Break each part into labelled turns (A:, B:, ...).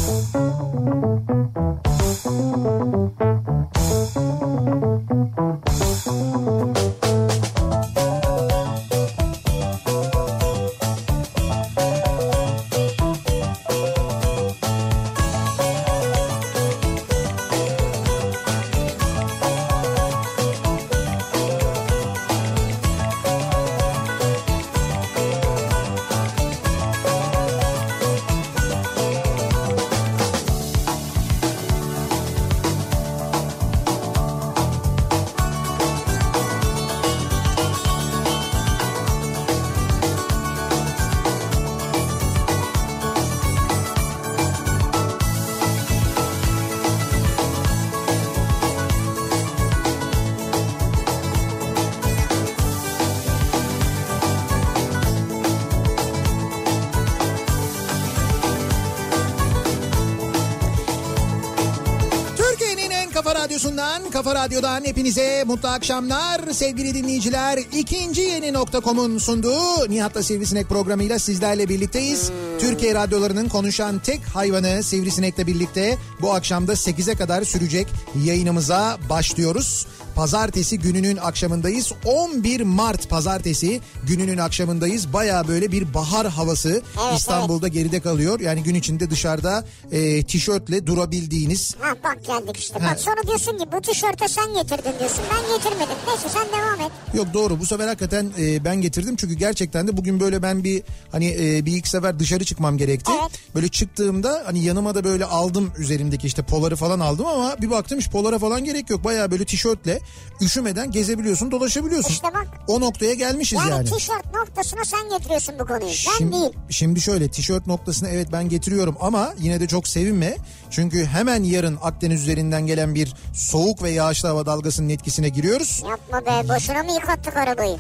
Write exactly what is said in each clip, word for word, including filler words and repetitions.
A: Kafa Radyo'dan hepinize mutlu akşamlar sevgili dinleyiciler. İkinci Yeni nokta com'un sunduğu Nihat'la Sivrisinek programıyla sizlerle birlikteyiz. Hmm. Türkiye radyolarının konuşan tek hayvanı Sivrisinek'le birlikte bu akşamda sekize kadar sürecek yayınımıza başlıyoruz. Pazartesi gününün akşamındayız. on bir Mart pazartesi gününün akşamındayız. Baya böyle bir bahar havası evet, İstanbul'da evet. geride kalıyor. Yani gün içinde dışarıda e, tişörtle durabildiğiniz.
B: Ha bak geldik işte. Ha. Bak sonra diyorsun ki bu tişörte sen getirdin diyorsun. Ben getirmedim. Neyse sen devam et.
A: Yok doğru, bu sefer hakikaten e, ben getirdim. Çünkü gerçekten de bugün böyle ben bir hani e, bir iki sefer dışarı çıkmam gerekti. Evet. Böyle çıktığımda hani yanıma da böyle aldım üzerimdeki işte poları falan aldım ama bir baktım hiç polara falan gerek yok. Baya böyle tişörtle üşümeden gezebiliyorsun, dolaşabiliyorsun.
B: İşte bak.
A: O noktaya gelmişiz yani.
B: Yani tişört noktasına sen getiriyorsun bu konuyu.
A: Şimdi,
B: ben değil.
A: Şimdi şöyle, tişört noktasına evet ben getiriyorum ama yine de çok sevinme. Çünkü hemen yarın Akdeniz üzerinden gelen bir soğuk ve yağışlı hava dalgasının etkisine giriyoruz.
B: Yapma be, boşuna mı yıkattık arabayı?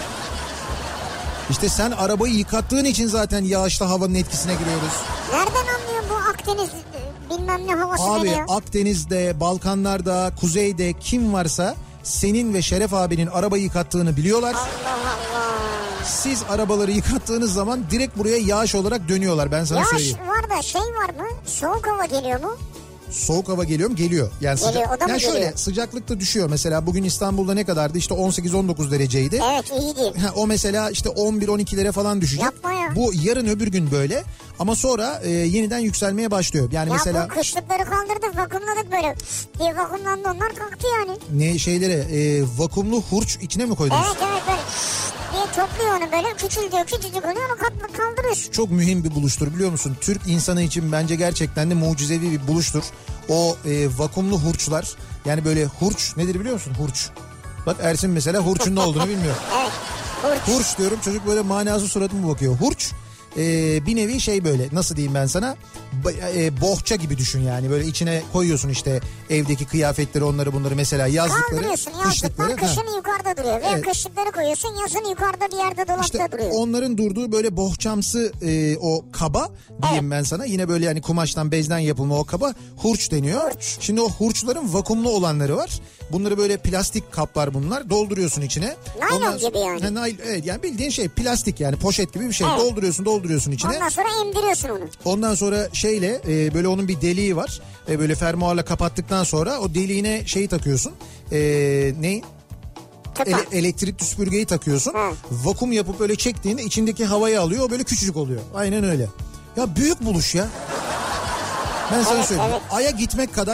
A: İşte sen arabayı yıkattığın için zaten yağışlı havanın etkisine giriyoruz.
B: Nereden anlıyor bu Akdeniz bilmem ne havası
A: Abi
B: geliyor?
A: Akdeniz'de, Balkanlar'da, Kuzey'de kim varsa senin ve Şeref abinin arabayı yıkattığını biliyorlar.
B: Allah Allah.
A: Siz arabaları yıkattığınız zaman direkt buraya yağış olarak dönüyorlar, ben sana
B: yağış
A: söyleyeyim.
B: Yağış var da şey var mı? Soğuk hava geliyor mu?
A: Soğuk hava geliyor mu? Geliyor. Yani
B: geliyor,
A: sıca-
B: o da mı
A: yani şöyle
B: geliyor?
A: Sıcaklık da düşüyor. Mesela bugün İstanbul'da ne kadardı? İşte on sekiz on dokuz dereceydi.
B: Evet, iyiydi.
A: Ha, o mesela işte on bir on ikilere falan düşecek.
B: Yapma ya.
A: Bu yarın öbür gün böyle. Ama sonra e, yeniden yükselmeye başlıyor. Yani
B: ya
A: mesela...
B: bu kışlıkları kaldırdık, vakumladık böyle diye vakumlandı, onlar kalktı yani.
A: Ne şeylere e, vakumlu hurç içine mi koydunuz?
B: Evet evet böyle diye topluyor onu, böyle küçülüyor, küçücük oluyor, onu kaldırıyorsun.
A: Çok mühim bir buluştur biliyor musun? Türk insanı için bence gerçekten de mucizevi bir buluştur. O e, vakumlu hurçlar, yani böyle hurç nedir biliyor musun? Hurç. Bak Ersin mesela hurçun ne olduğunu bilmiyor.
B: Evet. Hurç.
A: Hurç diyorum, çocuk böyle manası suratıma bakıyor. Hurç e, bir nevi şey, böyle nasıl diyeyim ben sana, e, bohça gibi düşün yani, böyle içine koyuyorsun işte evdeki kıyafetleri, onları bunları, mesela yazlıkları,
B: kaldırıyorsun, yazlıklar kışın ha. yukarıda duruyor. Veya evet. kışlıkları koyuyorsun, yazın yukarıda bir yerde dolapta
A: işte
B: duruyor.
A: Onların durduğu böyle bohçamsı e, o kaba diyeyim evet. ben sana, yine böyle yani kumaştan, bezden yapılma o kaba hurç deniyor.
B: Hurç.
A: Şimdi o hurçların vakumlu olanları var. Bunları böyle plastik kaplar bunlar, dolduruyorsun içine.
B: Naylon
A: Ondan,
B: gibi yani.
A: He, nail, evet yani bildiğin şey plastik, yani poşet gibi bir şey. Evet. Dolduruyorsun dolduruyorsun içine.
B: Ondan sonra emdiriyorsun onu.
A: Ondan sonra şeyle e, böyle onun bir deliği var. E, böyle fermuarla kapattıktan sonra o deliğine şeyi takıyorsun. E, ne? Ele, elektrik süpürgeyi takıyorsun. Hı. Vakum yapıp böyle çektiğinde içindeki havayı alıyor. O böyle küçücük oluyor. Aynen öyle. Ya büyük buluş ya. Ben evet, sana söyleyeyim. Evet. Ay'a gitmek kadar...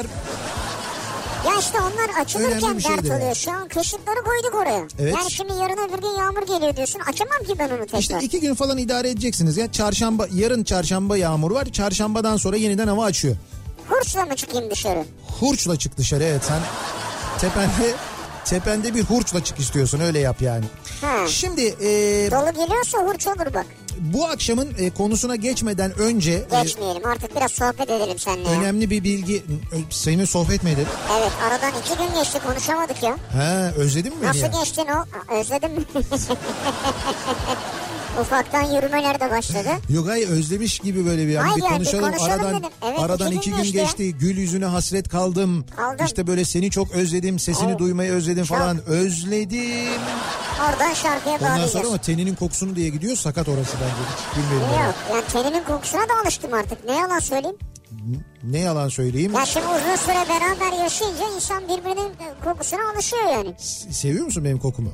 B: Ya işte onlar açılırken dert oluyor. Yani. Şu an kışlıkları koyduk oraya. Evet. Yani şimdi yarın öbür gün yağmur geliyor diyorsun. Açamam ki ben onu tekrar.
A: İşte iki gün falan idare edeceksiniz ya. Çarşamba, yarın çarşamba yağmur var. Çarşambadan sonra yeniden hava açıyor.
B: Hurçla mı çıkayım dışarı?
A: Hurçla çık dışarı, evet. Sen tepende... Tepende bir hurçla çık istiyorsun, öyle yap yani.
B: Ha.
A: Şimdi... E,
B: dolu geliyorsa hurç olur bak.
A: Bu akşamın e, konusuna geçmeden önce...
B: Geçmeyelim e, artık, biraz sohbet edelim seninle.
A: Önemli ya. Bir bilgi... Seninle sohbet mi edelim?
B: Evet, aradan iki gün geçti, konuşamadık ya.
A: Ha, özledin mi beni?
B: Nasıl
A: ya?
B: geçtin o? Özledim mi? Ufaktan yürümeler de başladı.
A: Yok hayır, özlemiş gibi böyle bir, yani bir konuşalım.
B: Bir konuşalım
A: aradan
B: evet,
A: aradan iki gün, iki gün geçti. Gül yüzüne hasret kaldım.
B: Kaldım.
A: İşte böyle seni çok özledim. Sesini evet. duymayı özledim çok. falan. Özledim.
B: Oradan şarkıya bağlayacağız.
A: Ondan sonra ama teninin kokusunu diye gidiyor. Sakat orası bence. Hiç bilmiyorum.
B: Yok yani teninin kokusuna da alıştım artık. Ne yalan söyleyeyim.
A: Ne yalan söyleyeyim.
B: Ya şimdi uzun süre beraber yaşayınca insan birbirinin kokusuna alışıyor yani.
A: S- seviyor musun benim kokumu?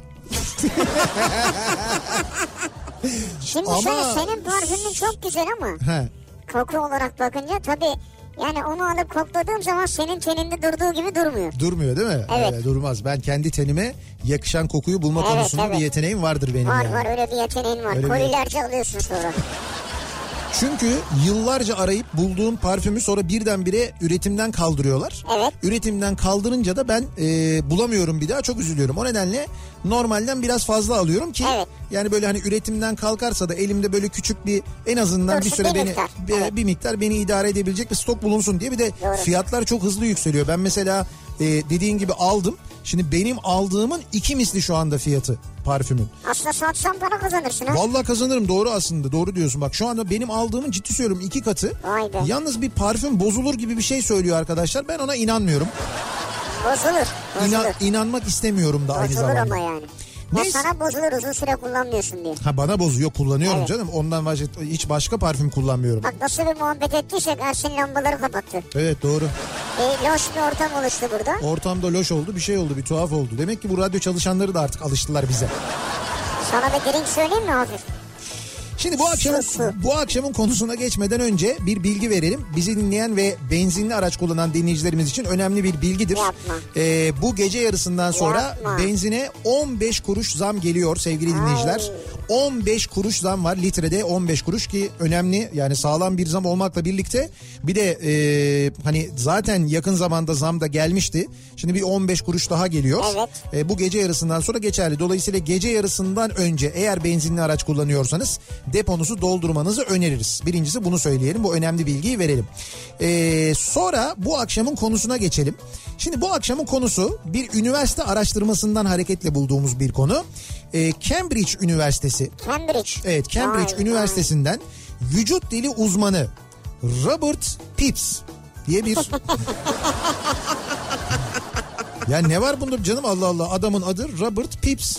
B: Şimdi ama... şöyle, senin parfümün çok güzel ama he. Koku olarak bakınca tabii yani onu alıp kokladığım zaman senin teninde durduğu gibi durmuyor.
A: Durmuyor değil mi?
B: Evet.
A: Öyle durmaz. Ben kendi tenime yakışan kokuyu bulma evet, konusunda evet. bir yeteneğim vardır benim
B: var,
A: yani.
B: Var var öyle bir yeteneğin var. Öyle kolilerce bir... alıyorsun sonra.
A: Çünkü yıllarca arayıp bulduğum parfümü sonra birdenbire üretimden kaldırıyorlar.
B: Evet.
A: Üretimden kaldırınca da ben e, bulamıyorum bir daha, çok üzülüyorum. O nedenle normalden biraz fazla alıyorum ki evet. yani böyle hani üretimden kalkarsa da elimde böyle küçük bir en azından Dursun, bir süre bir beni miktar. Bir, evet. bir miktar beni idare edebilecek bir stok bulunsun diye. Bir de Doğru. fiyatlar çok hızlı yükseliyor. Ben mesela e, dediğin gibi aldım. Şimdi benim aldığımın iki misli şu anda fiyatı parfümün.
B: Aslında satsan para kazanırsın ha.
A: Vallahi kazanırım, doğru aslında, doğru diyorsun. Bak şu anda benim aldığımın ciddi söylüyorum iki katı.
B: Vay be.
A: Yalnız bir parfüm bozulur gibi bir şey söylüyor arkadaşlar. Ben ona inanmıyorum.
B: Bozulur. bozulur.
A: İnan, inanmak istemiyorum da
B: bozulur
A: aynı zamanda.
B: Bozulur ama yani. Ya sana bozulur uzun süre kullanmıyorsun diye.
A: Ha bana bozuyor, kullanıyorum evet. canım. Ondan başka hiç başka parfüm kullanmıyorum.
B: Bak nasıl bir muhabbet ettiysek Ersin lambaları kapattı.
A: Evet doğru.
B: E, loş bir ortam oluştu burada.
A: Ortamda loş oldu, bir şey oldu, bir tuhaf oldu. Demek ki bu radyo çalışanları da artık alıştılar bize.
B: Sana bir drink söyleyeyim mi hafif?
A: Şimdi bu akşamın, bu akşamın konusuna geçmeden önce bir bilgi verelim. Bizi dinleyen ve benzinli araç kullanan dinleyicilerimiz için önemli bir bilgidir. Ee, bu gece yarısından sonra Yapma. benzine on beş kuruş zam geliyor sevgili dinleyiciler. Ay. on beş kuruş zam var litrede, on beş kuruş ki önemli, yani sağlam bir zam olmakla birlikte bir de e, hani zaten yakın zamanda zam da gelmişti. Şimdi bir on beş kuruş daha geliyor.
B: Evet.
A: E, bu gece yarısından sonra geçerli. Dolayısıyla gece yarısından önce eğer benzinli araç kullanıyorsanız deponuzu doldurmanızı öneririz. Birincisi bunu söyleyelim. Bu önemli bilgiyi verelim. Ee, sonra bu akşamın konusuna geçelim. Şimdi bu akşamın konusu bir üniversite araştırmasından hareketle bulduğumuz bir konu. Ee, Cambridge Üniversitesi.
B: Cambridge.
A: Evet, Cambridge vay, Üniversitesi'nden vay. vücut dili uzmanı Robert Pepys diye bir... Ya ne var bunda canım, Allah Allah, adamın adı Robert Pepys.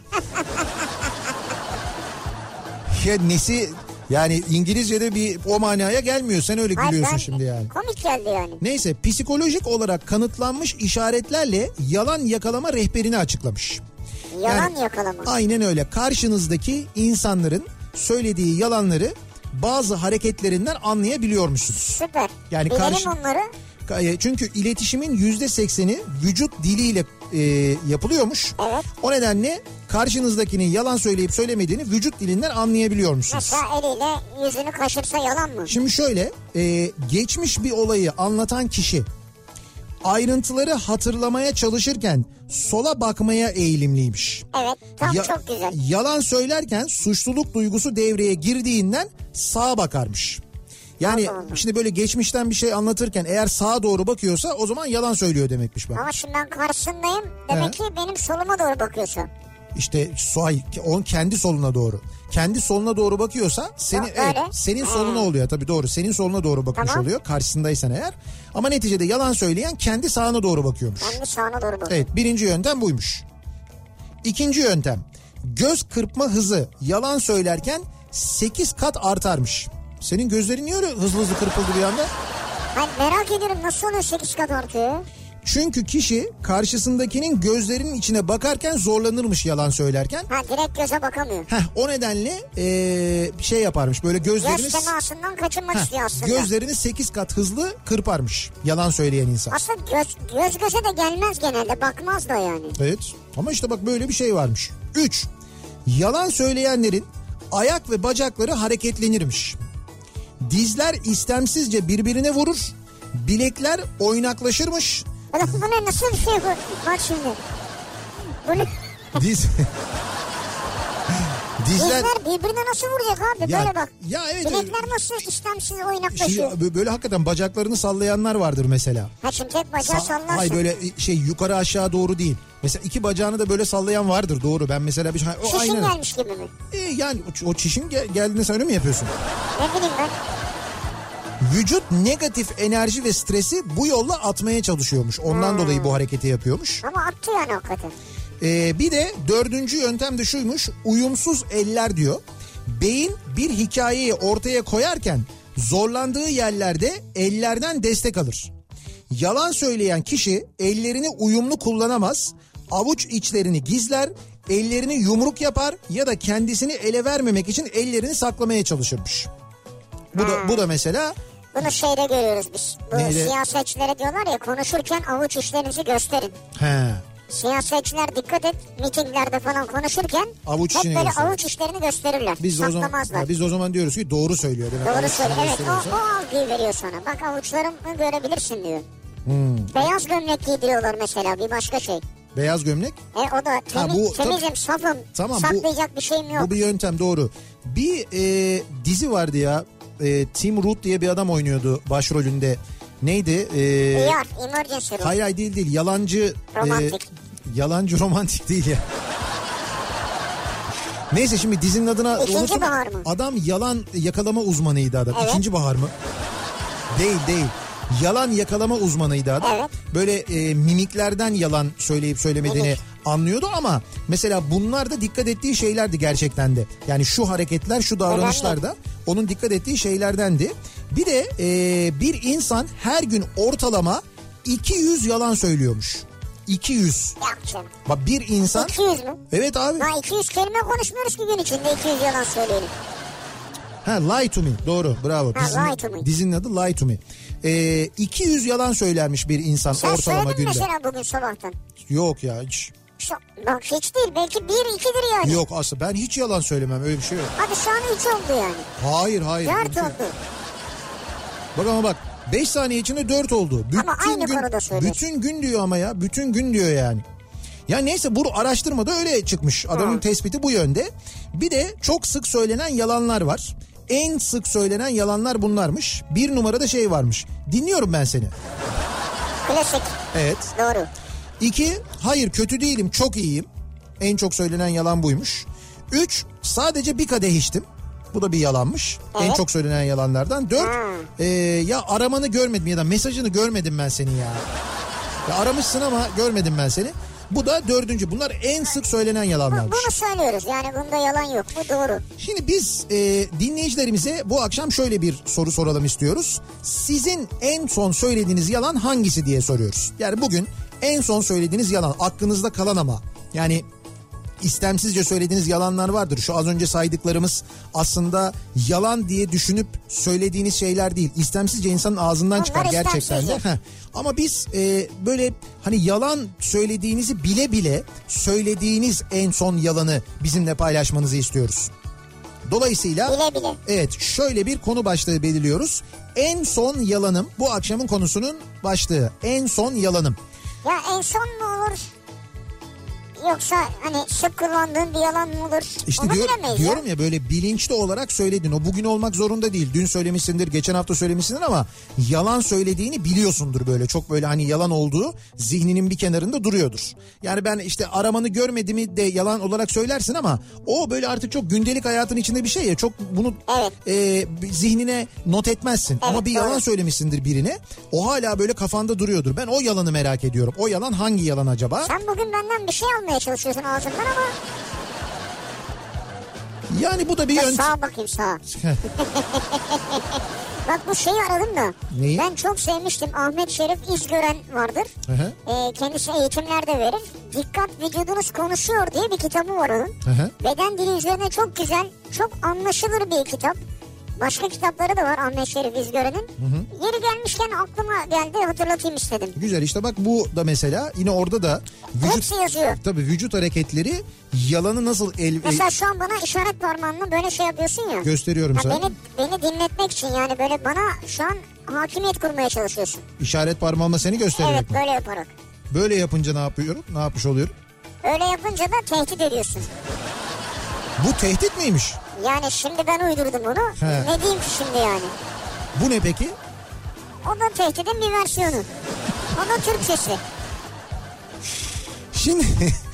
A: Ya nesi yani İngilizce'de bir o manaya gelmiyor. Sen öyle Hayır, gülüyorsun şimdi yani.
B: Komik geldi yani.
A: Neyse, psikolojik olarak kanıtlanmış işaretlerle yalan yakalama rehberini açıklamış.
B: Yalan yani, yakalama.
A: Aynen öyle. Karşınızdaki insanların söylediği yalanları bazı hareketlerinden anlayabiliyormuşsunuz.
B: Süper. Yani Bilelim karşı... onları.
A: Çünkü iletişimin yüzde sekseni vücut diliyle e, yapılıyormuş.
B: Evet.
A: O nedenle karşınızdakinin yalan söyleyip söylemediğini vücut dilinden anlayabiliyormuşsunuz.
B: Mesela eliyle yüzünü kaşırsa yalan mı?
A: Şimdi şöyle, e, geçmiş bir olayı anlatan kişi ayrıntıları hatırlamaya çalışırken sola bakmaya eğilimliymiş.
B: Evet, tam ya, çok güzel.
A: Yalan söylerken suçluluk duygusu devreye girdiğinden sağa bakarmış. Yani Allah Allah. Şimdi böyle geçmişten bir şey anlatırken eğer sağa doğru bakıyorsa o zaman yalan söylüyor demekmiş bak.
B: Ama şimdi ben karşısındayım. Demek He. ki benim soluma doğru bakıyorsun.
A: İşte on kendi soluna doğru. Kendi soluna doğru bakıyorsa seni Yok, evet, senin He. soluna oluyor tabii, doğru. Senin soluna doğru bakmış tamam. oluyor karşısındaysan eğer. Ama neticede yalan söyleyen kendi sağına doğru bakıyormuş.
B: Kendi sağına doğru bakıyor.
A: Evet, birinci yöntem buymuş. İkinci yöntem, göz kırpma hızı yalan söylerken sekiz kat artarmış. Senin gözlerin niye öyle hızlı hızlı kırpıldı bir anda?
B: Ben merak ediyorum, nasıl oluyor sekiz kat artıyor?
A: Çünkü kişi karşısındakinin gözlerinin içine bakarken zorlanırmış yalan söylerken.
B: Ha, direkt göze bakamıyor.
A: Heh, o nedenle ee, şey yaparmış böyle gözlerini...
B: Göz temasından kaçınmak heh, istiyor aslında.
A: Gözlerini sekiz kat hızlı kırparmış yalan söyleyen insan.
B: Aslında göz, göz göze de gelmez genelde, bakmaz da yani.
A: Evet, ama işte bak böyle bir şey varmış. Üç, yalan söyleyenlerin ayak ve bacakları hareketlenirmiş. Dizler istemsizce birbirine vurur. Bilekler oynaklaşırmış.
B: Bu ne, nasıl bir şey bu? Bak şimdi. Bu ne?
A: Diz... Dizler...
B: Dizler birbirine nasıl vuracak abi? Ya, böyle bak.
A: Ya evet.
B: Bilekler nasıl istemsiz oynaklaşıyor?
A: Şimdi böyle hakikaten bacaklarını sallayanlar vardır mesela.
B: Ha, şimdi tek bacağı Sa- sallarsın.
A: Hayır, böyle şey yukarı aşağı doğru değil. Mesela iki bacağını da böyle sallayan vardır, doğru. Ben mesela bir şey...
B: Çişin aynen. gelmiş gibi mi?
A: Ee, yani o, o çişin gel- geldiğinde sen öyle mi yapıyorsun?
B: Ne bileyim ben.
A: Vücut negatif enerji ve stresi bu yolla atmaya çalışıyormuş. Ondan hmm. dolayı bu hareketi yapıyormuş.
B: Ama attı yani hakikaten.
A: Ee, bir de dördüncü yöntem de şuymuş. Uyumsuz eller diyor. Beyin bir hikayeyi ortaya koyarken Zorlandığı yerlerde ellerden destek alır. Yalan söyleyen kişi ellerini uyumlu kullanamaz, avuç içlerini gizler, ellerini yumruk yapar ya da kendisini ele vermemek için ellerini saklamaya çalışırmış. Bu ha. da bu da mesela.
B: Bunu şeyde görüyoruz biz. Bu Neydi? Siyasetçilere diyorlar ya, konuşurken avuç içlerinizi gösterin.
A: He.
B: Siyasetçiler dikkat et, mitinglerde falan konuşurken avuç hep böyle gösterir. Avuç içlerini gösterirler. Biz o zaman,
A: biz o zaman diyoruz ki doğru söylüyor.
B: Doğru söylüyor. Evet, o, o algıyı veriyor sana. Bak, avuçlarımı görebilirsin diyor. Hmm. Beyaz gömlek giydiriyorlar mesela, bir başka şey.
A: Beyaz gömlek?
B: E, o da temiz, ha, bu, temizim, safım, tamam, saklayacak bu, bir şeyim yok.
A: Bu bir yöntem, doğru. Bir e, dizi vardı ya, e, Tim Roth diye bir adam oynuyordu başrolünde. Neydi? E,
B: E R, Emergency Room.
A: Hayır hayır, değil değil, yalancı.
B: Romantik. E,
A: yalancı romantik değil ya. Neyse, şimdi dizinin adına...
B: İkinci unuttum. Bahar mı?
A: Adam yalan yakalama uzmanıydı adam. Evet. İkinci Bahar mı? Değil değil. Yalan yakalama uzmanıydı adam. Evet. Böyle e, mimiklerden yalan söyleyip söylemediğini evet. anlıyordu ama mesela bunlar da dikkat ettiği şeylerdi gerçekten de. Yani şu hareketler, şu davranışlar da onun dikkat ettiği şeylerdendi. Bir de e, bir insan her gün ortalama iki yüz yalan söylüyormuş. iki yüz.
B: Yapacağım.
A: Bak, bir insan...
B: iki yüz mü?
A: Evet abi.
B: Ha, iki yüz kelime konuşmuyoruz ki gün içinde iki yüz yalan söyleyelim.
A: Ha, Lie to Me, doğru, bravo.
B: Ha,
A: dizinin,
B: Lie to Me.
A: Dizinin adı Lie to Me. Ee, iki yüz yalan söylermiş bir insan
B: sen
A: ortalama günde.
B: Sen söyledin mesela bugün sabahtan.
A: Yok ya, hiç.
B: Bak, hiç değil, belki bir ikidir yani.
A: Yok aslında, ben hiç yalan söylemem, öyle bir şey yok.
B: Hadi şu an üç oldu yani.
A: Hayır hayır.
B: dört oldu.
A: Bak ama bak, beş saniye içinde dört oldu. Bütün
B: ama aynı
A: gün,
B: konuda söylüyorsun.
A: Bütün gün diyor ama ya, bütün gün diyor yani. Ya neyse, bu araştırmada öyle çıkmış. Adamın hmm. tespiti bu yönde. Bir de çok sık söylenen yalanlar var. En sık söylenen yalanlar bunlarmış. Bir numarada şey varmış. Dinliyorum ben seni.
B: Klasik.
A: Evet.
B: Doğru.
A: İki, hayır kötü değilim, çok iyiyim. En çok söylenen yalan buymuş. Üç, sadece bir kadeh içtim. Bu da bir yalanmış. Evet. En çok söylenen yalanlardan. Dört, hmm. e, ya aramanı görmedim ya da mesajını görmedim ben seni ya. Ya aramışsın ama görmedim ben seni. Bu da dördüncü. Bunlar en sık söylenen yalanlarmış.
B: Bunu söylüyoruz yani, bunda yalan yok, bu doğru.
A: Şimdi biz e, dinleyicilerimize bu akşam şöyle bir soru soralım istiyoruz. Sizin en son söylediğiniz yalan hangisi diye soruyoruz. Yani bugün en son söylediğiniz yalan, aklınızda kalan ama yani istemsizce söylediğiniz yalanlar vardır. Şu az önce saydıklarımız aslında yalan diye düşünüp söylediğiniz şeyler değil. İstemsizce insanın ağzından çıkar gerçekten de. Heh. Ama biz e, böyle hani yalan söylediğinizi bile bile söylediğiniz en son yalanı bizimle paylaşmanızı istiyoruz. Dolayısıyla
B: bile bile.
A: Evet, şöyle bir konu başlığı belirliyoruz. En son yalanım, bu akşamın konusunun başlığı. En son yalanım.
B: Ya en son mu olur? Yoksa hani sık kullandığın bir yalan mı olur?
A: İşte onu diyor, diyorum ya. ya böyle bilinçli olarak söyledin. O bugün olmak zorunda değil. Dün söylemişsindir, geçen hafta söylemişsindir ama yalan söylediğini biliyorsundur böyle. Çok böyle hani yalan olduğu zihninin bir kenarında duruyordur. Yani ben işte aramanı görmediğimi de yalan olarak söylersin ama o böyle artık çok gündelik hayatın içinde bir şey ya. Çok bunu
B: evet.
A: e, zihnine not etmezsin. Evet, ama bir yalan doğru. söylemişsindir birine. O hala böyle kafanda duruyordur. Ben o yalanı merak ediyorum. O yalan hangi yalan acaba?
B: Sen bugün benden bir şey almaya çalışıyorsun ağzından ama.
A: Yani bu da bir yöntem.
B: Sağa bakayım, sağa. Bak, bu şeyi aradım da.
A: Neyi?
B: Ben çok sevmiştim. Ahmet Şerif İzgören vardır. Ee, kendisi eğitimlerde verir. Dikkat, vücudunuz konuşuyor diye bir kitabı var onun. Hı-hı. Beden dili üzerine çok güzel, çok anlaşılır bir kitap. Başka kitapları da var Ahmet Şerif İzgören'in. Yeri gelmişken aklıma geldi, hatırlatayım istedim.
A: Güzel, işte bak bu da mesela yine orada da
B: vücut, hepsi yazıyor.
A: Tabii vücut hareketleri yalanı nasıl el...
B: Mesela şu an bana işaret parmağınla böyle şey yapıyorsun ya.
A: Gösteriyorum
B: ya
A: sana.
B: Beni, beni dinletmek için yani böyle bana şu an hakimiyet kurmaya çalışıyorsun.
A: İşaret parmağımla seni göstererek
B: Evet,
A: mi?
B: böyle yaparak.
A: Böyle yapınca ne yapıyorum? Ne yapmış oluyorum?
B: Öyle yapınca da tehdit ediyorsun.
A: Bu tehdit miymiş?
B: Yani şimdi ben uydurdum onu. He. Ne diyeyim ki şimdi yani?
A: Bu ne peki?
B: O da tehdidin bir versiyonu. O da Türkçesi.
A: Şimdi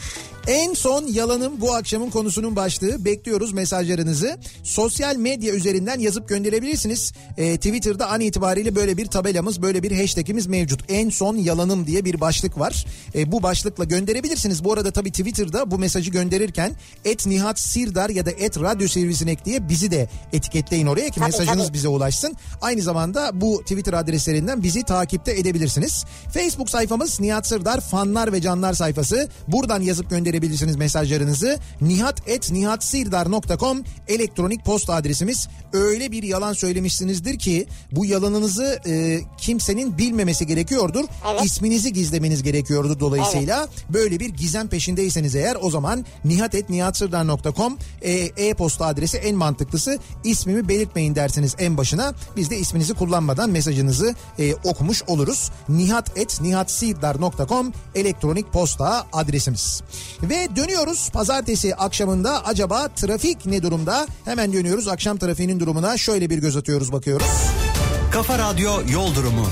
A: En son yalanım bu akşamın konusunun başlığı. Bekliyoruz mesajlarınızı. Sosyal medya üzerinden yazıp gönderebilirsiniz. Ee, Twitter'da an itibariyle böyle bir tabelamız, böyle bir hashtagimiz mevcut. En son yalanım diye bir başlık var. Ee, bu başlıkla gönderebilirsiniz. Bu arada tabii Twitter'da bu mesajı gönderirken et Nihat Sirdar ya da et Radyo Sivrisinek diye bizi de etiketleyin oraya ki
B: tabii,
A: mesajınız
B: tabii.
A: bize ulaşsın. Aynı zamanda bu Twitter adreslerinden bizi takipte edebilirsiniz. Facebook sayfamız Nihat Sirdar fanlar ve canlar sayfası. Buradan yazıp gönderebilirsiniz mesajlarınızı. nihat et nihatsirdar nokta com elektronik posta adresimiz. Öyle bir yalan söylemişsinizdir ki bu yalanınızı e, kimsenin bilmemesi gerekiyordur.
B: Evet.
A: İsminizi gizlemeniz gerekiyordu dolayısıyla. Evet. Böyle bir gizem peşindeyseniz eğer o zaman nihat et nihatsirdar nokta com e, e-posta adresi en mantıklısı. İsmimi belirtmeyin dersiniz en başına. Biz de isminizi kullanmadan mesajınızı e, okumuş oluruz. nihat et nihatsirdar nokta com elektronik posta adresimiz. Ve dönüyoruz pazartesi akşamında acaba trafik ne durumda? Hemen dönüyoruz akşam trafiğinin durumuna, şöyle bir göz atıyoruz, bakıyoruz.
C: Kafa Radyo Yol Durumu.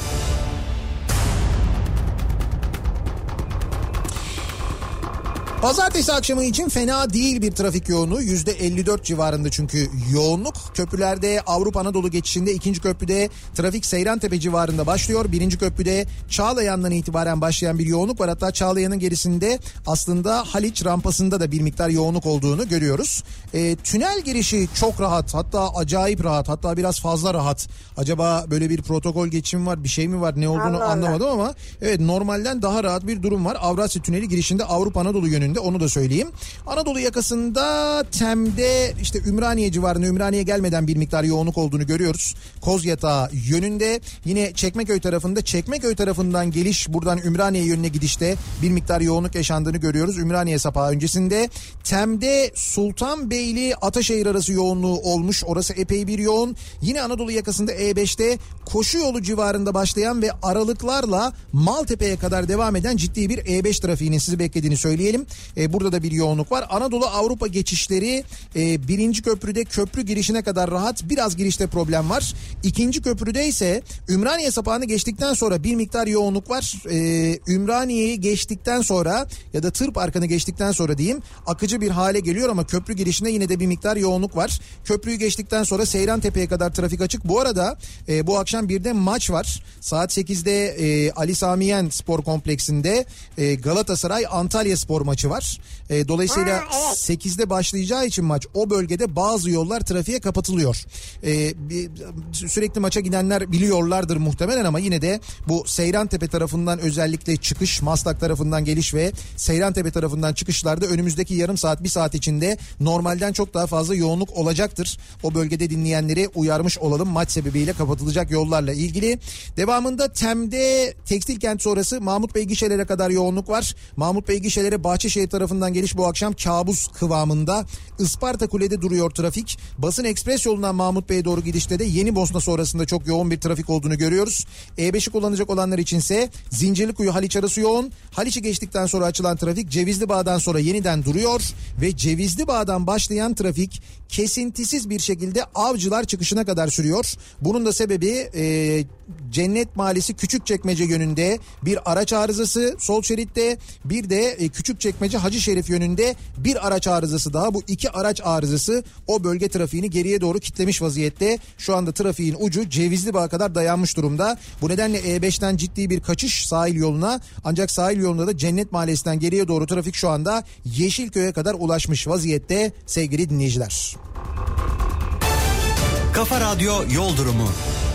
A: Pazartesi akşamı için fena değil bir trafik yoğunluğu. yüzde elli dört civarında çünkü yoğunluk. Köprülerde Avrupa Anadolu geçişinde ikinci köprüde trafik Seyrantepe civarında başlıyor. Birinci köprüde Çağlayan'dan itibaren başlayan bir yoğunluk var. Hatta Çağlayan'ın gerisinde aslında Haliç rampasında da bir miktar yoğunluk olduğunu görüyoruz. E, tünel girişi çok rahat, hatta acayip rahat, hatta biraz fazla rahat. Acaba böyle bir protokol geçişim var, bir şey mi var, ne olduğunu
B: Allah
A: anlamadım
B: Allah.
A: ama evet, normalden daha rahat bir durum var. Avrasya Tüneli girişinde Avrupa Anadolu yönünde, onu da söyleyeyim. Anadolu yakasında Tem'de işte Ümraniye civarında, Ümraniye gelmeden bir miktar yoğunluk olduğunu görüyoruz. Kozyatağı yönünde, yine Çekmeköy tarafında, Çekmeköy tarafından geliş buradan Ümraniye yönüne gidişte bir miktar yoğunluk yaşandığını görüyoruz. Ümraniye sapağı öncesinde Tem'de Sultanbeyli Ataşehir arası yoğunluğu olmuş. Orası epey bir yoğun. Yine Anadolu yakasında E beşte Koşu Yolu civarında başlayan ve aralıklarla Maltepe'ye kadar devam eden ciddi bir E beş trafiğinin sizi beklediğini söyleyelim. E, burada da bir yoğunluk var. Anadolu Avrupa geçişleri e, birinci köprüde köprü girişine kadar rahat. Biraz girişte problem var. İkinci köprüde ise Ümraniye sapağını geçtikten sonra bir miktar yoğunluk var. E, Ümraniye'yi geçtikten sonra ya da Tır Parkı'nı geçtikten sonra diyeyim, akıcı bir hale geliyor ama köprü girişinde yine de bir miktar yoğunluk var. Köprüyü geçtikten sonra Seyrantepe'ye kadar trafik açık. Bu arada e, bu akşam bir de maç var. Saat sekizde e, Ali Sami Yen Spor Kompleksinde e, Galatasaray Antalya Spor maçı var. E, dolayısıyla
B: ha, evet.
A: sekizde başlayacağı için maç, o bölgede bazı yollar trafiğe kapatılıyor. E, bir, sürekli maça gidenler biliyorlardır muhtemelen ama yine de bu Seyrantepe tarafından özellikle çıkış, Maslak tarafından geliş ve Seyrantepe tarafından çıkışlarda önümüzdeki yarım saat, bir saat içinde normalden çok daha fazla yoğunluk olacaktır. O bölgede dinleyenleri uyarmış olalım maç sebebiyle kapatılacak yollarla ilgili. Devamında Tem'de Tekstil Kent sonrası Mahmut Bey gişelere kadar yoğunluk var. Mahmut Bey gişelere Bahçeşehir tarafından geliş bu akşam kabus kıvamında. Isparta Kule'de duruyor trafik. Basın Ekspres yolundan Mahmut Bey'e doğru gidişte de Yeni Bosna sonrasında çok yoğun bir trafik olduğunu görüyoruz. E beşi kullanacak olanlar içinse Zincirlikuyu Haliç arası yoğun. Haliç'i geçtikten sonra açılan trafik Cevizli Bağ'dan sonra yeniden duruyor ve Cevizli Bağ'dan başlayan trafik kesintisiz bir şekilde Avcılar çıkışına kadar sürüyor. Bunun da sebebi e, Cennet Mahallesi Küçükçekmece yönünde bir araç arızası sol şeritte, bir de e, Küçükçekmece Hacı Şerif yönünde bir araç arızası daha. Bu iki araç arızası o bölge trafiğini geriye doğru kitlemiş vaziyette. Şu anda trafiğin ucu Cevizli Bağ'a kadar dayanmış durumda. Bu nedenle E beşten ciddi bir kaçış sahil yoluna, ancak sahil yolunda da Cennet Mahallesi'nden geriye doğru trafik şu anda Yeşilköy'e kadar ulaşmış vaziyette sevgili dinleyiciler.
C: Kafa Radyo Yol Durumu.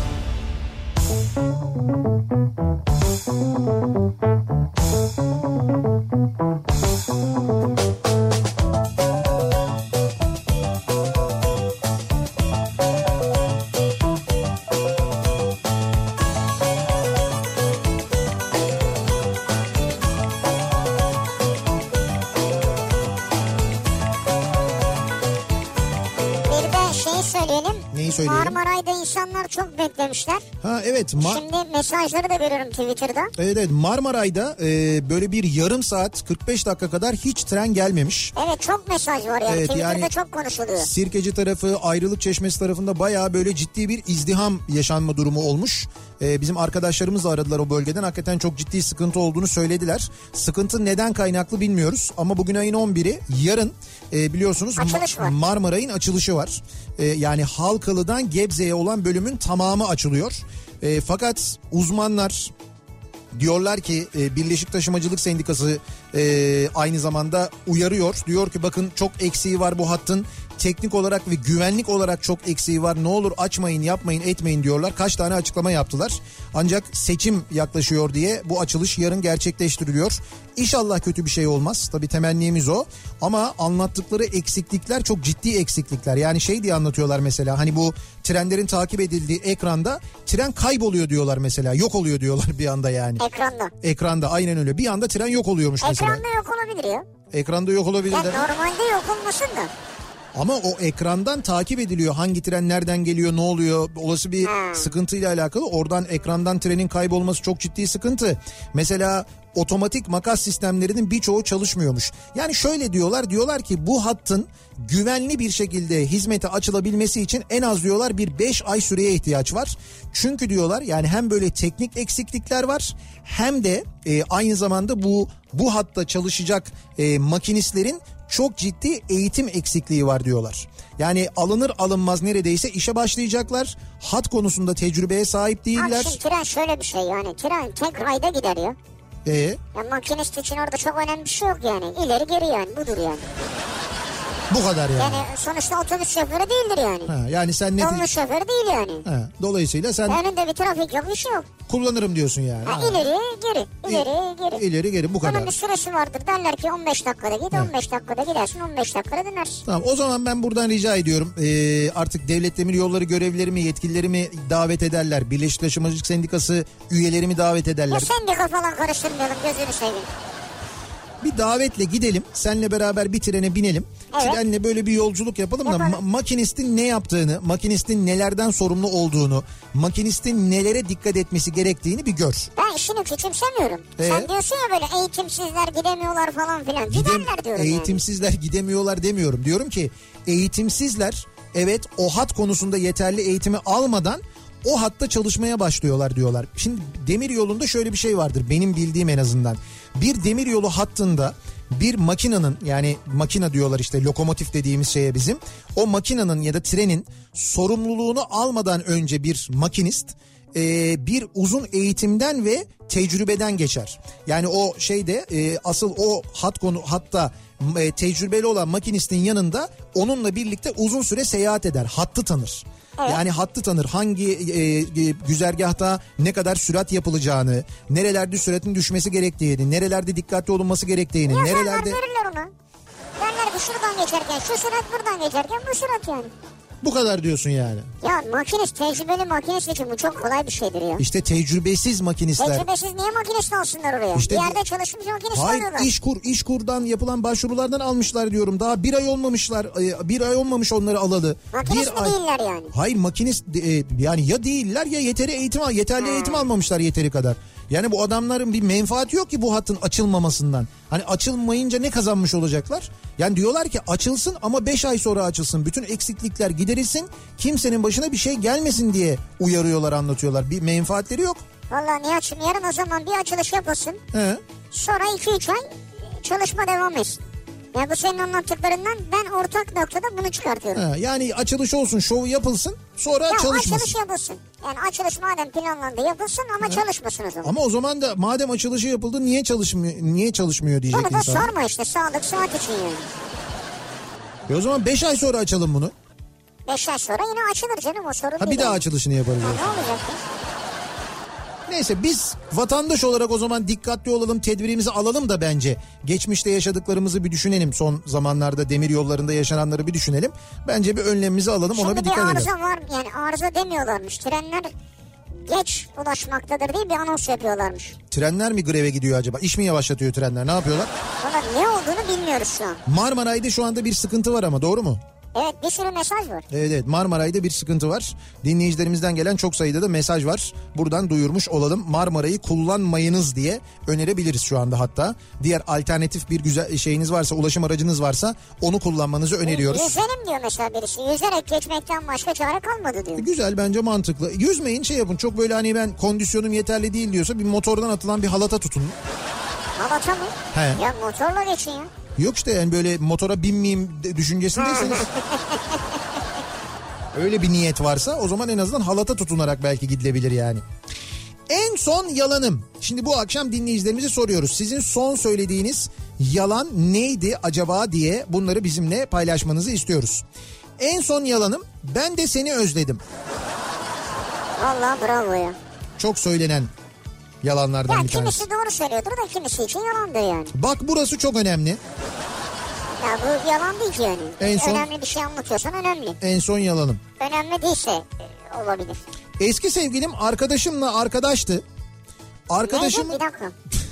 A: Neyi söyleyelim?
B: Marmaray'da insanlar çok beklemişler.
A: Ha evet. Ma-
B: Şimdi mesajları da görüyorum Twitter'da.
A: Evet evet, Marmaray'da e, böyle bir yarım saat kırk beş dakika kadar hiç tren gelmemiş.
B: Evet, çok mesaj var yani.
A: Evet,
B: Twitter'da
A: yani
B: çok konuşuluyor.
A: Sirkeci tarafı, Ayrılık Çeşmesi tarafında bayağı böyle ciddi bir izdiham yaşanma durumu olmuş. Ee, bizim arkadaşlarımız da aradılar o bölgeden. Hakikaten çok ciddi sıkıntı olduğunu söylediler. Sıkıntı neden kaynaklı bilmiyoruz. Ama bugün ayın on biri, yarın e, biliyorsunuz Ma- Marmaray'ın açılışı var. E, yani Halkalı'dan Gebze'ye olan bölümün tamamı açılıyor. E, fakat uzmanlar diyorlar ki e, Birleşik Taşımacılık Sendikası e, aynı zamanda uyarıyor. Diyor ki bakın çok eksiği var bu hattın. Teknik olarak ve güvenlik olarak çok eksiği var. Ne olur açmayın, yapmayın, etmeyin diyorlar. Kaç tane açıklama yaptılar. Ancak seçim yaklaşıyor diye bu açılış yarın gerçekleştiriliyor. İnşallah kötü bir şey olmaz. Tabii temennimiz o. Ama anlattıkları eksiklikler çok ciddi eksiklikler. Yani şey diye anlatıyorlar mesela. Hani bu trenlerin takip edildiği ekranda tren kayboluyor diyorlar mesela. Yok oluyor diyorlar bir anda yani.
B: Ekranda.
A: Ekranda aynen öyle. Bir anda tren yok oluyormuş
B: Ekranda
A: mesela.
B: Ekranda yok olabilir ya.
A: Ekranda yok olabilir.
B: Ya normalde yok olmasın da.
A: Ama o ekrandan takip ediliyor. Hangi tren nereden geliyor, ne oluyor? Olası bir hmm. sıkıntıyla alakalı. Oradan ekrandan trenin kaybolması çok ciddi sıkıntı. Mesela otomatik makas sistemlerinin birçoğu çalışmıyormuş. Yani şöyle diyorlar, diyorlar ki bu hattın güvenli bir şekilde hizmete açılabilmesi için en az diyorlar bir beş ay süreye ihtiyaç var. Çünkü diyorlar yani hem böyle teknik eksiklikler var hem de e, aynı zamanda bu bu hatta çalışacak e, makinistlerin çok ciddi eğitim eksikliği var diyorlar. Yani alınır alınmaz neredeyse işe başlayacaklar. Hat konusunda tecrübeye sahip değiller.
B: Abi şimdi tren şöyle bir şey yani tren tek rayda gider ya.
A: Ee?
B: Ya makinist için orada çok önemli bir şey yok yani. İleri geri yani budur yani.
A: Bu kadar yani.
B: Yani sonuçta otobüs şoförü değildir yani.
A: Ha, yani sen ne...
B: Dolmuş şoförü değil yani.
A: Ha, dolayısıyla sen...
B: Önünde bir trafik yok, bir şey yok.
A: Kullanırım diyorsun yani.
B: Ha, ha. İleri geri, ileri geri.
A: İleri geri bu kadar.
B: Bunun bir süresi vardır. Derler ki on beş dakikada git, ha. on beş dakikada gidersin, on beş dakikada dönersin.
A: Tamam, o zaman ben buradan rica ediyorum. Ee, artık Devlet Demir Yolları görevlilerimi, yetkililerimi davet ederler. Birleşik Taşımacılık Sendikası üyelerimi davet ederler.
B: Ya sendika falan karıştırmayalım, gözünü seveyim.
A: Bir davetle gidelim. Seninle beraber bir trene binelim. Evet. Trenle böyle bir yolculuk yapalım, yapalım. da ma- makinistin ne yaptığını, makinistin nelerden sorumlu olduğunu, makinistin nelere dikkat etmesi gerektiğini bir gör.
B: Ben işini küçümsemiyorum. Ee? Sen diyorsun ya böyle eğitimsizler gidemiyorlar falan filan. Giderler diyorum
A: Eğitimsizler
B: yani.
A: gidemiyorlar demiyorum. Diyorum ki eğitimsizler evet o hat konusunda yeterli eğitimi almadan o hatta çalışmaya başlıyorlar diyorlar. Şimdi demir yolunda şöyle bir şey vardır benim bildiğim en azından. Bir demir yolu hattında bir makinanın, yani makina diyorlar işte lokomotif dediğimiz şeye bizim. O makinanın ya da trenin sorumluluğunu almadan önce bir makinist e, bir uzun eğitimden ve tecrübeden geçer. Yani o şeyde e, asıl o hat konu hatta e, tecrübeli olan makinistin yanında onunla birlikte uzun süre seyahat eder. Hattı tanır. Evet. Yani hattı tanır, hangi e, e, güzergahta ne kadar sürat yapılacağını, nerelerde süratin düşmesi gerektiğini, nerelerde dikkatli olunması gerektiğini,
B: ya
A: nerelerde...
B: verirler ona. Derler ki şuradan geçerken şu sürat, buradan geçerken bu sürat yani.
A: Bu kadar diyorsun yani.
B: Ya makinist, tecrübeli makinist için bu çok kolay bir şeydir ya.
A: İşte tecrübesiz makinistler.
B: Tecrübesiz niye makinist alsınlar oraya? İşte bir yerde çalışmış makinist
A: hayır,
B: alıyorlar.
A: Hayır İşkur, İşkur'dan yapılan başvurulardan almışlar diyorum. Daha bir ay olmamışlar. Bir ay olmamış onları alalı.
B: Makinist
A: bir
B: mi
A: ay...
B: değiller yani?
A: Hayır makinist yani ya değiller ya yeteri eğitim al, yeterli hmm. eğitim almamışlar yeteri kadar. Yani bu adamların bir menfaati yok ki bu hattın açılmamasından. Hani açılmayınca ne kazanmış olacaklar? Yani diyorlar ki açılsın ama beş ay sonra açılsın. Bütün eksiklikler giderilsin. Kimsenin başına bir şey gelmesin diye uyarıyorlar, anlatıyorlar. Bir menfaatleri yok.
B: Vallahi Nihat'cığım yarın o zaman bir açılış yapılsın.
A: He.
B: Sonra iki üç ay çalışma devam etsin. Ya bu senin anlattıklarından ben ortak noktada bunu çıkartıyorum.
A: Ha, yani açılış olsun, şov yapılsın, sonra
B: ya
A: çalışmasın.
B: Açılış yapılsın. Yani açılış madem planlandı yapılsın ama ha. çalışmasın o zaman.
A: Ama o zaman da madem açılışı yapıldı niye çalışmıyor, niye çalışmıyor diyecek
B: insan.
A: insan.
B: Bunu da sorma işte, sağlık saat için yani.
A: E o zaman beş ay sonra açalım bunu.
B: beş ay sonra yine açılır canım, o sorun
A: ha,
B: değil.
A: Bir daha
B: yani.
A: açılışını yaparız.
B: Ya, ne olacak ya?
A: Neyse biz vatandaş olarak o zaman dikkatli olalım, tedbirimizi alalım da bence. Geçmişte yaşadıklarımızı bir düşünelim, son zamanlarda demir yollarında yaşananları bir düşünelim. Bence bir önlemimizi alalım,
B: şimdi
A: ona bir dikkat edelim.
B: Şimdi bir arıza var, yani arıza demiyorlarmış. Trenler geç ulaşmaktadır diye bir anons yapıyorlarmış.
A: Trenler mi greve gidiyor acaba? İş mi yavaşlatıyor trenler, ne yapıyorlar?
B: Valla ne olduğunu bilmiyoruz şu an.
A: Marmaray'da şu anda bir sıkıntı var ama doğru mu?
B: Evet, bir sürü mesaj var.
A: Evet evet, Marmaray'da bir sıkıntı var. Dinleyicilerimizden gelen çok sayıda da mesaj var. Buradan duyurmuş olalım. Marmaray'ı kullanmayınız diye önerebiliriz şu anda hatta. Diğer alternatif bir güzel şeyiniz varsa, ulaşım aracınız varsa onu kullanmanızı öneriyoruz.
B: Yüzelim diyor mesela birisi. Yüzerek geçmekten başka çare kalmadı diyor.
A: Güzel, bence mantıklı. Yüzmeyin, şey yapın. Çok böyle hani ben kondisyonum yeterli değil diyorsa bir motordan atılan bir halata tutun.
B: Halata mı?
A: He.
B: Ya motorla geçin ya.
A: Yok işte, yani böyle motora binmeyeyim düşüncesindeyseniz. Öyle bir niyet varsa o zaman en azından halata tutunarak belki gidilebilir yani. En son yalanım. Şimdi bu akşam dinleyicilerimize soruyoruz. Sizin son söylediğiniz yalan neydi acaba diye bunları bizimle paylaşmanızı istiyoruz. En son yalanım, ben de seni özledim.
B: Vallahi bravo ya.
A: Çok söylenen yalanlardan
B: ya
A: bir tanesi.
B: kimisi doğru söylüyordur da kimisi için yalandır yani.
A: Bak burası çok önemli.
B: Ya bu yalan değil ki yani.
A: En son,
B: önemli bir şey anlatıyorsan önemli.
A: En son yalanım.
B: Önemli değilse e, olabilir.
A: Eski sevgilim arkadaşımla arkadaştı. Arkadaşım...
B: Neydi? Bir dakika.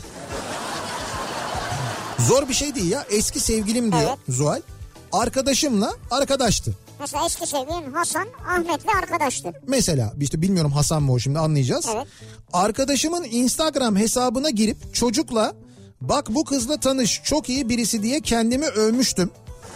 A: Zor bir şey değil ya. Eski sevgilim diyor evet. Zuhal. Arkadaşımla arkadaştı.
B: Mesela eski sevgilim Hasan, Ahmet'le arkadaştı.
A: Mesela işte bilmiyorum Hasan mı o, şimdi anlayacağız.
B: Evet.
A: Arkadaşımın Instagram hesabına girip çocukla bak bu kızla tanış çok iyi birisi diye kendimi övmüştüm.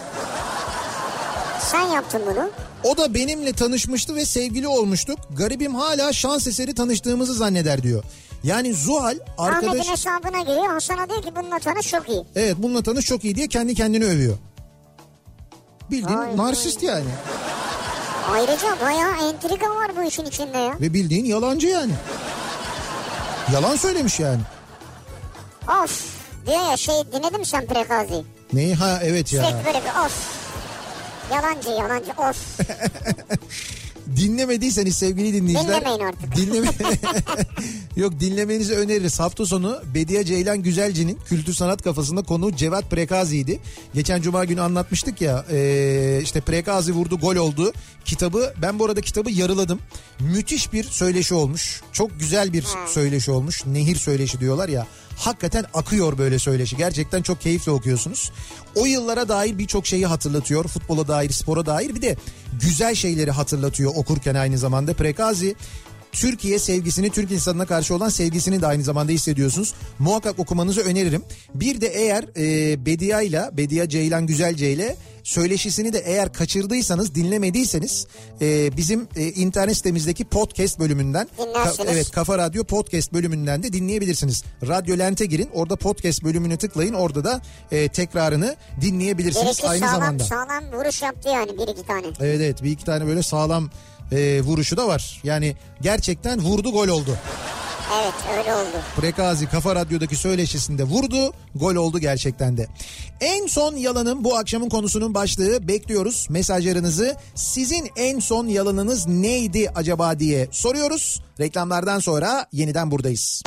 B: Sen yaptın bunu.
A: O da benimle tanışmıştı ve sevgili olmuştuk. Garibim hala şans eseri tanıştığımızı zanneder diyor. Yani Zuhal arkadaş...
B: Ahmet'in hesabına giriyor, Hasan'a diyor ki bununla tanış çok iyi.
A: Evet, bununla tanış çok iyi diye kendi kendini övüyor. Bildiğin
B: Ay,
A: narsist yani.
B: Ayrıca bayağı entrika var bu işin içinde ya.
A: Ve bildiğin yalancı yani. Yalan söylemiş yani.
B: Of diyor ya, şey dinledin mi sen Prekazi'yi?
A: Neyi? Ha evet ya.
B: Sürekli böyle bir of. Yalancı yalancı of.
A: Dinlemediyseniz sevgili dinleyiciler.
B: Dinlemeyin artık.
A: Dinleme... Yok, dinlemenizi öneririz. Hafta sonu Bediye Ceylan Güzelci'nin Kültür Sanat Kafası'nda konuğu Cevat Prekazi'ydi. Geçen cuma günü anlatmıştık ya, e, işte Prekazi vurdu gol oldu kitabı. Ben bu arada kitabı yarıladım. Müthiş bir söyleşi olmuş. Çok güzel bir hmm. söyleşi olmuş. Nehir söyleşi diyorlar ya. Hakikaten akıyor böyle söyleşi. Gerçekten çok keyifle okuyorsunuz. O yıllara dair birçok şeyi hatırlatıyor. Futbola dair, spora dair, bir de güzel şeyleri hatırlatıyor okurken aynı zamanda. Prekazi Türkiye sevgisini, Türk insanına karşı olan sevgisini de aynı zamanda hissediyorsunuz. Muhakkak okumanızı öneririm. Bir de eğer e, Bediye ile, Bediye Ceylan Güzelce ile söyleşisini de eğer kaçırdıysanız, dinlemediyseniz e, bizim e, internet sitemizdeki podcast bölümünden, ka- evet Kafa Radyo podcast bölümünden de dinleyebilirsiniz. Radyo Lent'e girin, orada podcast bölümünü tıklayın, orada da e, tekrarını dinleyebilirsiniz
B: bir
A: aynı
B: sağlam,
A: zamanda.
B: Sağlam vuruş yaptı yani, bir iki tane.
A: Evet evet, bir iki tane böyle sağlam e, vuruşu da var. Yani gerçekten vurdu gol oldu.
B: Evet, öyle oldu.
A: Prekazi Kafa Radyo'daki söyleşisinde vurdu, gol oldu gerçekten de. En son yalanım bu akşamın konusunun başlığı. Bekliyoruz mesajlarınızı. Sizin en son yalanınız neydi acaba diye soruyoruz. Reklamlardan sonra yeniden buradayız.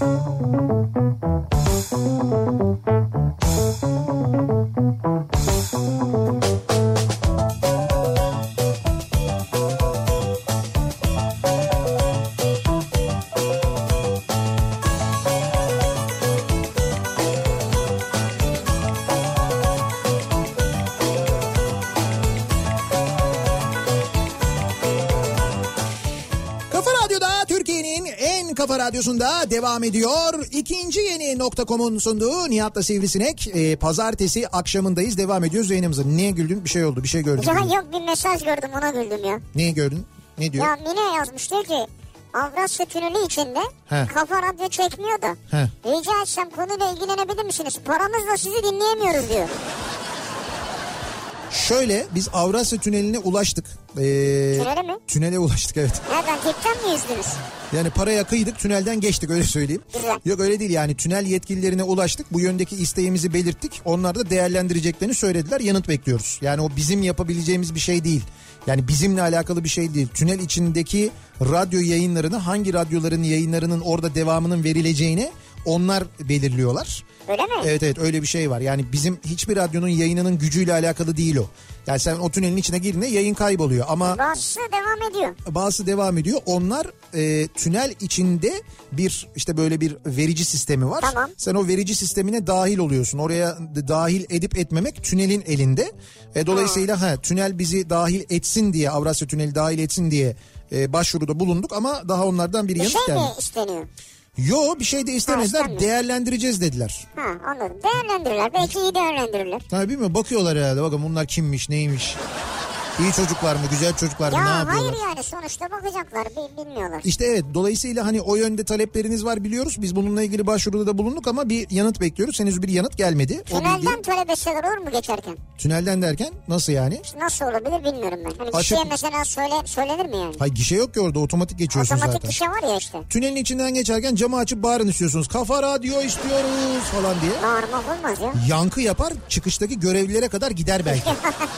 A: Kafa Radyosu'nda devam ediyor. İkinci yeni nokta com'un sunduğu Nihat'la Sivrisinek. Ee, pazartesi akşamındayız. Devam ediyoruz yayınımıza. Niye güldün? Bir şey oldu. Bir şey gördüm.
B: Ya yok, bir mesaj gördüm, ona güldüm ya.
A: Neyi gördün? Ne diyor?
B: Ya Mine yazmış, diyor ki Avrasya Tüneli içinde He. Kafa Radyo çekmiyor da. He. Rica etsem konuyla ilgilenebilir misiniz? Paramızla sizi dinleyemiyoruz diyor.
A: Şöyle, biz Avrasya Tüneli'ne ulaştık. Ee,
B: Tünele mi?
A: Tünele ulaştık, evet.
B: Nereden, dipten mi yüzdünüz?
A: Yani paraya kıydık, tünelden geçtik, öyle söyleyeyim.
B: Güzel.
A: Yok öyle değil yani, tünel yetkililerine ulaştık. Bu yöndeki isteğimizi belirttik. Onlar da değerlendireceklerini söylediler. Yanıt bekliyoruz. Yani o bizim yapabileceğimiz bir şey değil. Yani bizimle alakalı bir şey değil. Tünel içindeki radyo yayınlarını, hangi radyoların yayınlarının orada devamının verileceğini onlar belirliyorlar.
B: Öyle mi?
A: Evet evet, öyle bir şey var. Yani bizim hiçbir radyonun yayınının gücüyle alakalı değil o. Yani sen o tünelin içine girdiğinde yayın kayboluyor ama...
B: Bazısı devam ediyor.
A: Bazısı devam ediyor. Onlar e, tünel içinde bir işte böyle bir verici sistemi var.
B: Tamam.
A: Sen o verici sistemine dahil oluyorsun. Oraya dahil edip etmemek tünelin elinde. E, dolayısıyla ha. ha tünel bizi dahil etsin diye, Avrasya Tüneli dahil etsin diye e, başvuruda bulunduk ama daha onlardan bir, bir yanıt
B: şey
A: gelmedi.
B: Bir şey mi isteniyor?
A: Yo, bir şey de istemediler, ha, değerlendireceğiz dediler.
B: Ha, anladım. Değerlendirirler. Belki iyi değerlendirirler.
A: Tabii, bilmiyorum, bakıyorlar herhalde. Bakın bunlar kimmiş, neymiş. İyi çocuklar mı, güzel çocuklar mı,
B: ya
A: ne yapıyorlar?
B: Ya hayır, yani sonuçta bakacaklar, bilmiyorlar.
A: İşte evet, dolayısıyla hani o yönde talepleriniz var biliyoruz. Biz bununla ilgili başvuruda da bulunduk ama bir yanıt bekliyoruz. Henüz bir yanıt gelmedi.
B: Tünelden bilgi... talep etseler olur mu geçerken?
A: Tünelden derken nasıl yani?
B: İşte nasıl olabilir bilmiyorum ben. Hani
A: Açık...
B: gişeye mesela söyle, söylenir mi yani?
A: Hayır, gişe yok ki orada, otomatik geçiyorsun
B: otomatik
A: zaten.
B: Otomatik gişe var ya işte.
A: Tünelin içinden geçerken camı açıp bağırın istiyorsunuz. Kafa Radyo istiyoruz falan diye.
B: Bağırmak olmaz ya.
A: Yankı yapar, çıkıştaki görevlilere kadar gider belki.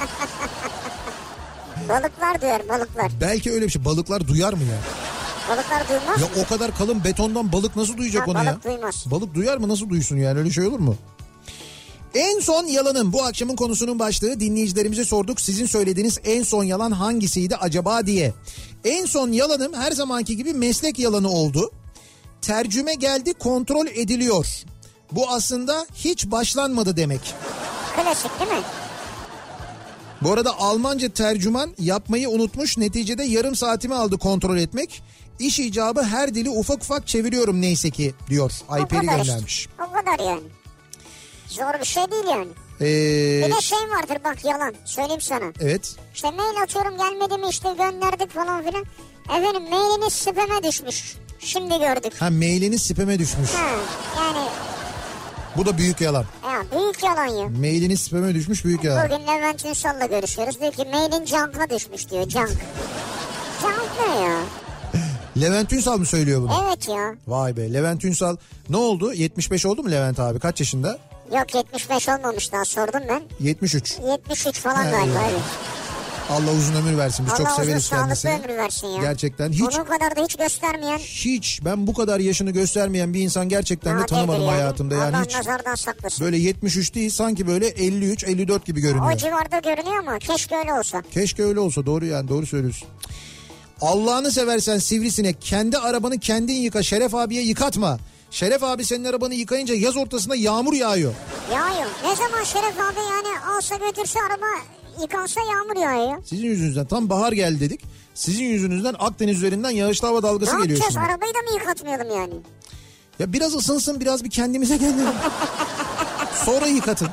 B: Balıklar duyar, balıklar.
A: Belki öyle bir şey. Balıklar duyar mı ya?
B: Balıklar duymaz.
A: Ya o kadar kalın betondan balık nasıl duyacak ha, onu
B: balık
A: ya?
B: Balık duymaz.
A: Balık duyar mı, nasıl duysun yani, öyle şey olur mu? En son yalanın bu akşamın konusunun başlığı. Dinleyicilerimize sorduk, sizin söylediğiniz en son yalan hangisiydi acaba diye. En son yalanım her zamanki gibi meslek yalanı oldu. Tercüme geldi, kontrol ediliyor. Bu aslında hiç başlanmadı demek.
B: Klasik değil mi?
A: Bu arada Almanca tercüman yapmayı unutmuş. Neticede yarım saatimi aldı kontrol etmek. İş icabı her dili ufak ufak çeviriyorum neyse ki diyor. Ayperi göndermiş.
B: Işte, o kadar yani. Zor bir şey değil yani.
A: Ee...
B: Bir de şey vardır bak, yalan. Söyleyeyim sana.
A: Evet.
B: İşte mail atıyorum, gelmedi mi, işte gönderdik falan filan. Efendim mailiniz spam'e düşmüş. Şimdi gördük.
A: Ha, mailiniz spam'e düşmüş.
B: Ha, yani...
A: Bu da büyük yalan.
B: Ya büyük yalan ya.
A: Mailiniz spam'e düşmüş, büyük yalan.
B: Bugün Levent Ünsal'la görüşüyoruz. Diyor ki mailin junk'a düşmüş diyor. Junk. Junk ne ya?
A: Levent Ünsal mı söylüyor bunu?
B: Evet ya.
A: Vay be, Levent Ünsal. Ne oldu? yetmiş beş oldu mu Levent abi? Kaç yaşında?
B: Yok, yetmiş beş olmamış, daha sordum ben.
A: yetmiş üç.
B: yetmiş üç falan galiba. Evet.
A: Allah uzun ömür versin. Biz
B: Allah
A: çok severiz kendisini.
B: Allah uzun sağlıklı ömür versin ya.
A: Gerçekten hiç.
B: Onun kadar da hiç göstermeyen.
A: Hiç. Ben bu kadar yaşını göstermeyen bir insan gerçekten de tanımadım yani hayatımda. Yani
B: Allah
A: hiç.
B: nazardan saklasın.
A: Böyle yetmiş üç değil, sanki böyle elli üç elli dört gibi görünüyor.
B: O civarda görünüyor ama keşke öyle olsa.
A: Keşke öyle olsa, doğru yani, doğru söylüyorsun. Allah'ını seversen sivrisinek, kendi arabanı kendin yıka, Şeref abiye yıkatma. Şeref abi senin arabanı yıkayınca yaz ortasında yağmur yağıyor.
B: Yağıyor. Ne zaman Şeref abi yani alsa götürse araba yıkansa yağmur yağıyor.
A: Sizin yüzünüzden tam bahar geldi dedik. Sizin yüzünüzden Akdeniz üzerinden yağışlı hava dalgası
B: ne
A: geliyor şimdi.
B: Ne yapacağız, arabayı da mı yıkatmayalım yani?
A: Ya biraz ısınsın, biraz bir kendimize gelelim. Sonra yıkatın.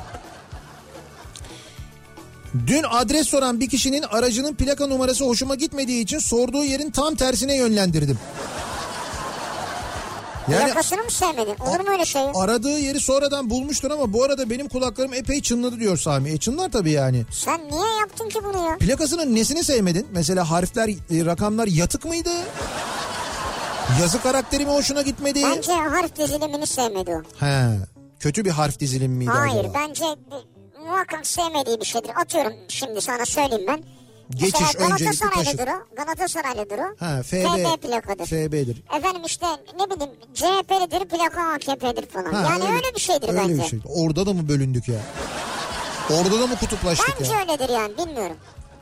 A: Dün adres soran bir kişinin aracının plaka numarası hoşuma gitmediği için sorduğu yerin tam tersine yönlendirdim.
B: Yani, plakasını mı sevmedin? Olur mu öyle şey?
A: Aradığı yeri sonradan bulmuştur ama bu arada benim kulaklarım epey çınladı diyor Sami. E çınlar tabii yani.
B: Sen niye yaptın ki bunu ya?
A: Plakasının nesini sevmedin? Mesela harfler, rakamlar yatık mıydı? Yazı karakteri mi hoşuna gitmedi?
B: Bence harf dizilimini sevmedi o.
A: He, kötü bir harf dizilimi miydi
B: Hayır,
A: acaba?
B: bence muhakkak sevmediği bir şeydir. Atıyorum şimdi sana söyleyeyim ben.
A: Geçiş
B: mesela
A: öncelikli taşıt.
B: Galatasaraylıdır o. Galatasaraylıdır o.
A: Ha, F B.
B: F B plakadır.
A: F B'dir.
B: Efendim işte ne bileyim C H P'lidir, plaka A K P'dir falan. Ha, yani öyle, öyle bir şeydir
A: öyle
B: bence.
A: Bir şey. Orada da mı bölündük ya? Orada da mı kutuplaştık
B: bence
A: ya?
B: Bence öyledir yani, bilmiyorum.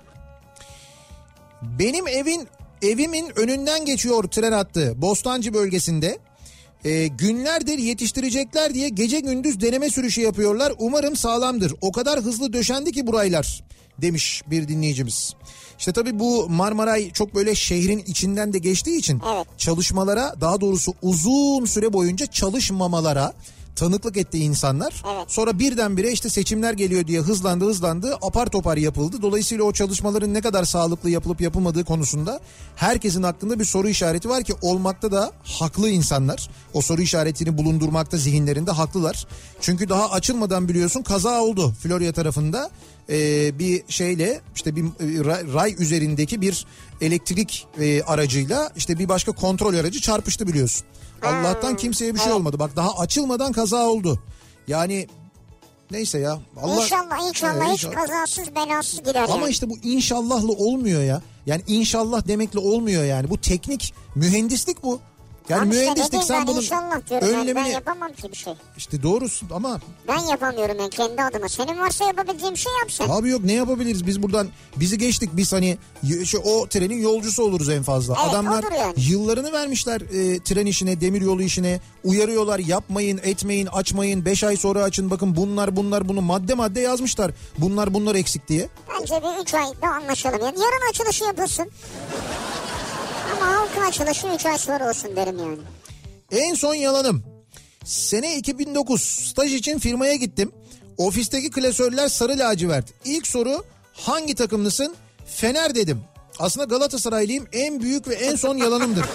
A: Benim evin evimin önünden geçiyor tren hattı Bostancı bölgesinde. Ee, günlerdir yetiştirecekler diye gece gündüz deneme sürüşü yapıyorlar. Umarım sağlamdır. O kadar hızlı döşendi ki buraylar, demiş bir dinleyicimiz. İşte tabii bu Marmaray çok böyle şehrin içinden de geçtiği için
B: evet.
A: çalışmalara, daha doğrusu uzun süre boyunca çalışmamalara tanıklık etti insanlar.
B: Evet.
A: Sonra birdenbire işte seçimler geliyor diye hızlandı hızlandı apar topar yapıldı. Dolayısıyla o çalışmaların ne kadar sağlıklı yapılıp yapılmadığı konusunda herkesin aklında bir soru işareti var ki olmakta da haklı insanlar. O soru işaretini bulundurmakta zihinlerinde haklılar. Çünkü daha açılmadan biliyorsun kaza oldu Florya tarafında. Ee, bir şeyle işte bir ray üzerindeki bir elektrik e, aracıyla işte bir başka kontrol aracı çarpıştı biliyorsun. Allah'tan kimseye bir şey olmadı. Bak daha açılmadan kaza oldu. Yani neyse ya. Allah,
B: inşallah inşallah evet, hiç inşallah. Kazasız belasız gider.
A: Ama
B: yani.
A: işte bu inşallahlı olmuyor ya. Yani inşallah demekle olmuyor yani. Bu teknik mühendislik bu. Yani
B: Abi
A: mühendislik
B: işte
A: sen
B: ben
A: bunun
B: inşallah diyorum.
A: önlemini...
B: Ben yapamam ki bir şey.
A: İşte doğrusun ama...
B: Ben yapamıyorum yani kendi adıma. Senin varsa yapabileceğin bir şey yap sen.
A: Abi yok, ne yapabiliriz biz buradan, bizi geçtik biz hani şu, o trenin yolcusu oluruz en fazla.
B: Evet,
A: Adamlar
B: yani.
A: yıllarını vermişler e, tren işine, demiryolu işine, uyarıyorlar, yapmayın etmeyin açmayın, beş ay sonra açın, bakın bunlar bunlar bunu madde madde yazmışlar, bunlar bunlar eksik diye.
B: Bence bir üç ayda anlaşalım yani, yarın açılışı yapılsın. Ama halkın açılışı üç ay sonra olsun derim yani.
A: En son yalanım. Sene iki bin dokuz staj için firmaya gittim. Ofisteki klasörler sarı lacivert. İlk soru hangi takımlısın? Fener dedim. Aslında Galatasaraylıyım, en büyük ve en son yalanımdır.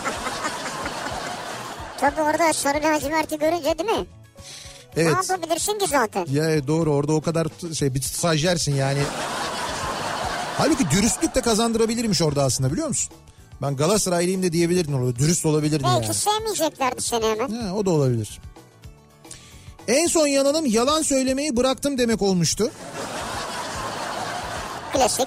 B: Tabii orada sarı laciverti görünce değil mi?
A: Evet.
B: Ne yapabilirsin ki zaten?
A: Ya doğru, orada o kadar şey bir stajyersin yani. Halbuki dürüstlük de kazandırabilirmiş orada aslında, biliyor musun? Ben Galatasaraylıyım da diyebilirdin orada. Dürüst olabilirdin
B: Belki
A: yani.
B: sevmeyeceklerdi seni hemen.
A: Ha, o da olabilir. En son yalanım yalan söylemeyi bıraktım demek olmuştu.
B: Klasik.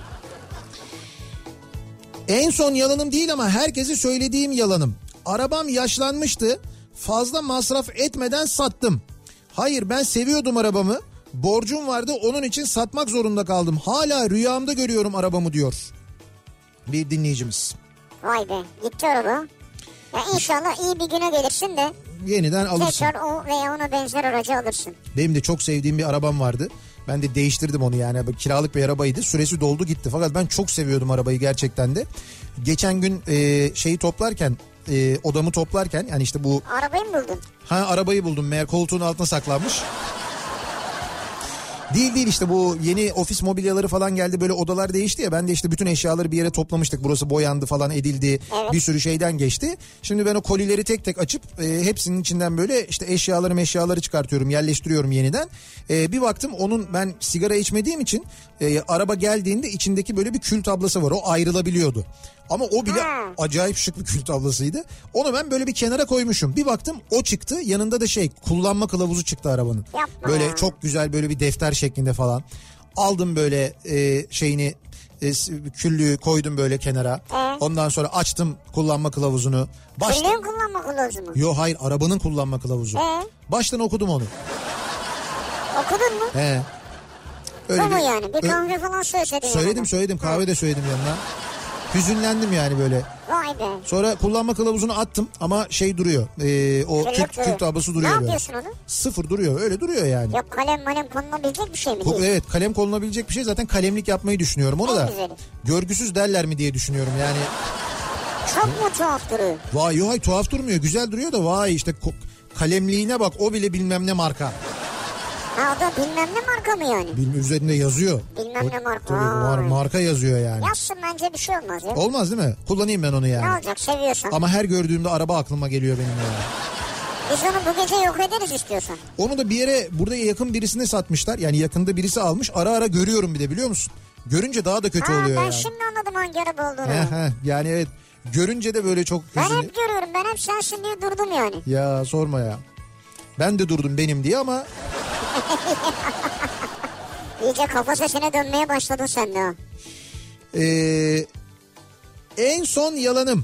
A: En son yalanım değil ama herkese söylediğim yalanım. Arabam yaşlanmıştı. Fazla masraf etmeden sattım. Hayır, ben seviyordum arabamı. Borcum vardı, onun için satmak zorunda kaldım. Hala rüyamda görüyorum arabamı diyor bir dinleyicimiz.
B: Vay be, gitti araba. Ya inşallah iyi bir güne gelirsin de
A: yeniden alırsın.
B: tekrar o veya ona benzer aracı alırsın.
A: Benim de çok sevdiğim bir arabam vardı. Ben de değiştirdim onu yani. Kiralık bir arabaydı. Süresi doldu gitti. Fakat ben çok seviyordum arabayı gerçekten de. Geçen gün e, şeyi toplarken, e, odamı toplarken yani işte bu...
B: Arabayı mı buldun?
A: Ha, arabayı buldum. Meğer koltuğun altına saklanmış. Değil değil işte bu yeni ofis mobilyaları falan geldi, böyle odalar değişti ya, ben de işte bütün eşyaları bir yere toplamıştık, burası boyandı falan edildi, evet. Bir sürü şeyden geçti. Şimdi ben o kolileri tek tek açıp e, hepsinin içinden böyle işte eşyaları meşyaları çıkartıyorum, yerleştiriyorum yeniden. E, bir baktım onun, ben sigara içmediğim için e, araba geldiğinde içindeki böyle bir kül tablası var, o ayrılabiliyordu. Ama o bile ha. acayip şık bir kül tablasıydı. Onu ben böyle bir kenara koymuşum. Bir baktım o çıktı. Yanında da şey, kullanma kılavuzu çıktı arabanın.
B: Yapma.
A: Böyle çok güzel, böyle bir defter şeklinde falan. Aldım böyle e, şeyini, e, küllüğü koydum böyle kenara.
B: Ee?
A: Ondan sonra açtım kullanma kılavuzunu.
B: Baştan... Küllüğün kullanma kılavuzu mu?
A: Yok hayır, arabanın kullanma kılavuzu.
B: Ee?
A: Baştan okudum onu.
B: Okudun mu?
A: He. Öyle
B: bu mu yani? Bir kahve öyle... falan söyledin.
A: Söyledim
B: yani.
A: söyledim kahve de söyledim yanına. Hüzünlendim yani böyle.
B: Vay be.
A: Sonra kullanma kılavuzunu attım ama şey duruyor. E, o kül, kül tablası duruyor.
B: Ne
A: böyle.
B: yapıyorsun onu?
A: Sıfır duruyor, öyle duruyor yani.
B: Yok, kalem malem konulabilecek bir şey mi?
A: Ko-
B: değil?
A: Evet, kalem konulabilecek bir şey, zaten kalemlik yapmayı düşünüyorum onu en da. Güzeli. Görgüsüz derler mi diye düşünüyorum yani.
B: Çok mu tuhaf duruyor?
A: Vay yok hayır, tuhaf durmuyor, güzel duruyor da vay işte kalemliğine bak, o bile bilmem ne marka.
B: Ha, o da bilmem ne marka mı yani?
A: Bilmem, üzerinde yazıyor.
B: Bilmem
A: o,
B: ne marka.
A: Tabii, mar- marka yazıyor yani.
B: Yazsın, bence bir şey olmaz ya.
A: Olmaz değil mi? Kullanayım ben onu yani.
B: Ne olacak, seviyorsan.
A: Ama her gördüğümde araba aklıma geliyor benim yani.
B: Biz onu bu gece yok ederiz istiyorsan.
A: Onu da bir yere, burada yakın birisine satmışlar. Yani yakında birisi almış. Ara ara görüyorum bir de, biliyor musun? Görünce daha da kötü
B: ha,
A: oluyor
B: ben
A: yani.
B: şimdi anladım hangi araba olduğunu.
A: He he, yani evet. Görünce de böyle çok
B: ben
A: hüzünlü.
B: hep görüyorum, ben hep sensin diye durdum yani.
A: Ya sorma ya. Ben de durdum benim diye ama...
B: İyice kafa sesine dönmeye başladın sen de.
A: Ee, en son yalanım.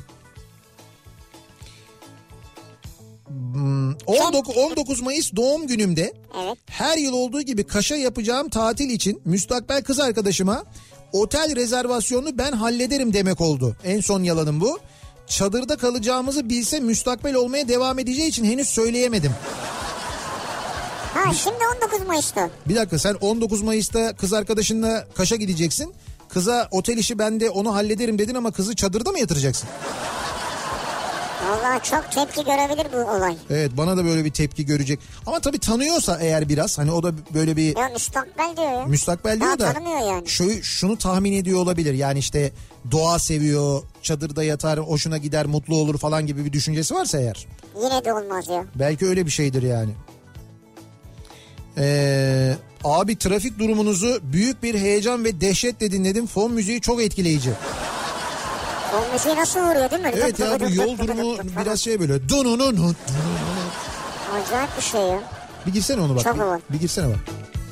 A: on dokuz Mayıs doğum günümde,
B: evet.
A: Her yıl olduğu gibi Kaş'a yapacağım tatil için müstakbel kız arkadaşıma otel rezervasyonunu ben hallederim demek oldu. En son yalanım bu. Çadırda kalacağımızı bilse müstakbel olmaya devam edeceği için henüz söyleyemedim.
B: Ha, şimdi on dokuz Mayıs'ta.
A: Bir dakika, sen on dokuz Mayıs'ta kız arkadaşınla Kaş'a gideceksin. Kıza otel işi bende, onu hallederim dedin ama kızı çadırda mı yatıracaksın?
B: Vallahi çok tepki görebilir bu olay.
A: Evet, bana da böyle bir tepki görecek. Ama tabii tanıyorsa eğer biraz, hani o da böyle bir...
B: Ya müstakbel diyor ya.
A: Müstakbel diyor
B: daha
A: da.
B: Tanımıyor yani.
A: Şu, şunu tahmin ediyor olabilir. Yani işte doğa seviyor, çadırda yatar, hoşuna gider, mutlu olur falan gibi bir düşüncesi varsa eğer.
B: Yine de olmaz ya.
A: Belki öyle bir şeydir yani. Ee, abi trafik durumunuzu büyük bir heyecan ve dehşetle dinledim. Fon müziği çok etkileyici.
B: Fon müziği nasıl vuruyor değil mi?
A: Evet ya, bu yol durumu biraz şey böyle. Dununun.
B: Acayip bir şey ya.
A: Bir girsene onu bak.
B: Çok hava.
A: Bir, bir girsene bak.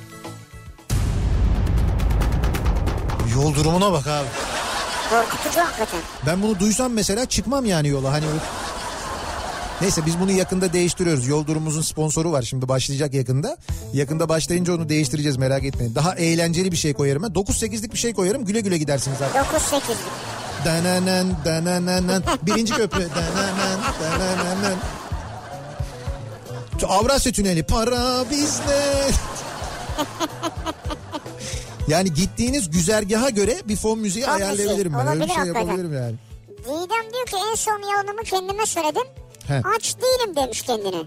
A: Yol durumuna bak abi.
B: Korkutucu hakikaten.
A: Ben bunu duysam mesela çıkmam yani yola. Hani Neyse biz bunu yakında değiştiriyoruz. Yol durumumuzun sponsoru var şimdi, başlayacak yakında. Yakında başlayınca onu değiştireceğiz, merak etmeyin. Daha eğlenceli bir şey koyarım ben. dokuz sekizlik bir şey koyarım, güle güle gidersiniz artık.
B: dokuz sekizlik.
A: Dananan dananan. Birinci köprü. Dananan dananan. Avrasya Tüneli. Para bizde. Yani gittiğiniz güzergaha göre bir fon müziği
B: Çok
A: ayarlayabilirim ben. Öyle bir şey
B: hakikaten.
A: yapabilirim yani.
B: Didem diyor ki en son yalanımı kendime söyledim.
A: He.
B: Aç değilim demiş kendine.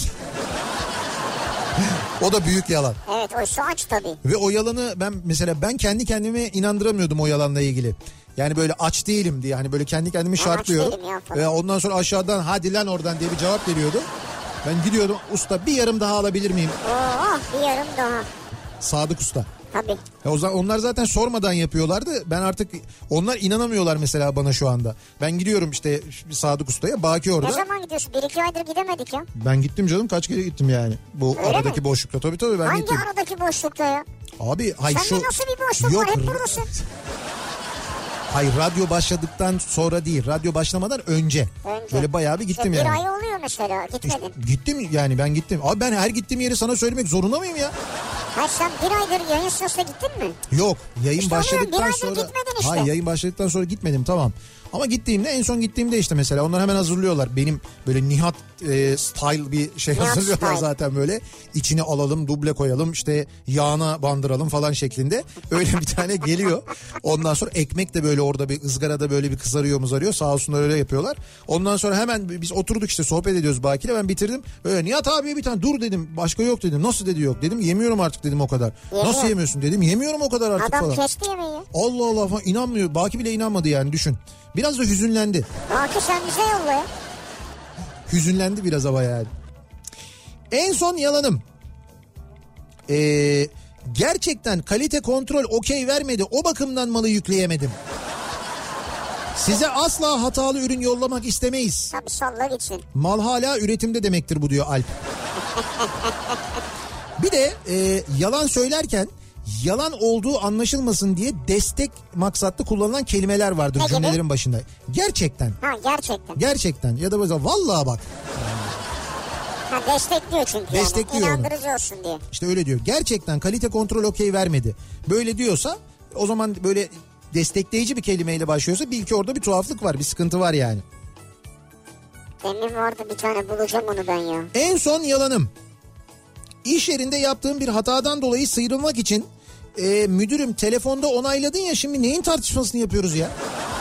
A: O da büyük yalan.
B: Evet, oysa aç tabii.
A: Ve o yalanı ben mesela ben kendi kendime inandıramıyordum o yalanla ilgili. Yani böyle aç değilim diye, hani böyle kendi kendimi şartlıyorum. Ve ondan sonra aşağıdan hadi lan oradan diye bir cevap geliyordu. Ben gidiyordum, usta bir yarım daha alabilir miyim?
B: Oo, bir yarım daha.
A: Sadık Usta.
B: Tabii.
A: Ya o zaman onlar zaten sormadan yapıyorlardı. Ben artık, onlar inanamıyorlar mesela bana şu anda. Ben gidiyorum işte Sadık Usta'ya, Baki orada.
B: Ne zaman gidiyorsun? Bir iki aydır gidemedik ya.
A: Ben gittim canım, kaç kere gittim yani. Bu
B: Öyle
A: aradaki
B: mi?
A: boşlukta tabii tabii ben
B: Hangi
A: gittim.
B: Hangi aradaki boşlukta ya?
A: Abi hay
B: Sende
A: şu...
B: nasıl bir boşluk
A: Yok,
B: var? Hep buradasın.
A: Hayır, radyo başladıktan sonra değil. Radyo başlamadan önce.
B: Önce.
A: Böyle bayağı bir gittim
B: işte
A: yani.
B: Bir ay oluyor mesela, gitmedin.
A: İşte gittim yani, ben gittim. Abi ben her gittiğim yeri sana söylemek zorunda mıyım ya?
B: Hayır, sen bir aydır yayın sırasında gittin mi?
A: Yok, yayın
B: İşte
A: başladıktan
B: bir aydır
A: sonra.
B: gitmedin işte.
A: Hayır, yayın başladıktan sonra gitmedim, tamam. Ama gittiğimde, en son gittiğimde işte mesela onlar hemen hazırlıyorlar. Benim böyle Nihat e, style bir şey
B: Nihat
A: hazırlıyorlar
B: style.
A: zaten böyle. İçine alalım, duble koyalım, işte yağına bandıralım falan şeklinde. Öyle bir tane geliyor. Ondan sonra ekmek de böyle orada bir ızgarada böyle bir kızarıyor muzarıyor. Sağ olsunlar öyle yapıyorlar. Ondan sonra hemen biz oturduk işte, sohbet ediyoruz Baki'yle, ben bitirdim. Böyle Nihat abiye bir tane dur dedim, başka yok dedim. Nasıl dedi yok dedim, yemiyorum artık dedim o kadar.
B: Yemiyor.
A: Nasıl yemiyorsun dedim, yemiyorum o kadar artık
B: Adam
A: falan.
B: Adam kesti yemeği.
A: Allah Allah falan, inanmıyor. Baki bile inanmadı yani, düşün. Biraz da hüzünlendi.
B: Baki sen bize yolla ya.
A: Hüzünlendi biraz ama yani. En son yalanım. Ee, gerçekten kalite kontrol okey vermedi. O bakımdan malı yükleyemedim. Size asla hatalı ürün yollamak istemeyiz.
B: Tabii, salla gitsin.
A: Mal hala üretimde demektir bu, diyor Alp. Bir de e, yalan söylerken yalan olduğu anlaşılmasın diye destek maksatlı kullanılan kelimeler vardır
B: ne
A: cümlelerin
B: gibi?
A: başında. Gerçekten.
B: Ha, gerçekten.
A: Gerçekten ya da mesela vallahi bak.
B: Ha, destekliyor çünkü.
A: Destekliyor
B: yani.
A: onu.
B: İnandırıcı olsun diye.
A: İşte öyle diyor. Gerçekten kalite kontrol okey vermedi. Böyle diyorsa o zaman, böyle destekleyici bir kelimeyle başlıyorsa bil ki orada bir tuhaflık var, bir sıkıntı var yani.
B: Demin vardı bir tane, bulacağım onu ben ya.
A: En son yalanım. İş yerinde yaptığım bir hatadan dolayı sıyrılmak için e, müdürüm telefonda onayladın ya, şimdi neyin tartışmasını yapıyoruz ya?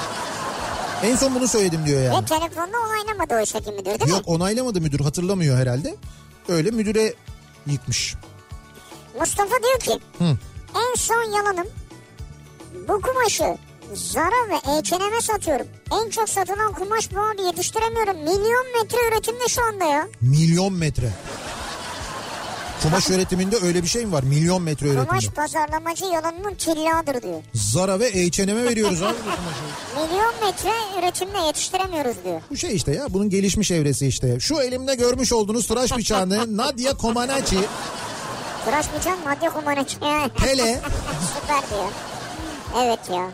A: En son bunu söyledim diyor yani.
B: Ve telefonda onaylamadı o işteki müdür değil mi?
A: Yok, onaylamadı müdür, hatırlamıyor herhalde. Öyle müdüre yıkmış.
B: Mustafa diyor ki
A: Hı.
B: en son yalanım, bu kumaşı Zara ve H and M'e satıyorum. En çok satılan kumaş bu abi, yetiştiremiyorum. Milyon metre üretimde şu anda ya.
A: Milyon metre. Kumaş üretiminde öyle bir şey mi var? Milyon metre üretimde.
B: Kumaş pazarlamacı yalanının tilladır diyor.
A: Zara ve H and M'e veriyoruz abi bu kumaşı.
B: Milyon metre üretimde yetiştiremiyoruz diyor.
A: Bu şey işte ya, bunun gelişmiş evresi işte. Şu elimde görmüş olduğunuz tıraş bıçağını Nadia Comaneci,
B: Tıraş bıçağın madde kumaneci.
A: Pele,
B: Süper diyor. Evet ya.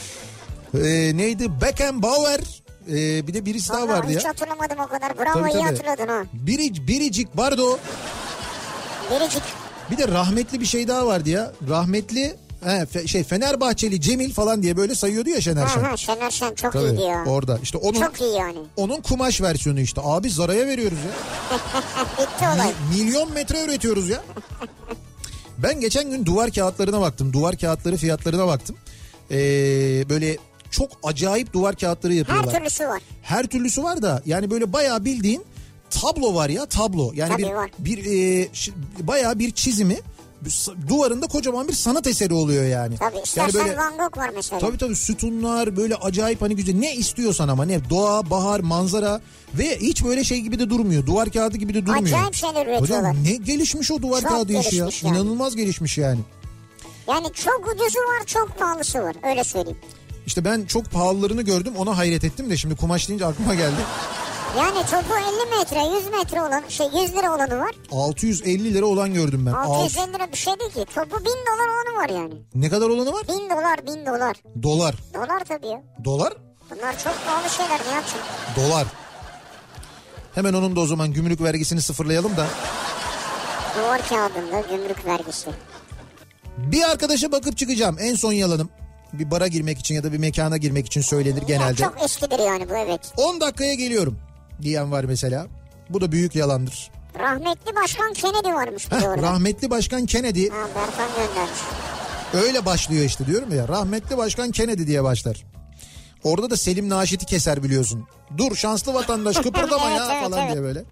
A: e, neydi? Beckenbauer, e, bir de birisi daha
B: Vallahi
A: vardı
B: hiç
A: ya.
B: hatırlamadım o kadar. Bravo,
A: Tabii,
B: iyi
A: tabii.
B: hatırladın ha.
A: Biric, Biricik Bardo.
B: Biricik.
A: Bir de rahmetli bir şey daha vardı ya. Rahmetli he, fe, şey Fenerbahçeli Cemil falan diye böyle sayıyordu ya Şener Şen.
B: Ha, ha, Şener Şen çok
A: Tabii,
B: iyiydi ya.
A: orada. İşte onun,
B: Çok iyi yani.
A: onun kumaş versiyonu işte. Abi Zara'ya veriyoruz ya.
B: Bitti olay.
A: Mi- milyon metre üretiyoruz ya. Ben geçen gün duvar kağıtlarına baktım. Duvar kağıtları fiyatlarına baktım. Ee, böyle çok acayip duvar kağıtları yapıyorlar.
B: Her türlüsü var.
A: Her türlüsü var da yani böyle bayağı bildiğin tablo var ya, tablo. Yani
B: Tabii
A: bir
B: var.
A: bir e, ş- bayağı bir çizimi duvarında kocaman bir sanat eseri oluyor yani.
B: Tabii,
A: Yani
B: istersen
A: böyle,
B: Van Gogh var mesela.
A: tabii tabii sütunlar böyle acayip, hani güzel, ne istiyorsan ama ne, doğa, bahar, manzara ve hiç böyle şey gibi de durmuyor. Duvar kağıdı gibi de durmuyor.
B: Acayip şeyler üretiyorlar.
A: Hocam ne gelişmiş o duvar
B: Çok
A: kağıdı işi ya.
B: gelişmiş yani.
A: İnanılmaz gelişmiş yani.
B: Yani çok ucuzu var, çok pahalısı var, öyle söyleyeyim.
A: İşte ben çok pahalılarını gördüm, ona hayret ettim de şimdi kumaş deyince aklıma geldi.
B: Yani topu elli metre, yüz metre olan, şey yüz lira olanı var.
A: altı yüz elli lira olan gördüm ben.
B: altı yüz elli lira bir şey değil ki. Topu bin dolar olanı var yani.
A: Ne kadar olanı var?
B: Bin dolar, bin dolar.
A: Dolar.
B: Dolar tabii ya.
A: Dolar?
B: Bunlar çok pahalı şeyler, ne yapacağım?
A: Dolar. Hemen onun da o zaman gümrük vergisini sıfırlayalım da.
B: Duvar kağıdında gümrük vergisi.
A: Bir arkadaşa bakıp çıkacağım, en son yalanım. Bir bara girmek için ya da bir mekana girmek için söylenir genelde.
B: Ya çok eskidir yani bu, evet.
A: on dakikaya geliyorum diyen var mesela. Bu da büyük yalandır.
B: Rahmetli Başkan Kennedy varmış bir
A: Heh,
B: de orada.
A: Rahmetli Başkan Kennedy.
B: Ha, Berkan göndermiş.
A: Öyle başlıyor işte, diyorum ya. Rahmetli Başkan Kennedy diye başlar. Orada da Selim Naşit'i keser biliyorsun. Dur şanslı vatandaş kıpırdama
B: evet,
A: ya
B: evet,
A: falan
B: evet.
A: diye böyle.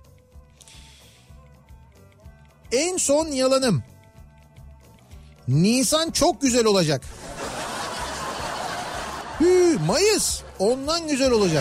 A: En son yalanım. Nisan çok güzel olacak. Hü, Mayıs ondan güzel olacak.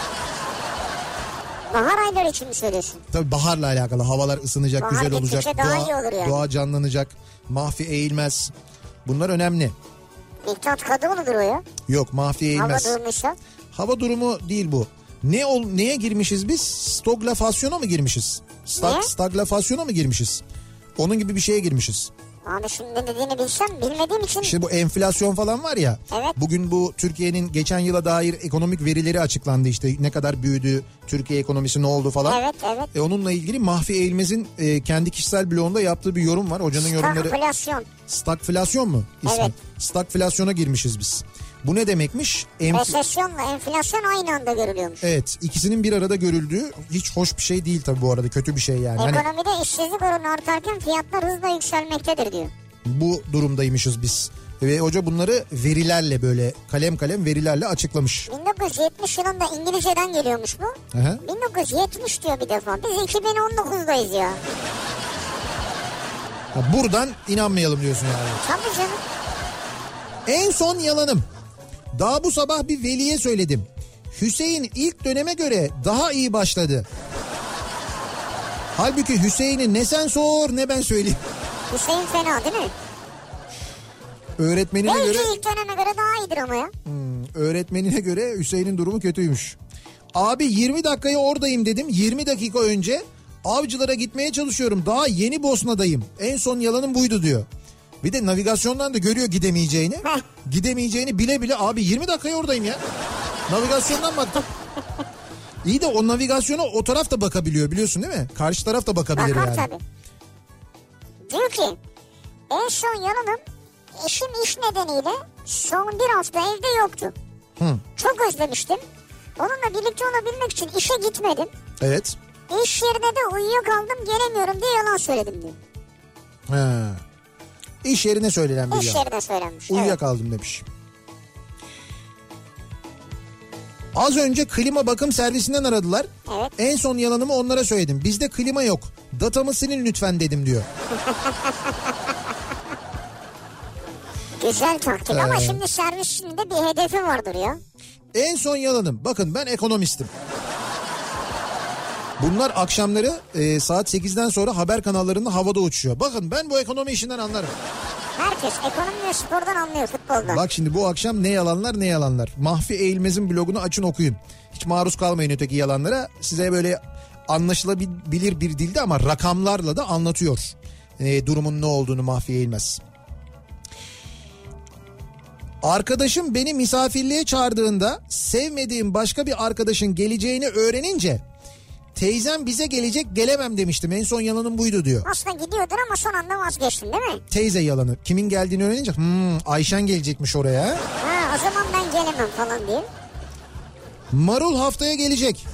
B: Bahar ayları için mi söylüyorsun?
A: Tabii baharla alakalı, havalar ısınacak,
B: Bahar
A: güzel olacak.
B: gittikçe daha iyi olur yani.
A: Doğa canlanacak, mahfi eğilmez. Bunlar önemli.
B: İktat kadı mıdır o ya?
A: Yok, mahfi
B: Hava
A: eğilmez.
B: durmuşsa.
A: Hava durumu değil bu. Ne ol, neye girmişiz biz? Stagflasyona mı girmişiz? Stag,
B: Ne?
A: stagflasyona mı girmişiz? Onun gibi bir şeye girmişiz.
B: Abi şimdi ne dediğini bilsem, bilmediğim için.
A: İşte bu enflasyon falan var ya.
B: Evet.
A: Bugün bu Türkiye'nin geçen yıla dair ekonomik verileri açıklandı, işte ne kadar büyüdü, Türkiye ekonomisi ne oldu falan.
B: Evet, evet.
A: E onunla ilgili Mahfi Eğilmez'in e, kendi kişisel blogunda yaptığı bir yorum var. Hocanın yorumları.
B: Stagflasyon.
A: Stagflasyon mu ismi?
B: Evet.
A: Stagflasyona girmişiz biz. Bu ne demekmiş? Enf-
B: Resesyonla enflasyon aynı anda görülüyormuş.
A: Evet, ikisinin bir arada görüldüğü hiç hoş bir şey değil tabii bu arada, kötü bir şey yani. Hani
B: Ekonomide işsizlik oranı artarken fiyatlar hızla yükselmektedir diyor.
A: bu durumdaymışız biz. Ve hoca bunları verilerle, böyle kalem kalem verilerle açıklamış.
B: bin dokuz yüz yetmiş yılında İngilizceden geliyormuş bu.
A: Aha.
B: bin dokuz yüz yetmiş diyor bir defa. Biz iki bin on dokuzdayız ya.
A: Ya buradan inanmayalım diyorsun yani.
B: Tabii canım.
A: En son yalanım. Daha bu sabah bir veliye söyledim. Hüseyin ilk döneme göre daha iyi başladı. Halbuki Hüseyin'i ne sen sor ne ben söyleyeyim.
B: Hüseyin fena değil mi?
A: Öğretmenine
B: Belki
A: göre
B: ilk döneme göre daha iyidir ama ya.
A: hmm, öğretmenine göre Hüseyin'in durumu kötüymüş. Abi yirmi dakikaya oradayım dedim. yirmi dakika önce Avcılara gitmeye çalışıyorum. Daha yeni Bosna'dayım. En son yalanım buydu diyor. Bir de navigasyondan da görüyor gidemeyeceğini.
B: Heh.
A: Gidemeyeceğini bile bile abi yirmi dakikaya oradayım ya. Navigasyondan baktım. İyi de o navigasyona o taraf da bakabiliyor biliyorsun değil mi? Karşı taraf da bakabilir
B: Bakar
A: yani.
B: tabii. Diyor ki en son yalanım, eşim iş nedeniyle son bir hafta evde yoktu.
A: Hı.
B: Çok özlemiştim. Onunla birlikte olabilmek için işe gitmedim.
A: Evet.
B: İş yerine de uyuyakaldım, gelemiyorum diye yalan söyledim diyor.
A: Ha. İş yerine söylenen bir
B: İş
A: yalan.
B: yerine söylenmiş.
A: Uyuyakaldım demiş. Az önce klima bakım servisinden aradılar.
B: Evet.
A: En son yalanımı onlara söyledim. Bizde klima yok. Datamı silin lütfen dedim diyor.
B: Güzel taktik ama
A: Ee.
B: şimdi servisinde bir hedefi vardır ya.
A: En son yalanım. Bakın ben ekonomistim. Bunlar akşamları e, saat sekizden sonra haber kanallarında havada uçuyor. Bakın ben bu ekonomi işinden anlarım.
B: Herkes ekonomi ve spordan anlıyor, futboldan.
A: Bak şimdi bu akşam ne yalanlar ne yalanlar. Mahfi Eğilmez'in blogunu açın okuyun. Hiç maruz kalmayın öteki yalanlara. Size böyle anlaşılabilir bir dilde ama rakamlarla da anlatıyor. E, durumun ne olduğunu Mahfi Eğilmez. Arkadaşım beni misafirliğe çağırdığında sevmediğim başka bir arkadaşın geleceğini öğrenince teyzem bize gelecek gelemem demiştim. En son yalanım buydu diyor.
B: Aslında gidiyordur ama son anda vazgeçtin değil mi?
A: Teyze yalanı. Kimin geldiğini öğrenince hmm, Ayşen gelecekmiş oraya.
B: Ha, o zaman ben gelemem falan diye.
A: Marul haftaya gelecek.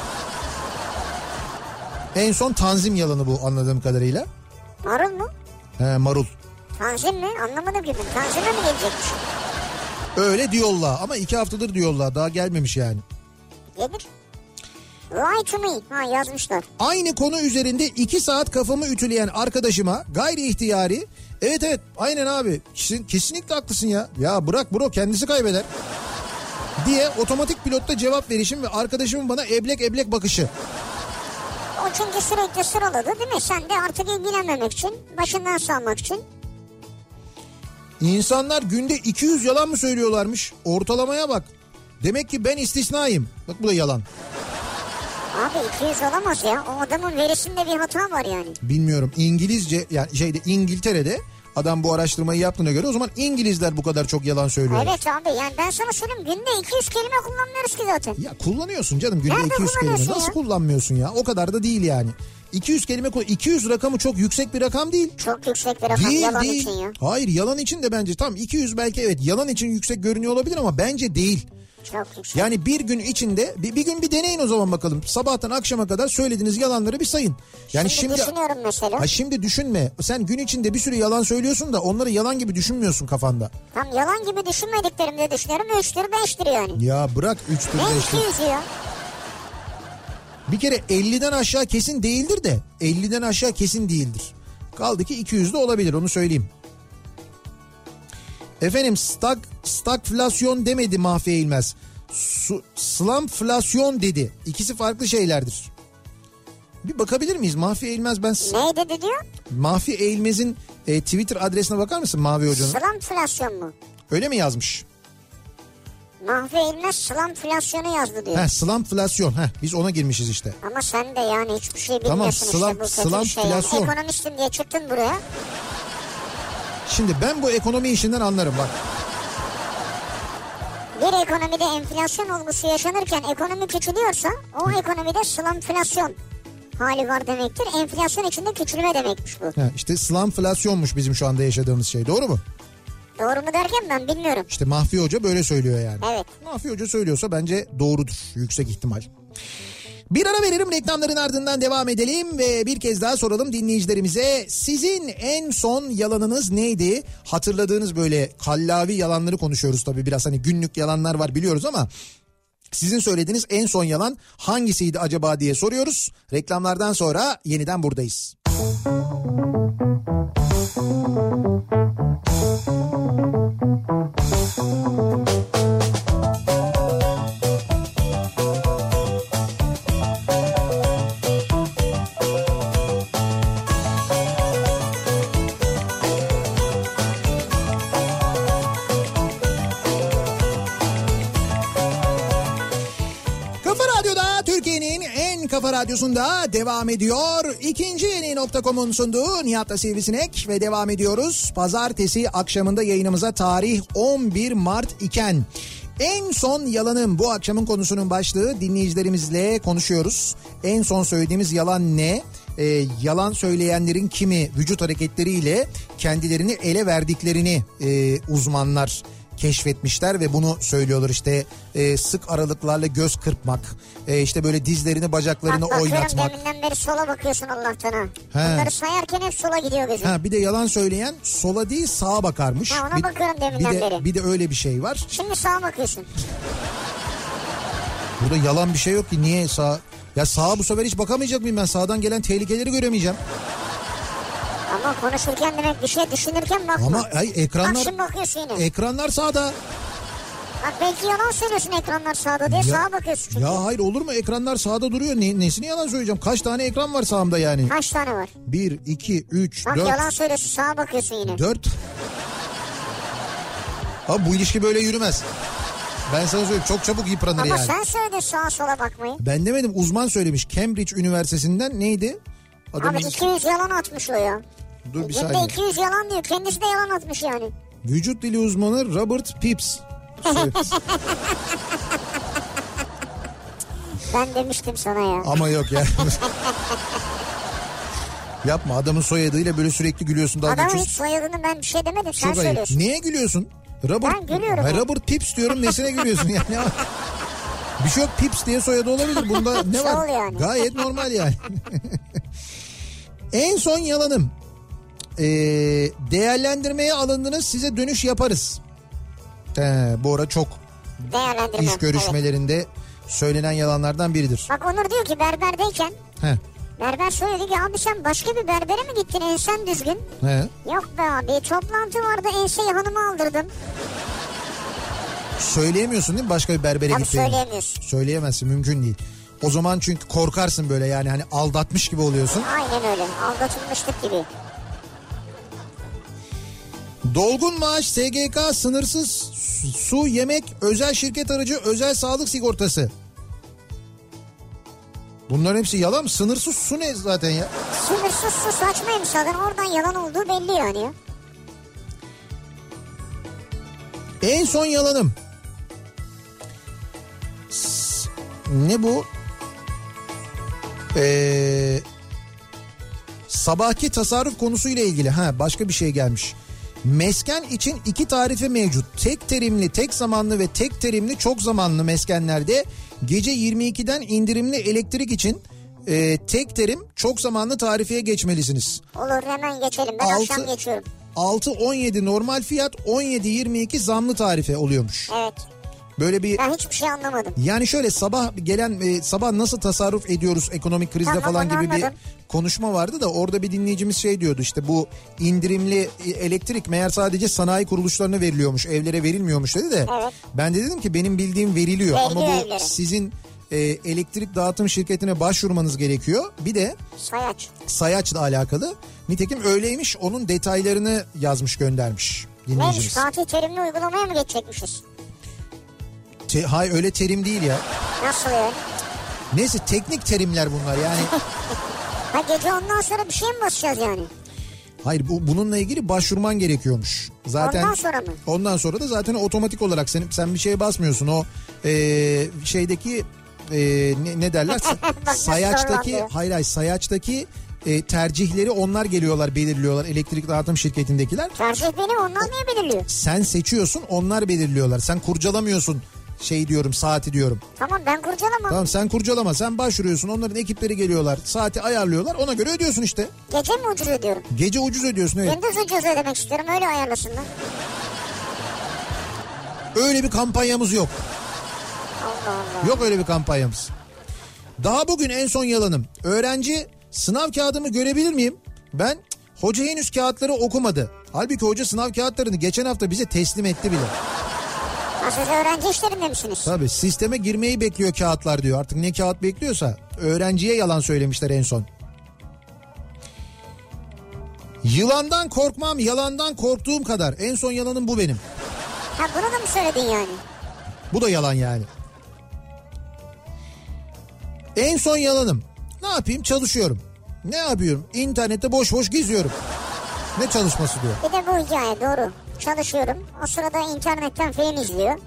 A: En son tanzim yalanı bu anladığım kadarıyla.
B: Marul mu?
A: He, marul.
B: Tanzim mi? Anlamadım ki ben. Tanzim'e mi gelecekmiş?
A: Öyle diyorlar ama iki haftadır diyorlar. Daha gelmemiş yani.
B: Gelir. Lie to me. Ha, yazmışlar.
A: Aynı konu üzerinde iki saat kafamı ütüleyen arkadaşıma gayri ihtiyari evet evet aynen abi kesin, kesinlikle haklısın ya. Ya bırak bro kendisi kaybeder. Diye otomatik pilotta cevap verişim ve arkadaşımın bana eblek eblek bakışı.
B: O çünkü sürekli sıraladı değil mi? Sen de artık ilgilenmemek için, başından salmak için.
A: İnsanlar günde iki yüz yalan mı söylüyorlarmış? Ortalamaya bak. Demek ki ben istisnayım. Bak bu da yalan.
B: Abi iki yüz olamaz ya. O adamın verisinde bir hata var yani.
A: Bilmiyorum. İngilizce yani şeyde İngiltere'de Adam bu araştırmayı yaptığına göre o zaman İngilizler bu kadar çok yalan söylüyor.
B: Evet abi, yani ben sana söyleyeyim, günde iki yüz kelime kullanmıyoruz ki zaten.
A: Ya kullanıyorsun canım günde
B: Nerede
A: iki yüz kelime. Nasıl
B: ya?
A: kullanmıyorsun ya? O kadar da değil yani. iki yüz kelime iki yüz rakamı çok yüksek bir rakam değil.
B: Çok yüksek bir rakam
A: değil,
B: yalan
A: değil.
B: için ya.
A: Hayır, yalan için de bence tam iki yüz belki evet yalan için yüksek görünüyor olabilir ama bence değil.
B: Çok yüksek.
A: Yani bir gün içinde bir, bir gün bir deneyin o zaman bakalım. Sabahtan akşama kadar söylediğiniz yalanları bir sayın. Yani
B: şimdi,
A: şimdi
B: düşünüyorum mesela.
A: Ha şimdi düşünme. Sen gün içinde bir sürü yalan söylüyorsun da onları yalan gibi düşünmüyorsun kafanda.
B: Tam yalan gibi düşünmediklerimi de düşünüyorum. Üçtür beştir yani.
A: Ya bırak üçtür
B: Ne
A: beştir.
B: iki yüz ya?
A: Bir kere elliden aşağı kesin değildir de elliden aşağı kesin değildir. Kaldı ki iki yüz de olabilir, onu söyleyeyim. Efendim stag, stagflasyon demedi Mahfi Eğilmez. Su, slamflasyon dedi. İkisi farklı şeylerdir. Bir bakabilir miyiz? Mahfi Eğilmez ben...
B: Ne dedi diyor?
A: Mahfi Eğilmez'in e, Twitter adresine bakar mısın Mavi Hoca'nın?
B: Slamflasyon mu?
A: Öyle mi yazmış?
B: Mahve Eğilmez slamflasyonu yazdı diyor.
A: Heh, slamflasyon. Heh, biz ona girmişiz işte.
B: Ama sen de yani hiçbir şey
A: Tamam,
B: bilmiyorsun
A: slam,
B: işte, bu kötü bir şey. Yani.
A: slamflasyon.
B: Ekonomistim diye çıktın buraya.
A: Şimdi ben bu ekonomi işinden anlarım bak.
B: Bir ekonomide enflasyon olgusu yaşanırken ekonomi küçülüyorsa o ekonomide slamflasyon hali var demektir. Enflasyon içinde küçülme demekmiş bu.
A: Ha, işte slamflasyonmuş bizim şu anda yaşadığımız şey, doğru mu?
B: Doğru mu derken ben bilmiyorum.
A: İşte Mahfi Hoca böyle söylüyor yani.
B: Evet.
A: Mahfi Hoca söylüyorsa bence doğrudur, yüksek ihtimal. Bir ara verelim, reklamların ardından devam edelim ve bir kez daha soralım dinleyicilerimize. Sizin en son yalanınız neydi? Hatırladığınız böyle kallavi yalanları konuşuyoruz tabii, biraz hani günlük yalanlar var biliyoruz ama... Sizin söylediğiniz en son yalan hangisiydi acaba diye soruyoruz. Reklamlardan sonra yeniden buradayız. Kafa Radyosu'nda devam ediyor. İkinci yeni nokta com'un sunduğu Nihat'la Sivrisinek ve devam ediyoruz. Pazartesi akşamında yayınımıza tarih on bir Mart iken en son yalanım bu akşamın konusunun başlığı, dinleyicilerimizle konuşuyoruz. En son söylediğimiz yalan ne? Ee, yalan söyleyenlerin kimi vücut hareketleriyle kendilerini ele verdiklerini e, uzmanlar keşfetmişler ve bunu söylüyorlar işte e, sık aralıklarla göz kırpmak, e, işte böyle dizlerini bacaklarını
B: Bak,
A: oynatmak.
B: Deminden beri sola bakıyorsun Allah'tan ha.
A: He.
B: Bunları sayarken hep sola gidiyor gözüm.
A: Ha, bir de yalan söyleyen sola değil sağa bakarmış.
B: Ha, ona
A: bir,
B: bakıyorum deminden
A: bir de,
B: beri.
A: Bir de öyle bir şey var.
B: Şimdi sağa bakıyorsun.
A: Burada yalan bir şey yok ki, niye sağ... Ya sağa bu sefer hiç bakamayacak mıyım ben? Sağdan gelen tehlikeleri göremeyeceğim.
B: Ama konuşurken demek bir şey düşünürken bakma.
A: Ama ay, ekranlar...
B: Bak şimdi bakıyorsun yine.
A: Ekranlar sağda.
B: Bak belki yalan söylüyorsun ekranlar sağda diye,
A: Ya,
B: sağa bakıyorsun çünkü.
A: ya hayır, olur mu? Ekranlar sağda duruyor. Ne, nesini yalan söyleyeceğim? Kaç tane ekran var sağımda yani?
B: Kaç tane var?
A: Bir, iki, üç,
B: Bak
A: dört.
B: yalan söylüyorsun, sağa bakıyorsun yine.
A: Dört. Abi bu ilişki böyle yürümez. Ben sana söyleyeyim, çok çabuk yıpranır
B: Ama
A: yani.
B: sen söyledin sağa sola bakmayı.
A: Ben demedim, uzman söylemiş. Cambridge Üniversitesi'nden neydi? Adamın...
B: Abi iki yüz yalan atmış o ya.
A: Dur bir
B: Günde
A: saniye.
B: iki yüz yalan diyor. Kendisi de yalan atmış yani.
A: Vücut dili uzmanı Robert Pips.
B: Ben demiştim sana ya.
A: Ama yok ya. Yapma, adamın soyadıyla böyle sürekli gülüyorsun. Dalga
B: Adamın
A: geçiyorsun.
B: hiç soyadını ben bir şey demedim. Sen
A: Çok ayıp.
B: söylüyorsun.
A: Niye gülüyorsun? Robert,
B: Ben gülüyorum.
A: Ha,
B: ya.
A: Robert Pips diyorum, nesine gülüyorsun yani? Bir şey yok, Pips diye soyadı olabilir. Bunda ne var?
B: Şov yani.
A: Gayet normal yani. En son yalanım. Ee, değerlendirmeye alındınız, size dönüş yaparız. He, bu ara çok
B: Değerlendirme.
A: iş görüşmelerinde evet. söylenen yalanlardan biridir.
B: Bak Onur diyor ki berberdeyken
A: He.
B: berber söyledi ki abi sen başka bir berbere mi gittin, ensen düzgün?
A: He.
B: Yok be abi, toplantı vardı, enseyi hanıma aldırdım.
A: Söyleyemiyorsun değil mi başka bir berbere
B: Tabii
A: gittiğini?
B: söyleyemiyorsun.
A: Söyleyemezsin, mümkün değil. O zaman çünkü korkarsın böyle, yani hani aldatmış gibi oluyorsun.
B: Aynen öyle, aldatılmışlık gibi.
A: Dolgun maaş, S G K, sınırsız su, yemek, özel şirket aracı, özel sağlık sigortası. Bunların hepsi yalan mı? Sınırsız su ne zaten ya?
B: Sınırsız su saçmaymış zaten, oradan yalan olduğu belli yani ya.
A: En son yalanım. S- ne bu? Eee... Sabahki tasarruf konusuyla ilgili ha başka bir şey gelmiş. Mesken için iki tarife mevcut. Tek terimli, tek zamanlı ve tek terimli çok zamanlı meskenlerde gece yirmi ikiden indirimli elektrik için e, tek terim çok zamanlı tarifeye geçmelisiniz.
B: Olur, hemen geçelim, ben
A: altı,
B: akşam geçiyorum.
A: altı on yedi normal fiyat, on yedi yirmi iki zamlı tarife oluyormuş.
B: Evet.
A: Böyle bir,
B: ben hiçbir şey anlamadım.
A: Yani şöyle sabah gelen e, sabah nasıl tasarruf ediyoruz ekonomik krizde
B: tamam,
A: falan gibi
B: anladım.
A: bir konuşma vardı da orada bir dinleyicimiz şey diyordu, işte bu indirimli elektrik meğer sadece sanayi kuruluşlarına veriliyormuş, evlere verilmiyormuş dedi de.
B: Evet.
A: Ben de dedim ki benim bildiğim veriliyor,
B: veriliyor
A: ama bu
B: evlere.
A: Sizin e, elektrik dağıtım şirketine başvurmanız gerekiyor. Bir de
B: Sayaç.
A: Sayaç'la alakalı. Nitekim öyleymiş, onun detaylarını yazmış göndermiş dinleyicimiz.
B: Neymiş, Fatih Terimli uygulamaya mı geçecekmişiz?
A: Te, hayır öyle terim değil ya.
B: Nasıl yani?
A: Neyse teknik terimler bunlar yani.
B: Ha gece ondan sonra bir şey mi basacağız yani?
A: Hayır bu, bununla ilgili başvurman gerekiyormuş. Zaten
B: ondan sonra mı?
A: Ondan sonra da zaten otomatik olarak sen, sen bir şeye basmıyorsun. O e, şeydeki e, ne, ne derler? Sayaçtaki hayır hayır sayaçtaki e, tercihleri onlar geliyorlar, belirliyorlar, elektrik dağıtım şirketindekiler.
B: Tercih benim, onlar niye belirliyor?
A: Sen seçiyorsun, onlar belirliyorlar. Sen kurcalamıyorsun. Şey diyorum, saati diyorum.
B: Tamam, ben kurcalamam.
A: Tamam, sen kurcalama, sen başvuruyorsun, onların ekipleri geliyorlar, saati ayarlıyorlar, ona göre ödüyorsun işte.
B: Gece mi ucuz ödüyorum?
A: Gece ucuz ödüyorsun, evet.
B: Gündüz ucuz ödemek istiyorum, öyle ayarlasınlar.
A: Öyle bir kampanyamız yok.
B: Allah Allah.
A: Yok öyle bir kampanyamız. Daha bugün en son yalanım. Öğrenci sınav kağıdımı görebilir miyim? Ben cık, hoca henüz kağıtları okumadı. Halbuki hoca sınav kağıtlarını geçen hafta bize teslim etti bile.
B: Ha, siz öğrenci işlerinde misiniz?
A: Tabii, sisteme girmeyi bekliyor kağıtlar diyor. Artık ne kağıt bekliyorsa öğrenciye yalan söylemişler en son. Yılandan korkmam, yalandan korktuğum kadar. En son yalanım bu benim.
B: Ha, bunu da mı söyledin yani?
A: Bu da yalan yani. En son yalanım. Ne yapayım? Çalışıyorum. Ne yapıyorum? İnternette boş boş geziyorum. Ne çalışması diyor.
B: Bir de bu hikaye doğru. Çalışıyorum. O sırada internetten film izliyor.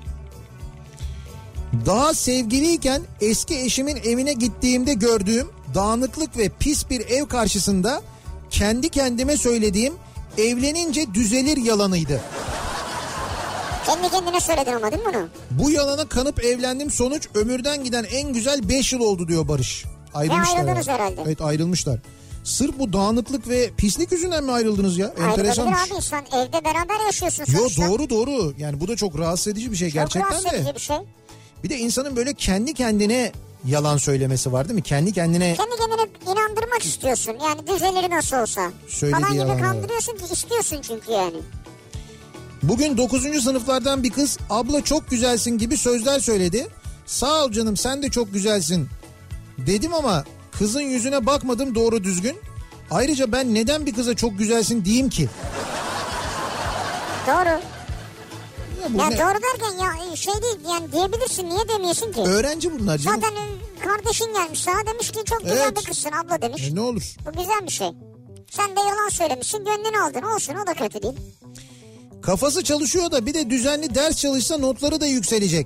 A: Daha sevgiliyken eski eşimin evine gittiğimde gördüğüm dağınıklık ve pis bir ev karşısında kendi kendime söylediğim evlenince düzelir yalanıydı.
B: Kendi kendine söyledin ama değil mi bunu?
A: Bu yalana kanıp evlendim, sonuç ömürden giden en güzel beş yıl oldu diyor Barış. Ayrılmışlar.
B: Ve ayrıldınız herhalde.
A: Evet, ayrılmışlar. Sırf bu dağınıklık ve pislik yüzünden mi ayrıldınız ya? Enteresanmış.
B: Ayrılabilir abi, sen evde beraber yaşıyorsun
A: Yo,
B: sonuçta.
A: doğru doğru. Yani bu da çok rahatsız edici bir şey
B: çok
A: gerçekten de.
B: Çok rahatsız edici bir şey.
A: Bir de insanın böyle kendi kendine yalan söylemesi var değil mi? Kendi kendine...
B: Kendi kendine inandırmak istiyorsun. Yani düzelir nasıl olsa.
A: Söylediği
B: falan gibi
A: yalanlar.
B: kandırıyorsun ki, istiyorsun çünkü yani.
A: Bugün dokuzuncu sınıflardan bir kız abla çok güzelsin gibi sözler söyledi. Sağ ol canım, sen de çok güzelsin dedim ama kızın yüzüne bakmadım doğru düzgün. Ayrıca ben neden bir kıza çok güzelsin diyeyim ki?
B: Doğru.
A: Ya, bu
B: ya
A: ne?
B: doğru derken ya şey değil yani, diyebilirsin, niye demiyorsun ki?
A: Öğrenci bunlar canım.
B: Zaten kardeşin gelmiş sana, demiş ki çok güzel
A: Evet.
B: bir kızsın abla demiş.
A: E, ne olur.
B: Bu güzel bir şey. Sen de yalan söylemişsin, gönlünü aldın, olsun, o da kötü değil.
A: Kafası çalışıyor da bir de düzenli ders çalışsa notları da yükselecek.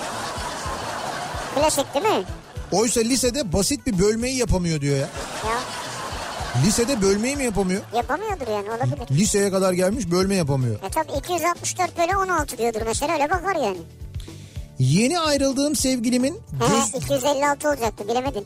B: Klasik değil mi?
A: Oysa lisede basit bir bölmeyi yapamıyor diyor ya.
B: Ya
A: Lisede bölmeyi mi yapamıyor?
B: yapamıyordur yani, olabilir.
A: Liseye kadar gelmiş, bölme yapamıyor.
B: E tabi iki yüz altmış dört bölü on altı diyordur mesela, öyle bakar yani.
A: Yeni ayrıldığım sevgilimin göz...
B: He, iki yüz elli altı olacaktı, bilemedin.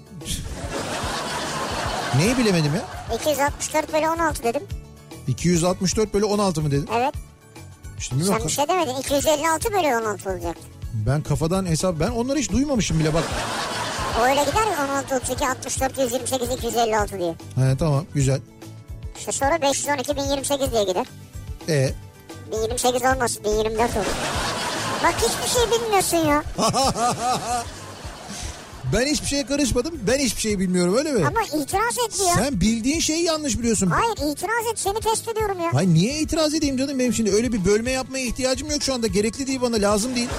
A: Neyi bilemedim ya?
B: iki yüz altmış dört bölü on altı dedim.
A: iki yüz altmış dört bölü on altı mı dedin?
B: Evet.
A: İşte
B: Sen bir şey demedin, iki yüz elli altı bölü on altı olacaktı.
A: Ben kafadan hesap, ben onları hiç duymamışım bile bak.
B: O öyle gider ya, on altı, otuz iki, altmış dört, yüz yirmi sekiz, iki yüz elli altı diye.
A: He, tamam, güzel.
B: İşte sonra beş yüz on iki, bin yirmi sekiz diye gider.
A: E
B: bin yirmi sekiz olmaz, bin yirmi dört olur. Bak hiçbir şey bilmiyorsun ya.
A: Ben hiçbir şeye karışmadım, ben hiçbir şey bilmiyorum, öyle mi?
B: Ama itiraz et ya.
A: Sen bildiğin şeyi yanlış biliyorsun.
B: Hayır, itiraz et, seni test ediyorum ya.
A: Hayır, niye itiraz edeyim canım, benim şimdi öyle bir bölme yapmaya ihtiyacım yok şu anda. Gerekli değil, bana lazım değil.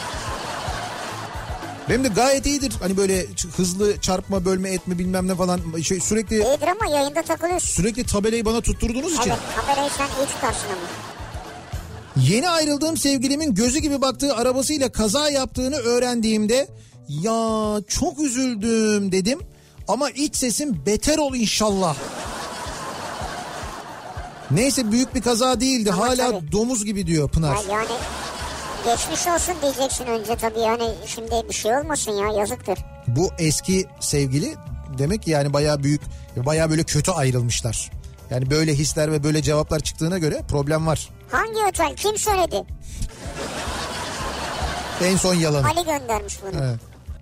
A: Benim de gayet iyidir. Hani böyle hızlı çarpma, bölme, etme bilmem ne falan şey, sürekli...
B: İyidir ama yayında takılıyorsun.
A: Sürekli tabelayı bana tutturdunuz için.
B: Evet, tabelayı sen iyi tutarsın ama.
A: Yeni ayrıldığım sevgilimin gözü gibi baktığı arabasıyla kaza yaptığını öğrendiğimde ya çok üzüldüm dedim ama iç sesim beter ol inşallah. Neyse büyük bir kaza değildi. Ama hala tabii domuz gibi diyor Pınar.
B: Ya yani geçmiş olsun diyeceksin önce tabii, yani şimdi bir şey olmasın ya, yazıktır.
A: Bu eski sevgili demek ki yani bayağı büyük, bayağı böyle kötü ayrılmışlar. Yani böyle hisler ve böyle cevaplar çıktığına göre problem var.
B: Hangi otel, kim söyledi?
A: En son yalan.
B: Ali göndermiş bunu.
A: Evet.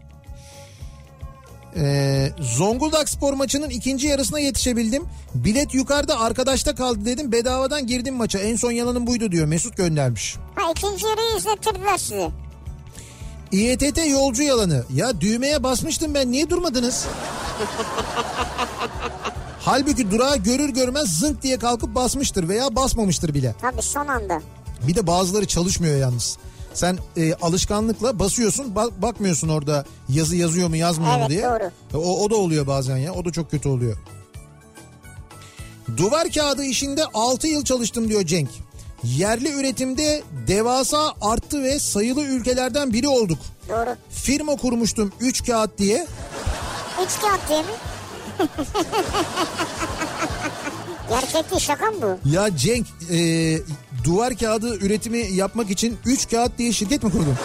A: Ee, Zonguldak spor maçının ikinci yarısına yetişebildim. Bilet yukarıda, arkadaşta kaldı dedim. Bedavadan girdim maça. En son yalanım buydu diyor. Mesut göndermiş.
B: Ha, ikinci yarıyı izlettirdiler sizi.
A: İ E T T yolcu yalanı. Ya düğmeye basmıştım ben, niye durmadınız? Halbuki durağı görür görmez zınk diye kalkıp basmıştır veya basmamıştır bile.
B: Tabii son anda.
A: Bir de bazıları çalışmıyor yalnız. Sen e, alışkanlıkla basıyorsun, bak, bakmıyorsun orada yazı yazıyor mu yazmıyor
B: evet,
A: mu diye.
B: Evet doğru.
A: O, o da oluyor bazen ya, o da çok kötü oluyor. Duvar kağıdı işinde altı yıl çalıştım diyor Cenk. Yerli üretimde devasa arttı ve sayılı ülkelerden biri olduk.
B: Doğru.
A: Firma kurmuştum üç kağıt diye.
B: üç kağıt diye mi? Gerçek değil, şaka mı bu?
A: Ya Cenk e, duvar kağıdı üretimi yapmak için üç kağıt diye şirket mi kurdun?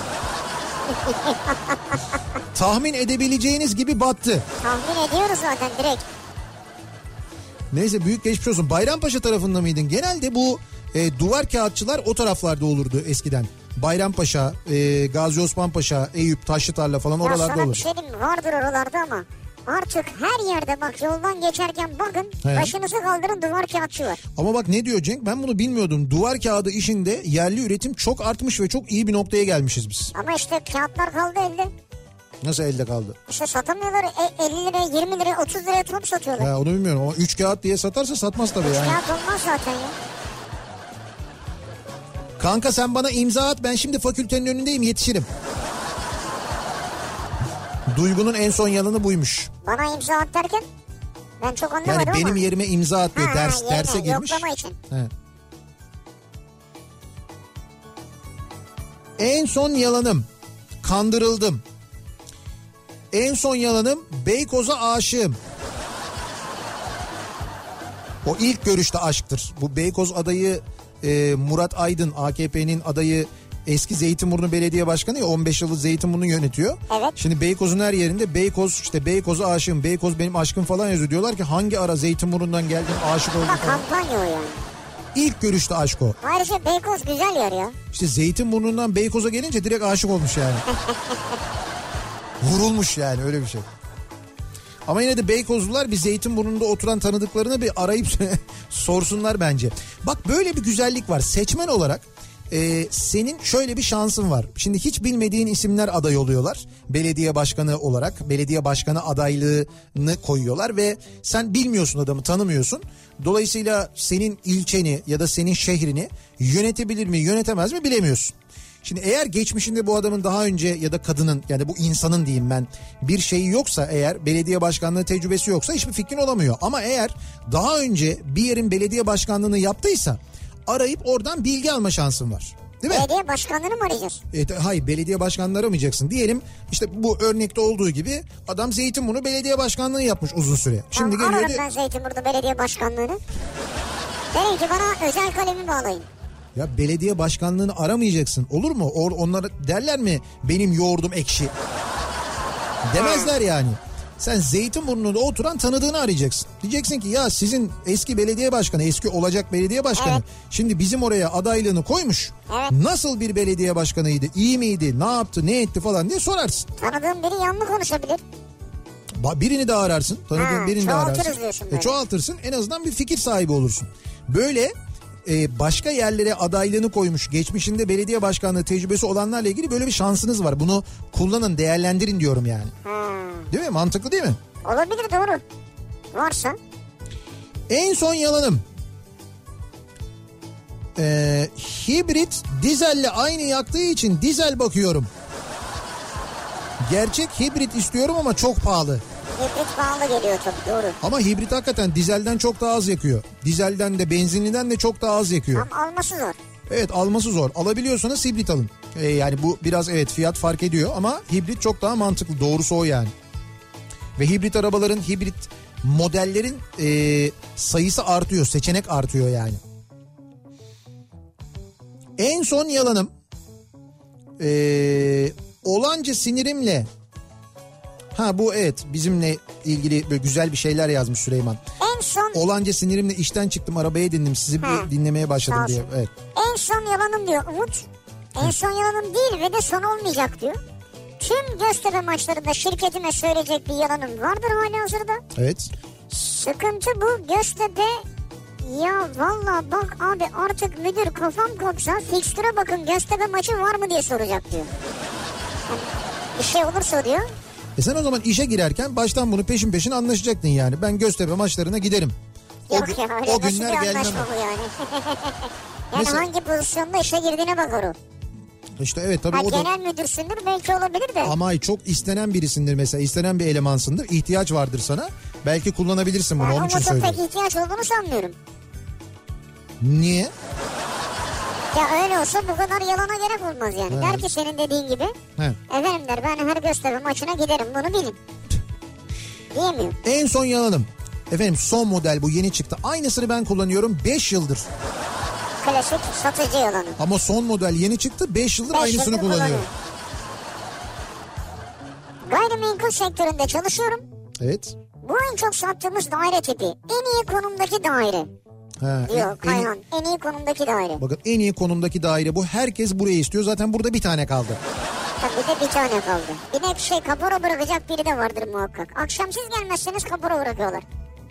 A: Tahmin edebileceğiniz gibi battı.
B: Tahmin ediyoruz zaten direkt.
A: Neyse büyük geçmiş olsun. Bayrampaşa tarafında mıydın? Genelde bu e, duvar kağıtçılar o taraflarda olurdu eskiden. Bayrampaşa, e, Gazi Osman Paşa, Eyüp, Taşlıtarla falan
B: ya
A: oralarda olur.
B: Ya sana bir şey diyeyim mi? Vardır oralarda ama artık her yerde bak, yoldan geçerken bakın, he, başınızı kaldırın, duvar kağıtçı var.
A: Ama bak ne diyor Cenk, ben bunu bilmiyordum. Duvar kağıdı işinde yerli üretim çok artmış ve çok iyi bir noktaya gelmişiz biz.
B: Ama işte kağıtlar kaldı elde.
A: Nasıl elde kaldı?
B: İşte satamıyorlar, e, elli liraya, yirmi liraya, otuz liraya top satıyorlar.
A: Ha, onu bilmiyorum ama üç kağıt diye satarsa satmaz tabii.
B: üç
A: yani.
B: kağıt olmaz zaten ya.
A: Kanka sen bana imza at, ben şimdi fakültenin önündeyim, yetişirim. Duygu'nun en son yalanı buymuş.
B: Bana imza at derken ben çok anlamadım
A: yani
B: ama.
A: benim yerime imza at diyor, ha, ders,
B: yerine,
A: derse girmiş.
B: yoklama için.
A: He. En son yalanım, kandırıldım. En son yalanım, Beykoz'a aşığım. O ilk görüşte aşktır. Bu Beykoz adayı e, Murat Aydın, A K P'nin adayı, eski Zeytinburnu Belediye Başkanı ya, on beş yıldır Zeytinburnu'nu yönetiyor.
B: Evet.
A: Şimdi Beykoz'un her yerinde Beykoz, işte Beykoz'a aşığım, Beykoz benim aşkım falan yazıyor. Diyorlar ki hangi ara Zeytinburnu'ndan geldin, aşık oldun falan.
B: Kampanya o yani.
A: İlk görüşte aşk o.
B: Ayrıca Beykoz güzel yer ya.
A: İşte Zeytinburnu'ndan Beykoz'a gelince direkt aşık olmuş yani. Vurulmuş yani, öyle bir şey. Ama yine de Beykozlular bir Zeytinburnu'nda oturan tanıdıklarına bir arayıp sorsunlar bence. Bak böyle bir güzellik var. Seçmen olarak e, senin şöyle bir şansın var. Şimdi hiç bilmediğin isimler aday oluyorlar. Belediye başkanı olarak belediye başkanı adaylığını koyuyorlar ve sen bilmiyorsun adamı, tanımıyorsun. Dolayısıyla senin ilçeni ya da senin şehrini yönetebilir mi, yönetemez mi bilemiyorsun. Şimdi eğer geçmişinde bu adamın daha önce ya da kadının, yani bu insanın diyeyim ben, bir şeyi yoksa, eğer belediye başkanlığı tecrübesi yoksa hiçbir fikrin olamıyor. Ama eğer daha önce bir yerin belediye başkanlığını yaptıysa arayıp oradan bilgi alma şansın var. Değil mi?
B: Belediye başkanlığını mı arayacağız?
A: E, hayır, belediye başkanlığı aramayacaksın. Diyelim işte bu örnekte olduğu gibi adam Zeytinburnu belediye başkanlığı yapmış uzun süre. Şimdi
B: tamam,
A: geliyor.
B: Ararım ben Zeytinburnu belediye başkanlığını. Derim ki bana özel kalemi bağlayın.
A: Ya belediye başkanlığını aramayacaksın, olur mu? Or, onlara derler mi benim yoğurdum ekşi? Demezler yani. Sen Zeytinburnu'nda oturan tanıdığını arayacaksın. Diyeceksin ki ya sizin eski belediye başkanı, eski olacak belediye başkanı, evet, şimdi bizim oraya adaylığını koymuş.
B: Evet.
A: Nasıl bir belediye başkanıydı? İyi miydi? Ne yaptı? Ne etti falan diye sorarsın.
B: Tanıdığın biri yan mı konuşabilir?
A: Birini daha ararsın. Tanıdığın ha, birini daha ararsın. E, çoğaltırsın. En azından bir fikir sahibi olursun. Böyle e, başka yerlere adaylığını koymuş, geçmişinde belediye başkanlığı tecrübesi olanlarla ilgili böyle bir şansınız var. Bunu kullanın, değerlendirin diyorum yani. Hmm. Değil mi? Mantıklı değil mi?
B: Olabilir, doğru. Varsa.
A: En son yalanım. Ee, hibrit dizelle aynı yaktığı için dizel bakıyorum. Gerçek hibrit istiyorum ama çok pahalı.
B: Hibrit pahalı geliyor tabii, doğru.
A: Ama hibrit hakikaten dizelden çok daha az yakıyor. Dizelden de benzinliden de çok daha az yakıyor.
B: Ama alması zor.
A: Evet, alması zor. Alabiliyorsanız hibrit alın. Ee, yani bu biraz evet fiyat fark ediyor ama hibrit çok daha mantıklı. Doğrusu o yani. Ve hibrit arabaların, hibrit modellerin e, sayısı artıyor. Seçenek artıyor yani. En son yalanım. Ee, olanca sinirimle. Ha bu evet bizimle ilgili böyle güzel bir şeyler yazmış Süleyman.
B: En son.
A: Olanca sinirimle işten çıktım, arabaya dinledim, sizi
B: ha.
A: dinlemeye başladım diye. Evet.
B: En son yalanım diyor Umut. En son yalanım değil ve de son olmayacak diyor. Tüm Göztepe maçlarında şirketime söyleyecek bir yalanım vardır hali hazırda.
A: Evet.
B: Sıkıntı bu. Göztepe ya valla bak abi artık müdür kafam kopsa fikstüre bakın Göztepe maçı var mı diye soracak diyor. Yani bir şey olursa diyor.
A: E sen o zaman işe girerken baştan bunu peşin peşin anlaşacaktın yani. Ben Göztepe maçlarına giderim.
B: Yok o, ya öyle
A: o
B: nasıl
A: günler
B: bir anlaşma
A: gelmem.
B: bu yani. Yani mesela, hangi pozisyonda işe girdiğine bakar o.
A: İşte evet tabii
B: ha,
A: o
B: genel
A: da.
B: Genel müdürsündür belki olabilir de.
A: Ama çok istenen birisindir mesela, istenen bir elemansındır. İhtiyaç vardır sana. Belki kullanabilirsin bunu, yani onun için söylüyorum.
B: Umut'un pek ihtiyaç olduğunu sanmıyorum.
A: Niye?
B: Ya öyle olsa bu kadar yalana gerek olmaz yani. He. Der ki senin dediğin gibi. He. Efendim der ben her Göztepe maçına giderim bunu bilin. Diyemiyor.
A: En son yalanım. Efendim son model bu, yeni çıktı. Aynısını ben kullanıyorum beş yıldır.
B: Klasik satıcı yalanı.
A: Ama son model yeni çıktı, beş yıldır beş aynısını yıldır kullanıyorum.
B: Gayrimenkul sektöründe çalışıyorum.
A: Evet.
B: Bu en çok sattığımız daire tipi. En iyi konumdaki daire. Ha, diyor en, Kayhan. En, en iyi konumdaki daire.
A: Bakın en iyi konumdaki daire bu. Herkes burayı istiyor. Zaten burada bir tane kaldı.
B: Tabii de bir tane kaldı. Bir de şey kapora bırakacak biri de vardır muhakkak. Akşam siz gelmezseniz kapora bırakıyorlar.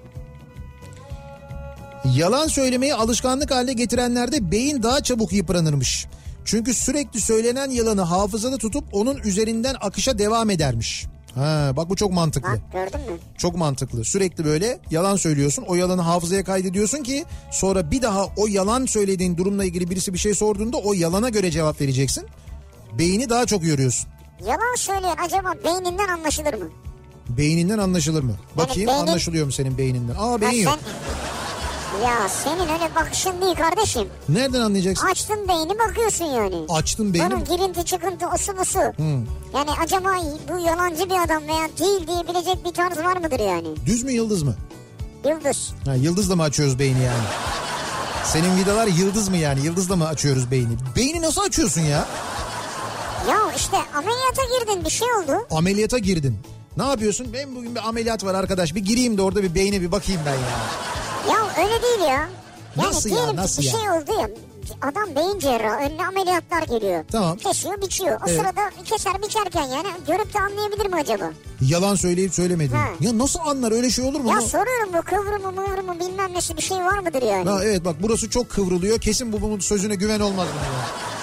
A: Yalan söylemeyi alışkanlık haline getirenlerde beyin daha çabuk yıpranırmış. Çünkü sürekli söylenen yalanı hafızada tutup onun üzerinden akışa devam edermiş. Ha, bak bu çok mantıklı.
B: Bak gördün mü?
A: Çok mantıklı. Sürekli böyle yalan söylüyorsun. O yalanı hafızaya kaydediyorsun ki sonra bir daha o yalan söylediğin durumla ilgili birisi bir şey sorduğunda o yalana göre cevap vereceksin. Beyni daha çok yoruyorsun.
B: Yalan söyleyen acaba beyninden anlaşılır mı?
A: Beyninden anlaşılır mı? Bakayım yani beynin... anlaşılıyor mu senin beyninden? Aa beyin yok. Sen...
B: Ya senin öyle bakışın değil kardeşim.
A: Nereden anlayacaksın?
B: Açtın beyni bakıyorsun yani.
A: Açtın beyni.
B: Bunun girinti çıkıntı osu busu. Hmm. Yani acaba bu yalancı bir adam veya değil diyebilecek bir tarz var mıdır yani?
A: Düz mü yıldız mı?
B: Yıldız.
A: Ha, yıldızla mı açıyoruz beyni yani? Senin vidalar yıldız mı yani? Yıldızla mı açıyoruz beyni? Beyni nasıl açıyorsun ya?
B: Ya işte ameliyata girdin, bir şey oldu.
A: Ameliyata girdin. Ne yapıyorsun? Benim bugün bir ameliyat var arkadaş. Bir gireyim de orada bir beyne bir bakayım ben ya.
B: Ya öyle değil ya. Yani
A: nasıl ya? Nasıl
B: bir
A: ya?
B: şey oldu ya. Adam beyin cerrahı, önüne ameliyatlar geliyor.
A: Tamam.
B: Kesiyor, biçiyor. O
A: evet.
B: sırada keser biçerken yani görüp de anlayabilir mi acaba?
A: Yalan söyleyip söylemedi. Ya nasıl anlar, öyle şey olur mu?
B: Ya
A: no?
B: soruyorum, bu kıvrı mı mıvrı mı bilmem nesi bir şey var mıdır yani?
A: Ha, evet bak burası çok kıvrılıyor. Kesin bu bunun sözüne güven olmaz mı ya?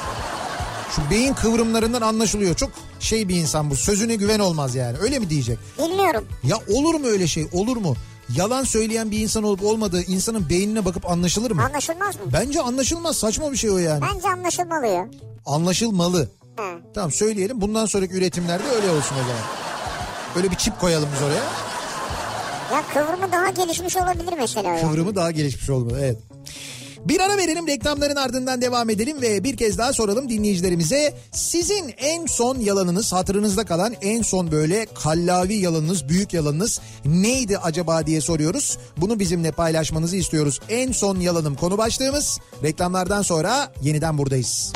A: Şu beyin kıvrımlarından anlaşılıyor. Çok şey bir insan bu. Sözüne güven olmaz yani. Öyle mi diyecek?
B: Bilmiyorum.
A: Ya olur mu öyle şey? Olur mu? Yalan söyleyen bir insan olup olmadığı insanın beynine bakıp anlaşılır mı?
B: Anlaşılmaz mı?
A: Bence anlaşılmaz. Saçma bir şey o yani.
B: Bence anlaşılmalı ya.
A: Anlaşılmalı.
B: Hı.
A: Tamam söyleyelim. Bundan sonraki üretimlerde öyle olsun o zaman. Böyle bir çip koyalım biz oraya.
B: Ya kıvrımı daha gelişmiş olabilir mesela. Yani.
A: Kıvrımı daha gelişmiş olmalı, evet. Bir ara verelim, reklamların ardından devam edelim ve bir kez daha soralım dinleyicilerimize. Sizin en son yalanınız, hatırınızda kalan en son böyle kallavi yalanınız, büyük yalanınız neydi acaba diye soruyoruz. Bunu bizimle paylaşmanızı istiyoruz. En son yalanım konu başlığımız. Reklamlardan sonra yeniden buradayız.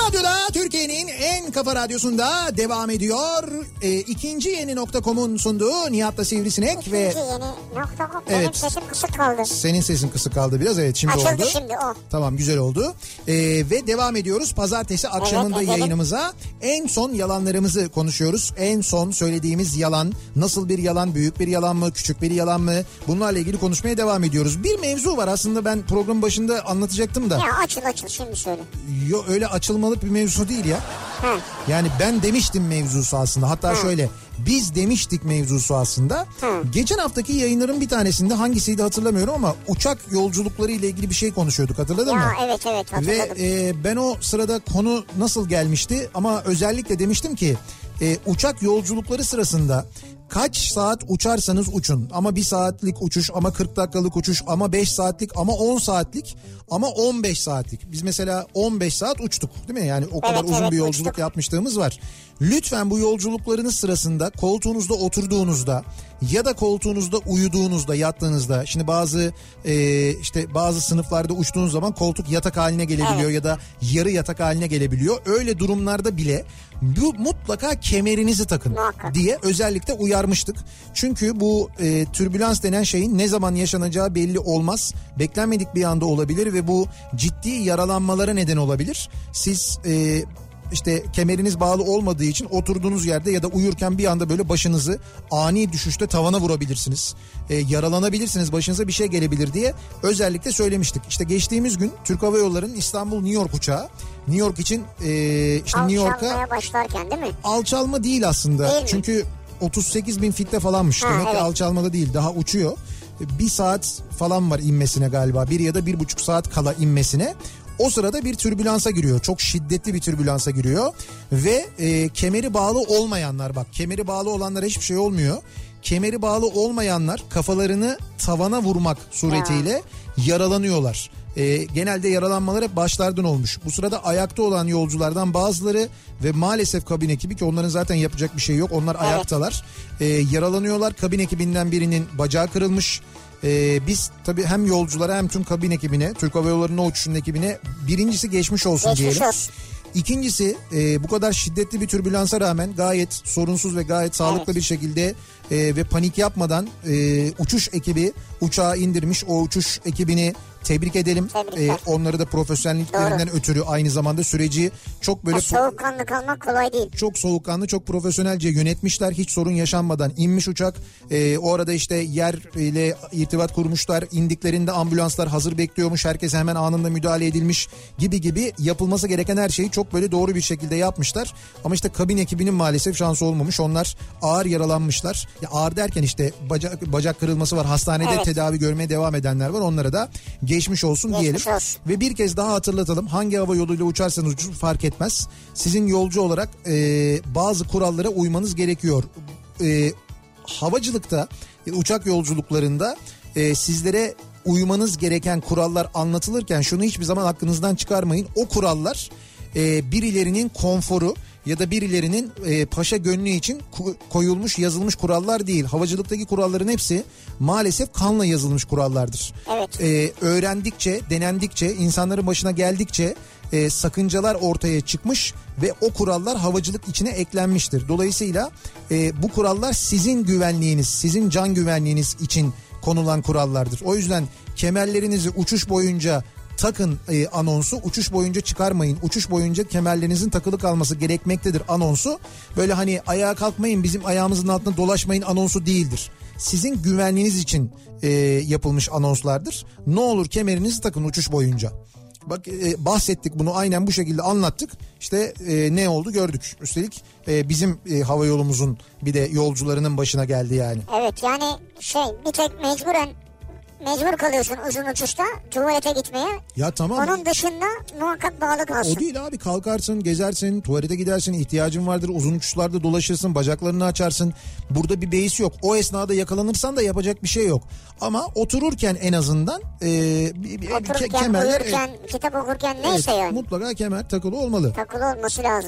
A: Radyo'da Türkiye'nin en kafa radyosunda devam ediyor. E, ikinci yeni nokta com'un sunduğu Nihat'la Sivrisinek
B: İkinci
A: ve...
B: yeni nokta com.
A: Evet.
B: Benim sesim kısık kaldı.
A: Senin sesin kısık kaldı biraz, evet şimdi
B: Açıldı
A: oldu.
B: Açıldı şimdi o.
A: Tamam, güzel oldu. E, ve devam ediyoruz pazartesi akşamında
B: evet,
A: yayınımıza. En son yalanlarımızı konuşuyoruz. En son söylediğimiz yalan, nasıl bir yalan, büyük bir yalan mı, küçük bir yalan mı? Bunlarla ilgili konuşmaya devam ediyoruz. Bir mevzu var aslında, ben program başında anlatacaktım da.
B: Ya açıl açıl şimdi söyle.
A: Yo, öyle açılmalık bir mevzu değil ya.
B: Hı.
A: Yani ben demiştim mevzusu aslında. Hatta Hı. şöyle biz demiştik mevzusu aslında. Hı. Geçen haftaki yayınların bir tanesinde, hangisiydi hatırlamıyorum ama uçak yolculukları ile ilgili bir şey konuşuyorduk, hatırladın
B: ya,
A: mı?
B: Ya evet evet hatırladım.
A: Ve e, ben o sırada konu nasıl gelmişti ama özellikle demiştim ki e, uçak yolculukları sırasında kaç saat uçarsanız uçun, ama bir saatlik uçuş, ama kırk dakikalık uçuş, ama beş saatlik, ama on saatlik, ama on beş saatlik. Biz mesela on beş saat uçtuk değil mi? Yani o kadar
B: evet,
A: uzun
B: evet,
A: bir yolculuk
B: uçtuk.
A: yapmışlığımız var. Lütfen bu yolculuklarınız sırasında koltuğunuzda oturduğunuzda ya da koltuğunuzda uyuduğunuzda, yattığınızda, şimdi bazı e, işte bazı sınıflarda uçtuğunuz zaman koltuk yatak haline gelebiliyor, evet. ya da yarı yatak haline gelebiliyor. Öyle durumlarda bile bu mutlaka kemerinizi takın
B: Muhakkak.
A: diye özellikle uyarmıştık. Çünkü bu e, türbülans denen şeyin ne zaman yaşanacağı belli olmaz. Beklenmedik bir anda olabilir ve bu ciddi yaralanmalara neden olabilir. Siz e, işte kemeriniz bağlı olmadığı için oturduğunuz yerde ya da uyurken bir anda böyle başınızı ani düşüşte tavana vurabilirsiniz. E, yaralanabilirsiniz, başınıza bir şey gelebilir diye özellikle söylemiştik. İşte geçtiğimiz gün Türk Hava Yolları'nın İstanbul New York uçağı, New York için e, işte New York'a...
B: Alçalmaya başlarken değil mi?
A: Alçalma değil aslında.
B: Değil
A: Çünkü otuz sekiz bin fitte falanmış.
B: Ha,
A: Demek
B: evet.
A: ki alçalmada değil, daha uçuyor. Bir saat falan var inmesine galiba. Bir ya da bir buçuk saat kala inmesine. O sırada bir türbülansa giriyor. Çok şiddetli bir türbülansa giriyor. Ve e, kemeri bağlı olmayanlar, bak kemeri bağlı olanlara hiçbir şey olmuyor. Kemeri bağlı olmayanlar kafalarını tavana vurmak suretiyle ya. yaralanıyorlar. E, genelde yaralanmalar hep başlardan olmuş. Bu sırada ayakta olan yolculardan bazıları ve maalesef kabin ekibi, ki onların zaten yapacak bir şey yok. Onlar evet. ayaktalar. E, yaralanıyorlar. Kabin ekibinden birinin bacağı kırılmış. Ee, biz tabii hem yolculara hem tüm kabin ekibine, Türk Hava Yolları'nın o uçuşun ekibine birincisi geçmiş olsun
B: geçmiş
A: diyelim.
B: Olsun.
A: İkincisi e, bu kadar şiddetli bir türbülansa rağmen gayet sorunsuz ve gayet sağlıklı evet. bir şekilde e, ve panik yapmadan e, uçuş ekibi uçağı indirmiş. O uçuş ekibini tebrik edelim. E, onları da profesyonelliklerinden Doğru. ötürü aynı zamanda süreci çok böyle...
B: Ya soğukkanlı kalmak kolay değil.
A: Çok soğukkanlı, çok profesyonelce yönetmişler. Hiç sorun yaşanmadan inmiş uçak. E, o arada işte yerle irtibat kurmuşlar. İndiklerinde ambulanslar hazır bekliyormuş. Herkese hemen anında müdahale edilmiş gibi gibi yapılması gereken her şeyi çok böyle doğru bir şekilde yapmışlar. Ama işte kabin ekibinin maalesef şansı olmamış. Onlar ağır yaralanmışlar. Ya ağır derken işte bacak, bacak kırılması var. Hastanede evet. tedavi görmeye devam edenler var. Onlara da geçmiş olsun
B: geçmiş
A: diyelim.
B: Olsun.
A: Ve bir kez daha hatırlatalım. Hangi hava yoluyla uçarsanız uçun fark etmez. Sizin yolcu olarak e, bazı kurallara uymanız gerekiyor. E, havacılıkta, uçak yolculuklarında e, sizlere uymanız gereken kurallar anlatılırken şunu hiçbir zaman aklınızdan çıkarmayın. O kurallar e, birilerinin konforu ya da birilerinin e, paşa gönlü için koyulmuş, yazılmış kurallar değil. Havacılıktaki kuralların hepsi maalesef kanla yazılmış kurallardır.
B: Evet.
A: E, öğrendikçe, denendikçe, insanların başına geldikçe e, sakıncalar ortaya çıkmış ve o kurallar havacılık içine eklenmiştir. Dolayısıyla e, bu kurallar sizin güvenliğiniz, sizin can güvenliğiniz için konulan kurallardır. O yüzden kemerlerinizi uçuş boyunca takın e, anonsu, uçuş boyunca çıkarmayın. Uçuş boyunca kemerlerinizin takılı kalması gerekmektedir anonsu. Böyle hani ayağa kalkmayın, bizim ayağımızın altında dolaşmayın anonsu değildir. Sizin güvenliğiniz için e, yapılmış anonslardır. Ne olur kemerinizi takın uçuş boyunca. Bak e, bahsettik, bunu aynen bu şekilde anlattık. İşte e, ne oldu gördük. Üstelik e, bizim e, hava yolumuzun bir de yolcularının başına geldi yani.
B: Evet, yani şey bir tek mecburen mecbur kalıyorsun uzun uçuşta tuvalete gitmeye.
A: Ya tamam.
B: Onun dışında muhakkak bağlı kalsın.
A: O değil abi, kalkarsın, gezersin, tuvalete gidersin, ihtiyacın vardır, uzun uçuşlarda dolaşırsın, bacaklarını açarsın. Burada bir beis yok. O esnada yakalanırsan da yapacak bir şey yok. Ama otururken en azından e,
B: otururken,
A: ke- kemerler,
B: uyurken, e, kitap okurken neyse
A: evet,
B: yani.
A: Mutlaka kemer takılı olmalı.
B: Takılı olması lazım.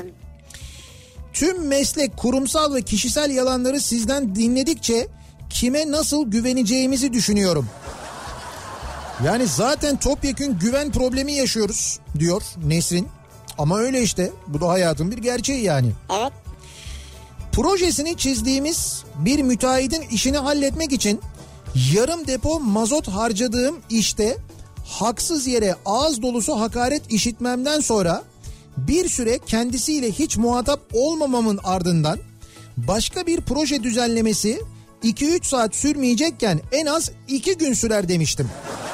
A: Tüm meslek, kurumsal ve kişisel yalanları sizden dinledikçe kime nasıl güveneceğimizi düşünüyorum. Yani zaten topyekün güven problemi yaşıyoruz diyor Nesrin. Ama öyle işte. Bu da hayatın bir gerçeği yani.
B: Evet.
A: Projesini çizdiğimiz bir müteahhidin işini halletmek için yarım depo mazot harcadığım işte haksız yere ağız dolusu hakaret işitmemden sonra bir süre kendisiyle hiç muhatap olmamamın ardından başka bir proje düzenlemesi iki üç saat sürmeyecekken en az iki gün sürer demiştim.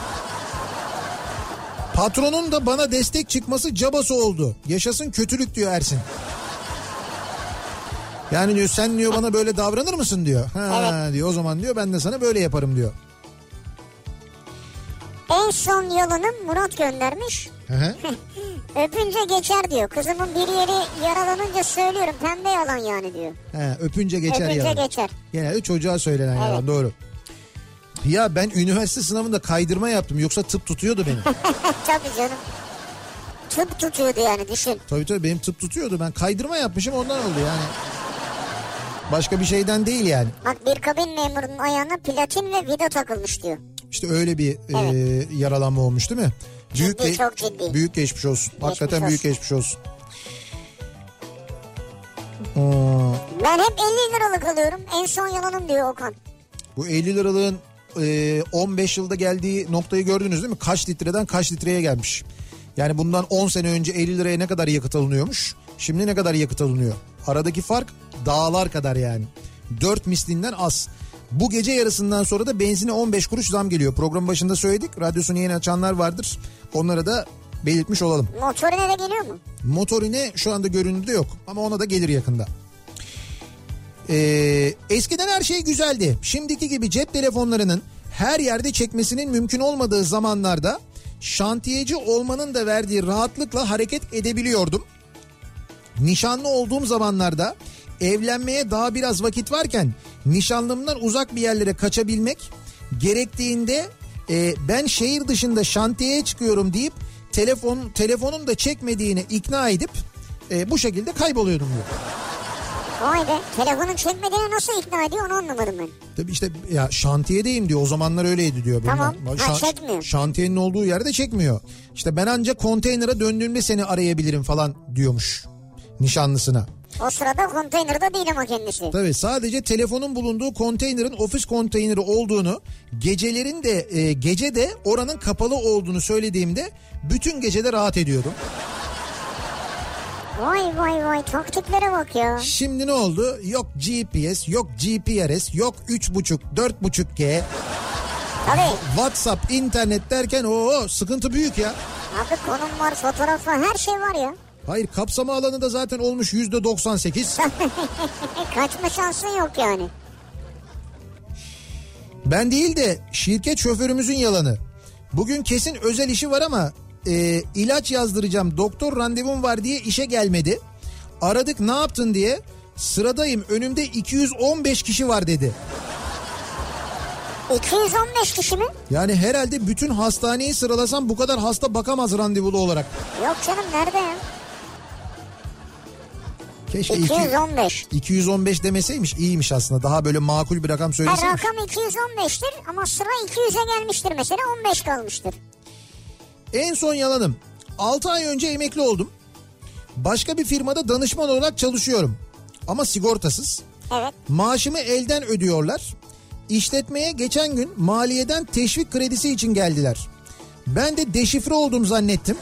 A: Patronun da bana destek çıkması cabası oldu. Yaşasın kötülük diyor Ersin. Yani diyor sen diyor bana böyle davranır mısın diyor. Ha evet. diyor o zaman diyor ben de sana böyle yaparım diyor.
B: En son yalanım Murat göndermiş. Öpünce geçer diyor. Kızımın bir yeri yaralanınca söylüyorum pembe yalan yani diyor.
A: He, öpünce geçer
B: öpünce
A: yalan.
B: geçer.
A: Genelde çocuğa söylenen evet. yalan doğru. Ya ben üniversite sınavında kaydırma yaptım yoksa tıp tutuyordu beni.
B: Tabii canım. Tıp tutuyordu yani düşün.
A: Tabii tabii benim tıp tutuyordu. Ben kaydırma yapmışım ondan oldu yani. Başka bir şeyden değil yani.
B: Bak bir kabin memurunun ayağına platin ve vida takılmış diyor.
A: İşte öyle bir evet. e, yaralanma olmuş değil mi? Büyük
B: ciddi,
A: ge-
B: çok ciddi.
A: Büyük geçmiş olsun. Geçmiş Hakikaten olsun. Büyük geçmiş olsun.
B: Hmm. Ben hep elli liralık alıyorum. En son yalanım diyor Okan.
A: Bu elli liralığın e, on beş yılda geldiği noktayı gördünüz değil mi? Kaç litreden kaç litreye gelmiş. Yani bundan on sene önce elli liraya ne kadar yakıt alınıyormuş? Şimdi ne kadar yakıt alınıyor? Aradaki fark dağlar kadar yani. dört mislinden az. Bu gece yarısından sonra da benzine on beş kuruş zam geliyor. Programın başında söyledik. Radyosunu yeni açanlar vardır. Onlara da belirtmiş olalım.
B: Motorine de geliyor mu?
A: Motorine şu anda görünürde yok. Ama ona da gelir yakında. Ee, eskiden her şey güzeldi. Şimdiki gibi cep telefonlarının her yerde çekmesinin mümkün olmadığı zamanlarda şantiyeci olmanın da verdiği rahatlıkla hareket edebiliyordum. Nişanlı olduğum zamanlarda evlenmeye daha biraz vakit varken nişanlımdan uzak bir yerlere kaçabilmek gerektiğinde e, ben şehir dışında şantiyeye çıkıyorum deyip telefon telefonun da çekmediğini ikna edip e, bu şekilde kayboluyordum diyor.
B: Vay be, telefonun çekmediğini nasıl ikna ediyor onu anlamadım ben.
A: Tabii işte ya şantiyedeyim diyor, o zamanlar öyleydi diyor.
B: Tamam
A: Bilmem.
B: ha, çekmiyor.
A: Şantiyenin olduğu yerde çekmiyor. İşte ben ancak konteynere döndüğümde seni arayabilirim falan diyormuş nişanlısına.
B: O sırada konteynerde değil ama kendisi.
A: Tabii sadece telefonun bulunduğu konteynerin ofis konteyneri olduğunu, gecelerin de e, gece de oranın kapalı olduğunu söylediğimde bütün gecede rahat ediyordum.
B: Vay vay vay taktiklere bak ya.
A: Şimdi ne oldu? Yok G P S, yok G P R S, yok üç buçuk, dört buçuk G.
B: Tabii.
A: WhatsApp, internet derken o sıkıntı büyük ya.
B: Abi konum var, fotoğraf var, her şey var ya.
A: Hayır, kapsama alanı da zaten olmuş yüzde doksan sekiz.
B: Kaçma şansın yok yani.
A: Ben değil de şirket şoförümüzün yalanı. Bugün kesin özel işi var ama e, ilaç yazdıracağım, doktor randevum var diye işe gelmedi. Aradık ne yaptın diye, sıradayım önümde iki yüz on beş kişi var dedi.
B: iki yüz on beş kişi mi?
A: Yani herhalde bütün hastaneyi sıralasam bu kadar hasta bakamaz randevulu olarak.
B: Yok canım, nerede ya?
A: Keşke
B: iki yüz on beş.
A: iki yüz on beş demeseymiş, iyiymiş aslında. Daha böyle makul bir rakam söyleseymiş.
B: Ha, rakam iki yüz on beştir ama sıra iki yüze gelmiştir mesela, on beş kalmıştır.
A: En son yalanım. altı ay önce emekli oldum. Başka bir firmada danışman olarak çalışıyorum. Ama sigortasız.
B: Evet.
A: Maaşımı elden ödüyorlar. İşletmeye geçen gün maliyeden teşvik kredisi için geldiler. Ben de deşifre oldum zannettim.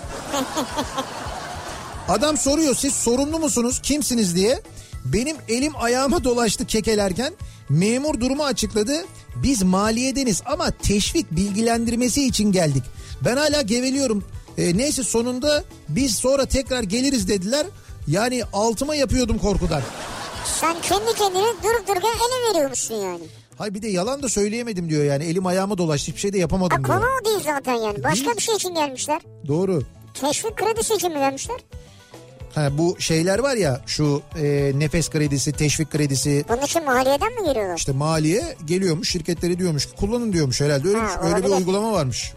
A: Adam soruyor, siz sorumlu musunuz, kimsiniz diye. Benim elim ayağıma dolaştı kekelerken memur durumu açıkladı. Biz maliyedeniz ama teşvik bilgilendirmesi için geldik. Ben hala geveliyorum. E, neyse sonunda biz sonra tekrar geliriz dediler. Yani altıma yapıyordum korkudan.
B: Sen kendi kendine durup dururken ele veriyormuşsun yani.
A: Hayır, bir de yalan da söyleyemedim diyor yani. Elim ayağıma dolaştı, hiçbir şey de yapamadım
B: ha,
A: diyor.
B: Konu o değil zaten yani. Başka değil. Bir şey için gelmişler.
A: Doğru.
B: Teşvik kredisi için mi gelmişler?
A: Ha, bu şeyler var ya, şu e, nefes kredisi, teşvik kredisi.
B: Bunun için maliyeden mi geliyorlar?
A: İşte maliye geliyormuş, şirketleri diyormuş ki kullanın diyormuş herhalde. Öyle,
B: ha,
A: öyle bir uygulama varmış.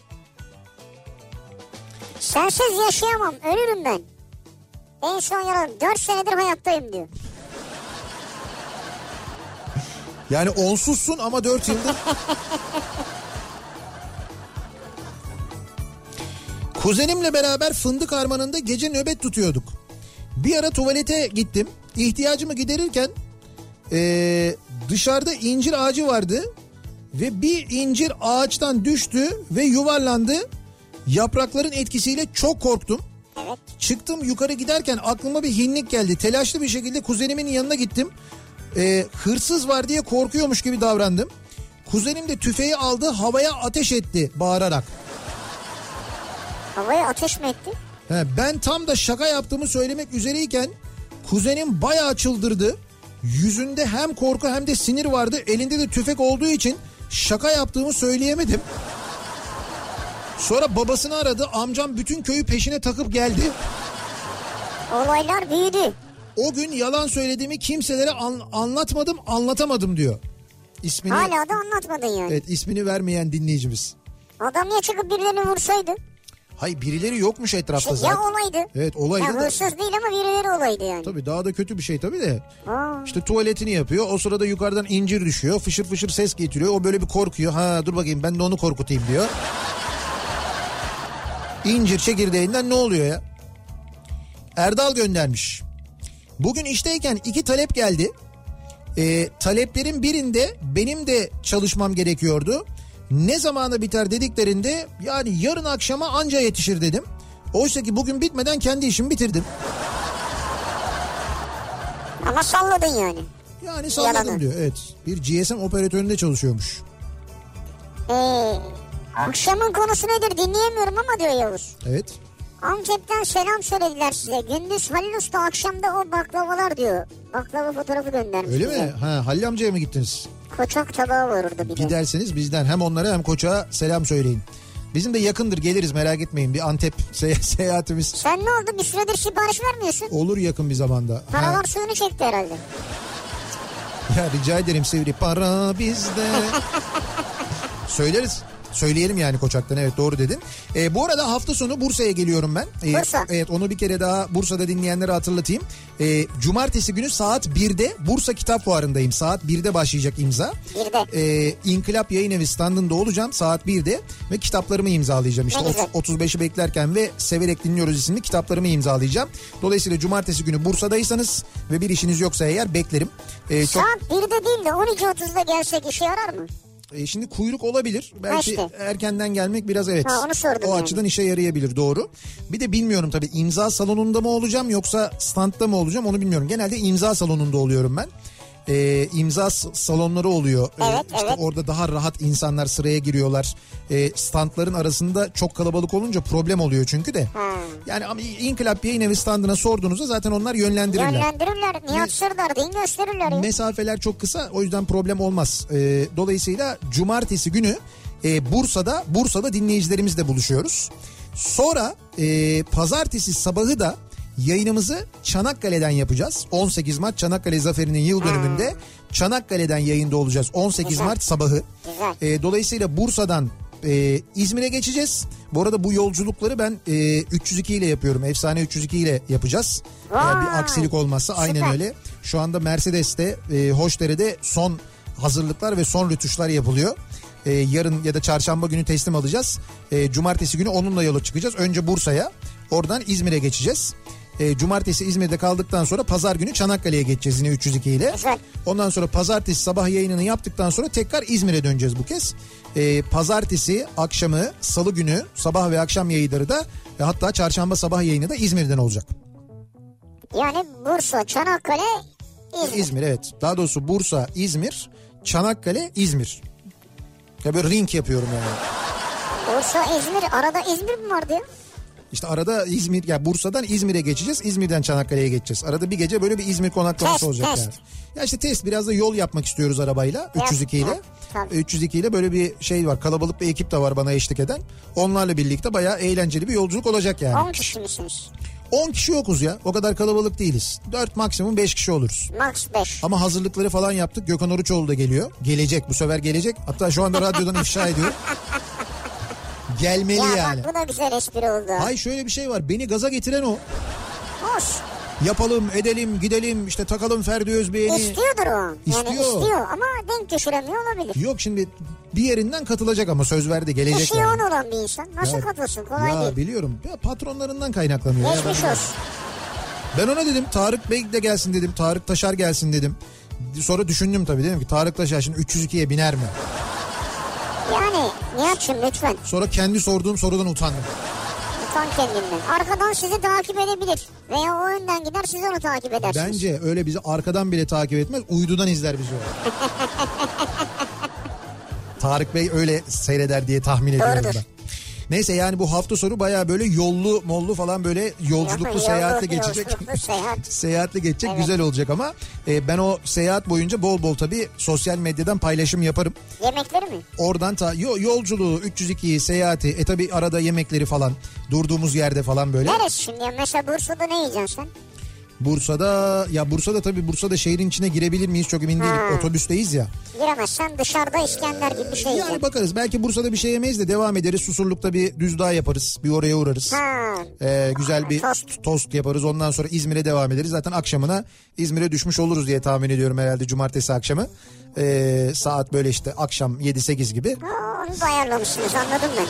B: Sensiz yaşayamam, ölürüm ben. En son yalan, dört senedir hayattayım diyor.
A: Yani onsuzsun ama dört yıldır. Kuzenimle beraber Fındık Harmanı'nda gece nöbet tutuyorduk. Bir ara tuvalete gittim. İhtiyacımı giderirken ee, dışarıda incir ağacı vardı. Ve bir incir ağaçtan düştü ve yuvarlandı. Yaprakların etkisiyle çok korktum.
B: Evet.
A: Çıktım yukarı giderken aklıma bir hinlik geldi. Telaşlı bir şekilde kuzenimin yanına gittim. Ee, hırsız var diye korkuyormuş gibi davrandım. Kuzenim de tüfeği aldı, havaya ateş etti bağırarak.
B: Havaya ateş mi etti?
A: He, ben tam da şaka yaptığımı söylemek üzereyken kuzenim bayağı çıldırdı. Yüzünde hem korku hem de sinir vardı. Elinde de tüfek olduğu için şaka yaptığımı söyleyemedim. Sonra babasını aradı. Amcam bütün köyü peşine takıp geldi.
B: Olaylar büyüdü.
A: O gün yalan söylediğimi kimselere an- anlatmadım, anlatamadım diyor. İsmini,
B: Hala da anlatmadın yani.
A: Evet, ismini vermeyen dinleyicimiz.
B: Adam niye çıkıp birilerini vursaydı?
A: Hayır, birileri yokmuş etrafta
B: şey,
A: zaten.
B: Ya olaydı.
A: Evet, olaydı
B: ya
A: da.
B: hırsız değil ama birileri olaydı yani.
A: Tabii daha da kötü bir şey tabii de.
B: Aa.
A: İşte tuvaletini yapıyor. O sırada yukarıdan incir düşüyor. Fışır fışır ses getiriyor. O böyle bir korkuyor. Ha dur bakayım ben de onu korkutayım diyor. İncir çekirdeğinden ne oluyor ya? Erdal göndermiş. Bugün işteyken iki talep geldi. Ee, taleplerin birinde benim de çalışmam gerekiyordu. Ne zamana biter dediklerinde yani yarın akşama anca yetişir dedim. Oysa ki bugün bitmeden kendi işimi bitirdim.
B: Ama salladın yani.
A: Yani salladım
B: Yalanı.
A: diyor. Evet. Bir G S M operatöründe çalışıyormuş.
B: Ee, akşamın konusu nedir dinleyemiyorum ama diyor Yavuz.
A: Evet.
B: Antep'ten selam söylediler size. Gündüz Halil Usta, akşamda o baklavalar diyor. Baklava fotoğrafı göndermiş.
A: Öyle
B: bize.
A: mi? Ha, Halil amcaya mı gittiniz?
B: Koçak tabağı var orada bir de.
A: Giderseniz bizden hem onlara hem Koçak'a selam söyleyin. Bizim de yakındır, geliriz, merak etmeyin. Bir Antep se- seyahatimiz.
B: Sen ne oldu? Bir süredir sipariş vermiyorsun.
A: Olur yakın bir zamanda.
B: Paralar
A: Ha.
B: suyunu çekti herhalde.
A: Ya rica ederim Sivri, para bizde. Söyleriz. Söyleyelim yani Koçak'tan, evet doğru dedin. Ee, bu arada hafta sonu Bursa'ya geliyorum ben. Ee,
B: Bursa.
A: Evet, onu bir kere daha Bursa'da dinleyenlere hatırlatayım. Ee, Cumartesi günü saat birde Bursa Kitap Fuarı'ndayım. Saat birde başlayacak imza.
B: birde.
A: Ee, İnkılap Yayın Evi standında olacağım saat birde ve kitaplarımı imzalayacağım. İşte
B: güzel.
A: otuz beşi beklerken ve Severek Dinliyoruz isimli kitaplarımı imzalayacağım. Dolayısıyla Cumartesi günü Bursa'daysanız ve bir işiniz yoksa eğer beklerim. Ee, çok...
B: Saat birde değil de on iki otuzda gelsek işe yarar mı?
A: E şimdi kuyruk olabilir. Belki
B: işte.
A: erkenden gelmek biraz evet.
B: Ha, onu sordum
A: o
B: yani.
A: açıdan işe yarayabilir, doğru. Bir de bilmiyorum tabii, imza salonunda mı olacağım yoksa standta mı olacağım onu bilmiyorum. Genelde imza salonunda oluyorum ben. Ee, imza salonları oluyor.
B: Evet,
A: ee, işte
B: evet.
A: orada daha rahat insanlar sıraya giriyorlar. Ee, standların arasında çok kalabalık olunca problem oluyor çünkü de.
B: Ha.
A: Yani ama İnkılap Yayın Evi standına sorduğunuzda zaten onlar yönlendirirler.
B: Yönlendirirler. Nihat Sırdar deyin gösterirler. Ya.
A: Mesafeler çok kısa, o yüzden problem olmaz. Ee, dolayısıyla Cumartesi günü e, Bursa'da Bursa'da dinleyicilerimizle buluşuyoruz. Sonra e, Pazartesi sabahı da yayınımızı Çanakkale'den yapacağız. on sekiz Mart Çanakkale Zaferi'nin yıl dönümünde Çanakkale'den yayında olacağız. on sekiz
B: Güzel.
A: Mart sabahı.
B: Güzel.
A: E, dolayısıyla Bursa'dan e, İzmir'e geçeceğiz. Bu arada bu yolculukları ben e, üç yüz iki ile yapıyorum. Efsane üç yüz iki ile yapacağız. Eğer
B: Vay.
A: bir aksilik olmazsa aynen
B: Süper.
A: öyle. Şu anda Mercedes'te e, Hoşdere'de son hazırlıklar ve son rötuşlar yapılıyor. E, yarın ya da çarşamba günü teslim alacağız. E, cumartesi günü onunla yola çıkacağız. Önce Bursa'ya, oradan İzmir'e geçeceğiz. E, cumartesi İzmir'de kaldıktan sonra pazar günü Çanakkale'ye geçeceğiz yine üç yüz iki ile.
B: Güzel.
A: Ondan sonra pazartesi sabah yayınını yaptıktan sonra tekrar İzmir'e döneceğiz bu kez. E, pazartesi akşamı, salı günü sabah ve akşam yayınları da ve hatta çarşamba sabah yayını da İzmir'den olacak.
B: Yani Bursa, Çanakkale, İzmir.
A: İzmir, evet. Daha doğrusu Bursa, İzmir, Çanakkale, İzmir. Ya böyle ring yapıyorum yani.
B: Bursa, İzmir. Arada İzmir mi vardı ya?
A: İşte arada İzmir, ya Bursa'dan İzmir'e geçeceğiz. İzmir'den Çanakkale'ye geçeceğiz. Arada bir gece böyle bir İzmir konaklaması
B: Test,
A: olacak
B: test.
A: yani. Ya işte test, biraz da yol yapmak istiyoruz arabayla üç yüz iki ile.
B: Tabii.
A: üç yüz iki ile böyle bir şey var. Kalabalık bir ekip de var bana eşlik eden. Onlarla birlikte bayağı eğlenceli bir yolculuk olacak yani.
B: on kişi misiniz?
A: on kişi yokuz ya. O kadar kalabalık değiliz. dört maksimum beş kişi oluruz.
B: Max beş.
A: Ama hazırlıkları falan yaptık. Gökhan Oruçoğlu da geliyor. Gelecek, bu sefer gelecek. Hatta şu anda radyodan ifşa ediyor. Gelmeli
B: Ya
A: yani.
B: bak bu da güzel espri oldu.
A: Hay şöyle bir şey var. Beni gaza getiren o.
B: Hoş.
A: Yapalım, edelim, gidelim, işte takalım Ferdi Özbeğen'i.
B: İstiyordur o. Yani
A: İstiyor.
B: istiyor ama denk düşüremiyor olabilir.
A: Yok şimdi bir yerinden katılacak ama söz verdi, gelecek.
B: İşi
A: yani.
B: on olan bir insan. Nasıl
A: ya,
B: katılsın? Kolay
A: ya
B: değil.
A: Biliyorum. Ya patronlarından kaynaklanıyor.
B: Geçmiş
A: ya.
B: olsun.
A: Ben ona dedim Tarık Bey de gelsin dedim. Tarık Taşar gelsin dedim. Sonra düşündüm tabii, dedim ki Tarık Taşar şimdi üç yüz ikiye biner mi?
B: Yani Nihat'cığım lütfen.
A: Sonra kendi sorduğum sorudan utandım.
B: Utan kendinden. Arkadan sizi takip edebilir. Veya o önden gider, siz onu takip edersiniz.
A: Bence öyle bizi arkadan bile takip etmez. Uydudan izler bizi o. Tarık Bey öyle seyreder diye tahmin ediyorum
B: Doğrudur.
A: ben. Neyse yani bu hafta sonu bayağı böyle yollu mollu falan, böyle yolculuklu
B: Yollu,
A: seyahatle
B: yolculuklu
A: geçecek.
B: seyahat.
A: Seyahatle geçecek,
B: Evet.
A: güzel olacak ama e, ben o seyahat boyunca bol bol tabii sosyal medyadan paylaşım yaparım.
B: Yemekleri mi?
A: Oradan ta yo, yolculuğu, üç yüz ikiyi, seyahati, e tabii arada yemekleri falan, durduğumuz yerde falan böyle.
B: Neresi şimdi? Mesela Bursa'da ne yiyeceksin sen?
A: Bursa'da ya Bursa'da tabii Bursa'da şehrin içine girebilir miyiz çok emin değilim.
B: Ha.
A: Otobüsteyiz ya.
B: Giremezsen dışarıda İskender gibi bir şey
A: Yani
B: yiyeceksin.
A: bakarız, belki Bursa'da bir şey yemeyiz de devam ederiz. Susurluk'ta bir düzdağ yaparız. Bir oraya uğrarız.
B: Ha.
A: Ee, güzel bir
B: Tost.
A: tost yaparız. Ondan sonra İzmir'e devam ederiz. Zaten akşamına İzmir'e düşmüş oluruz diye tahmin ediyorum herhalde, cumartesi akşamı. Ee, saat böyle işte akşam yedi sekiz gibi.
B: Aa, onu da ayarlamışsınız, anladım ben.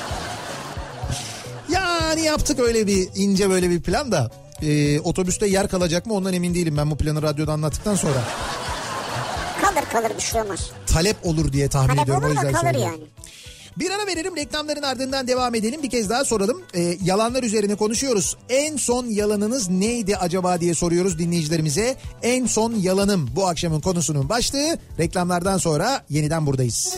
A: Yani yaptık öyle bir ince böyle bir plan da. Ee, otobüste yer kalacak mı ondan emin değilim ben bu planı radyoda anlattıktan sonra.
B: Kalır kalır, bir şey olmaz.
A: Talep olur diye tahmin
B: Talep
A: ediyorum, o
B: olur da
A: yüzden
B: kalır
A: söylüyorum.
B: yani.
A: Bir ara verelim, reklamların ardından devam edelim. Bir kez daha soralım. Ee, yalanlar üzerine konuşuyoruz. En son yalanınız neydi acaba diye soruyoruz dinleyicilerimize. En son yalanım bu akşamın konusunun başlığı. Reklamlardan sonra yeniden buradayız.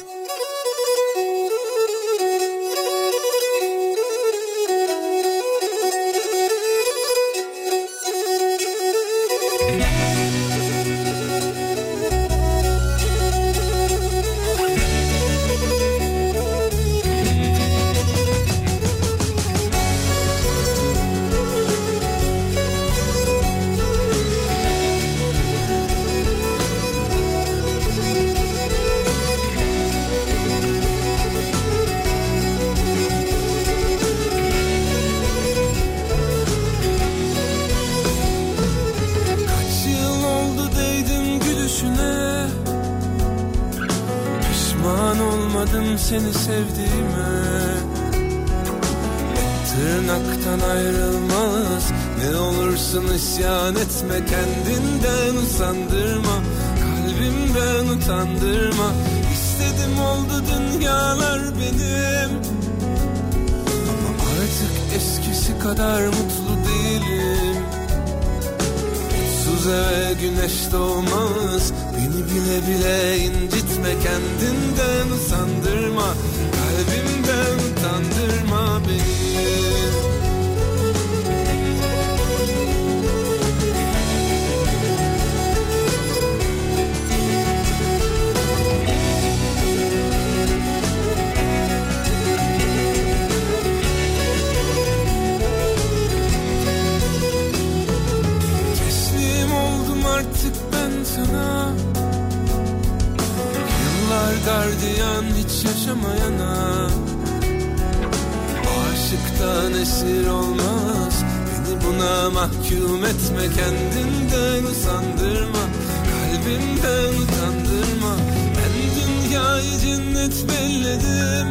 D: Seni sevdiğime tırnaktan ayrılmaz. Ne olursun isyan etme, kendinden usandırma, kalbimden utandırma. İstedim oldu dünyalar benim, ama artık eskisi kadar mutlu değilim. Mutsuz eve güneş doğmaz. Beni bile bile incitme, kendinden usandırma, kalbimden utandırma beni. Teslim oldum artık ben sana, gardiyan hiç yaşamayana. Aşıktan esir olmaz, beni buna mahkum etme, kendinden usandırma, kalbimden utandırma. Ben dünyayı cennet belledim,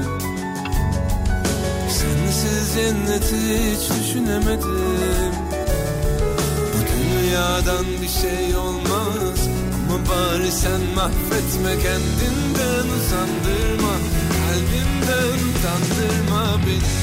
D: sensiz cenneti hiç düşünemedim. Bu dünyadan bir şey olmaz, ama bari sen mahvetme, kendinden usandırma, kalbimden utandırma beni.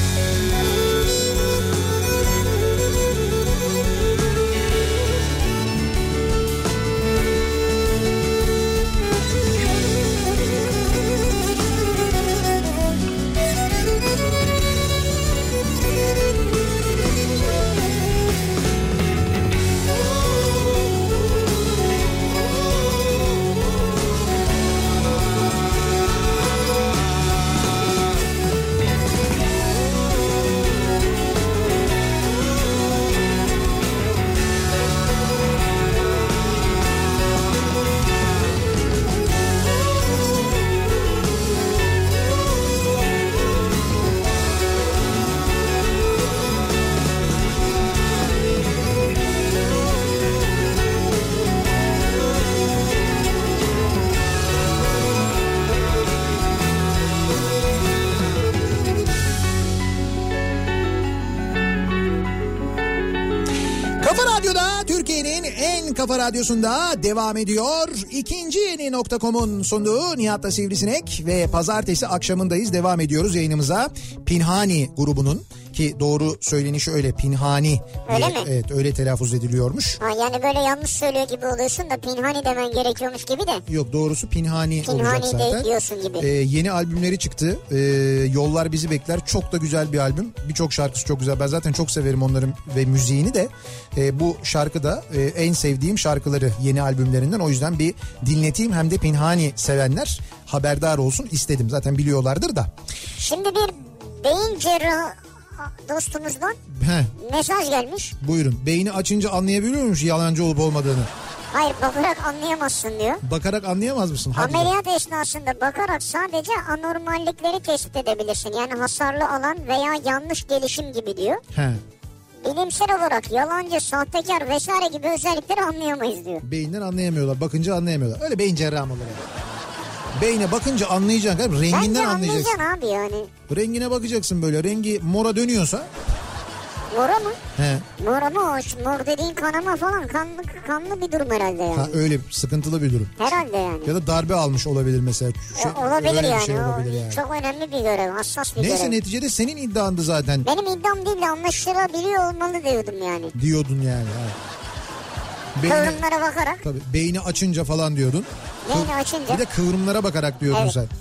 A: Modern Kafa Radyosu'nda devam ediyor. İkinci yeni nokta com'un sunduğu Nihat'la Sivrisinek ve pazartesi akşamındayız. Devam ediyoruz yayınımıza. Pinhani grubunun, ki doğru söylenişi öyle, Pinhani.
B: Öyle
A: diye,
B: mi?
A: Evet, öyle telaffuz ediliyormuş.
B: Ha, yani böyle yanlış söylüyor gibi oluyorsun da Pinhani demen gerekiyormuş gibi de.
A: Yok, doğrusu Pinhani,
B: Pinhani
A: olacak zaten.
B: Pinhani diyorsun gibi.
A: Ee, yeni albümleri çıktı. Ee, Yollar Bizi Bekler. Çok da güzel bir albüm. Birçok şarkısı çok güzel. Ben zaten çok severim onların ve müziğini de. Ee, bu şarkı da e, en sevdiğim şarkıları yeni albümlerinden. O yüzden bir dinleteyim. Hem de Pinhani sevenler haberdar olsun istedim. Zaten biliyorlardır da.
B: Şimdi bir beyin cerrahı dostumuzdan
A: Heh,
B: mesaj gelmiş.
A: buyurun. Beyni açınca anlayabiliyor musun yalancı olup olmadığını?
B: Hayır, bakarak anlayamazsın diyor.
A: Bakarak anlayamaz mısın? Hadi
B: Ameliyat esnasında bakarak sadece anormallikleri tespit edebilirsin. Yani hasarlı alan veya yanlış gelişim gibi diyor.
A: He.
B: Bilimsel olarak yalancı, sahtekar vesaire gibi özellikleri anlayamayız diyor.
A: Beyinden anlayamıyorlar. Bakınca anlayamıyorlar. Öyle beyin cerrahı mı olur yani? Beyne bakınca anlayacaksın. Renginden
B: Bence
A: anlayacaksın.
B: anlayacaksın abi yani.
A: Rengine bakacaksın böyle. Rengi mora dönüyorsa.
B: Mora mı?
A: He.
B: Mora mı o? Mor dediğin kanama falan. Kanlı, kanlı bir durum herhalde yani.
A: Ha, öyle sıkıntılı bir durum.
B: Herhalde yani.
A: Ya da darbe almış olabilir mesela. Şey,
B: O, olabilir
A: öyle bir
B: yani.
A: şey
B: O
A: olabilir yani.
B: çok önemli bir görev. Hassas bir
A: Neyse,
B: görev.
A: neticede senin iddiandı zaten.
B: Benim iddiam değil de anlaşılabiliyor olmalı diyordum yani.
A: Diyordun yani. Evet. Beyni,
B: Kıvrımlara bakarak.
A: tabii, beyni açınca falan diyordun.
B: Beyni açınca.
A: Bir de kıvrımlara bakarak diyordun
B: Evet.
A: sen.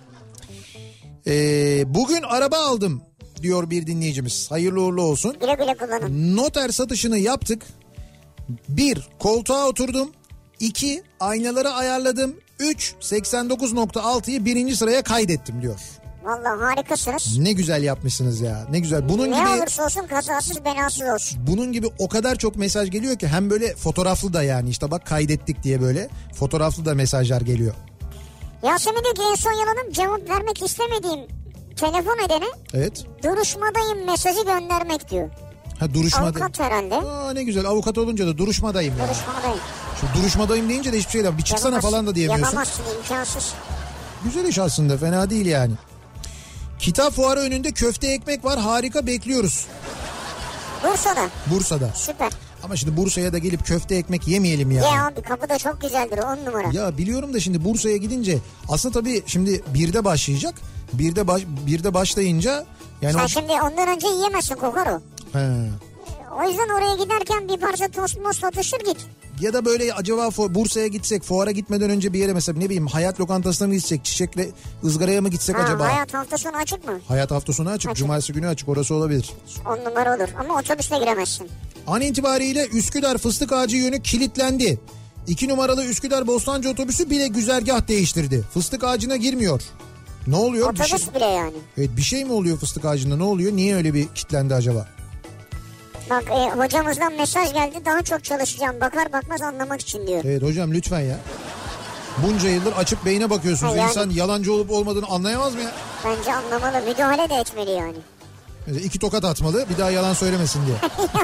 A: Ee, bugün araba aldım diyor bir dinleyicimiz. Hayırlı uğurlu olsun.
B: Güle güle kullanın.
A: Noter satışını yaptık. Bir, koltuğa oturdum. İki, aynaları ayarladım. Üç, seksen dokuz nokta altıyı birinci sıraya kaydettim diyor.
B: Vallahi harikasınız.
A: Ne güzel yapmışsınız ya. Ne güzel. Bunun
B: Ne
A: gibi
B: olursa olsun kazasız belasız olsun.
A: bunun gibi o kadar çok mesaj geliyor ki, hem böyle fotoğraflı da, yani işte bak kaydettik diye böyle fotoğraflı da mesajlar geliyor.
B: Yasemin diyor ki en son yalanım cevap vermek istemediğim telefon edene
A: Evet.
B: duruşmadayım mesajı göndermek diyor.
A: Ha, duruşmada.
B: Avukat herhalde.
A: Aa, ne güzel, avukat olunca da duruşmadayım ya.
B: Duruşmadayım.
A: Şu duruşmadayım deyince de hiçbir şey de bir çıksana
B: Yapamazsın,
A: falan da diyemiyorsun.
B: Yapamazsın, imkansız.
A: Güzel iş aslında, fena değil yani. Kitap fuarı önünde köfte ekmek var, harika, bekliyoruz.
B: Bursa'da.
A: Bursa'da.
B: Süper.
A: Ama şimdi Bursa'ya da gelip köfte ekmek yemeyelim yani.
B: Ya abi kapı da çok güzeldir, on numara.
A: Ya biliyorum da şimdi Bursa'ya gidince aslında tabii şimdi birde başlayacak. Birde baş, birde başlayınca yani
B: Sen
A: o...
B: şimdi ondan önce yiyemezsin, kokar o.
A: He.
B: O yüzden oraya giderken bir parça tost most atışır git.
A: Ya da böyle acaba fu- Bursa'ya gitsek, fuara gitmeden önce bir yere mesela, ne bileyim, Hayat Lokantası'na mı gitsek, Çiçek'le ızgaraya mı gitsek
B: Ha,
A: acaba?
B: hayat hafta sonu açık mı?
A: Hayat hafta sonu açık,
B: Açık.
A: cumartesi günü açık, orası olabilir.
B: On numara olur ama otobüsle giremezsin.
A: An itibariyle Üsküdar Fıstık Ağacı yönü kilitlendi. İki numaralı Üsküdar Bostancı otobüsü bile güzergah değiştirdi. Fıstık Ağacı'na girmiyor. Ne oluyor? Bir
B: Otobüs
A: şey...
B: bile yani.
A: Evet, bir şey mi oluyor Fıstık Ağacı'nda, ne oluyor? Niye öyle bir kilitlendi acaba?
B: Bak e, hocamızdan mesaj geldi, daha çok çalışacağım bakar bakmaz anlamak için diyor.
A: Evet hocam, lütfen ya. Bunca yıldır açıp beyine bakıyorsunuz.
B: Ha, yani.
A: İnsan yalancı olup olmadığını anlayamaz mı ya?
B: Bence anlamalı, müdahale de etmeli yani.
A: Mesela iki tokat atmalı, bir daha yalan söylemesin diye.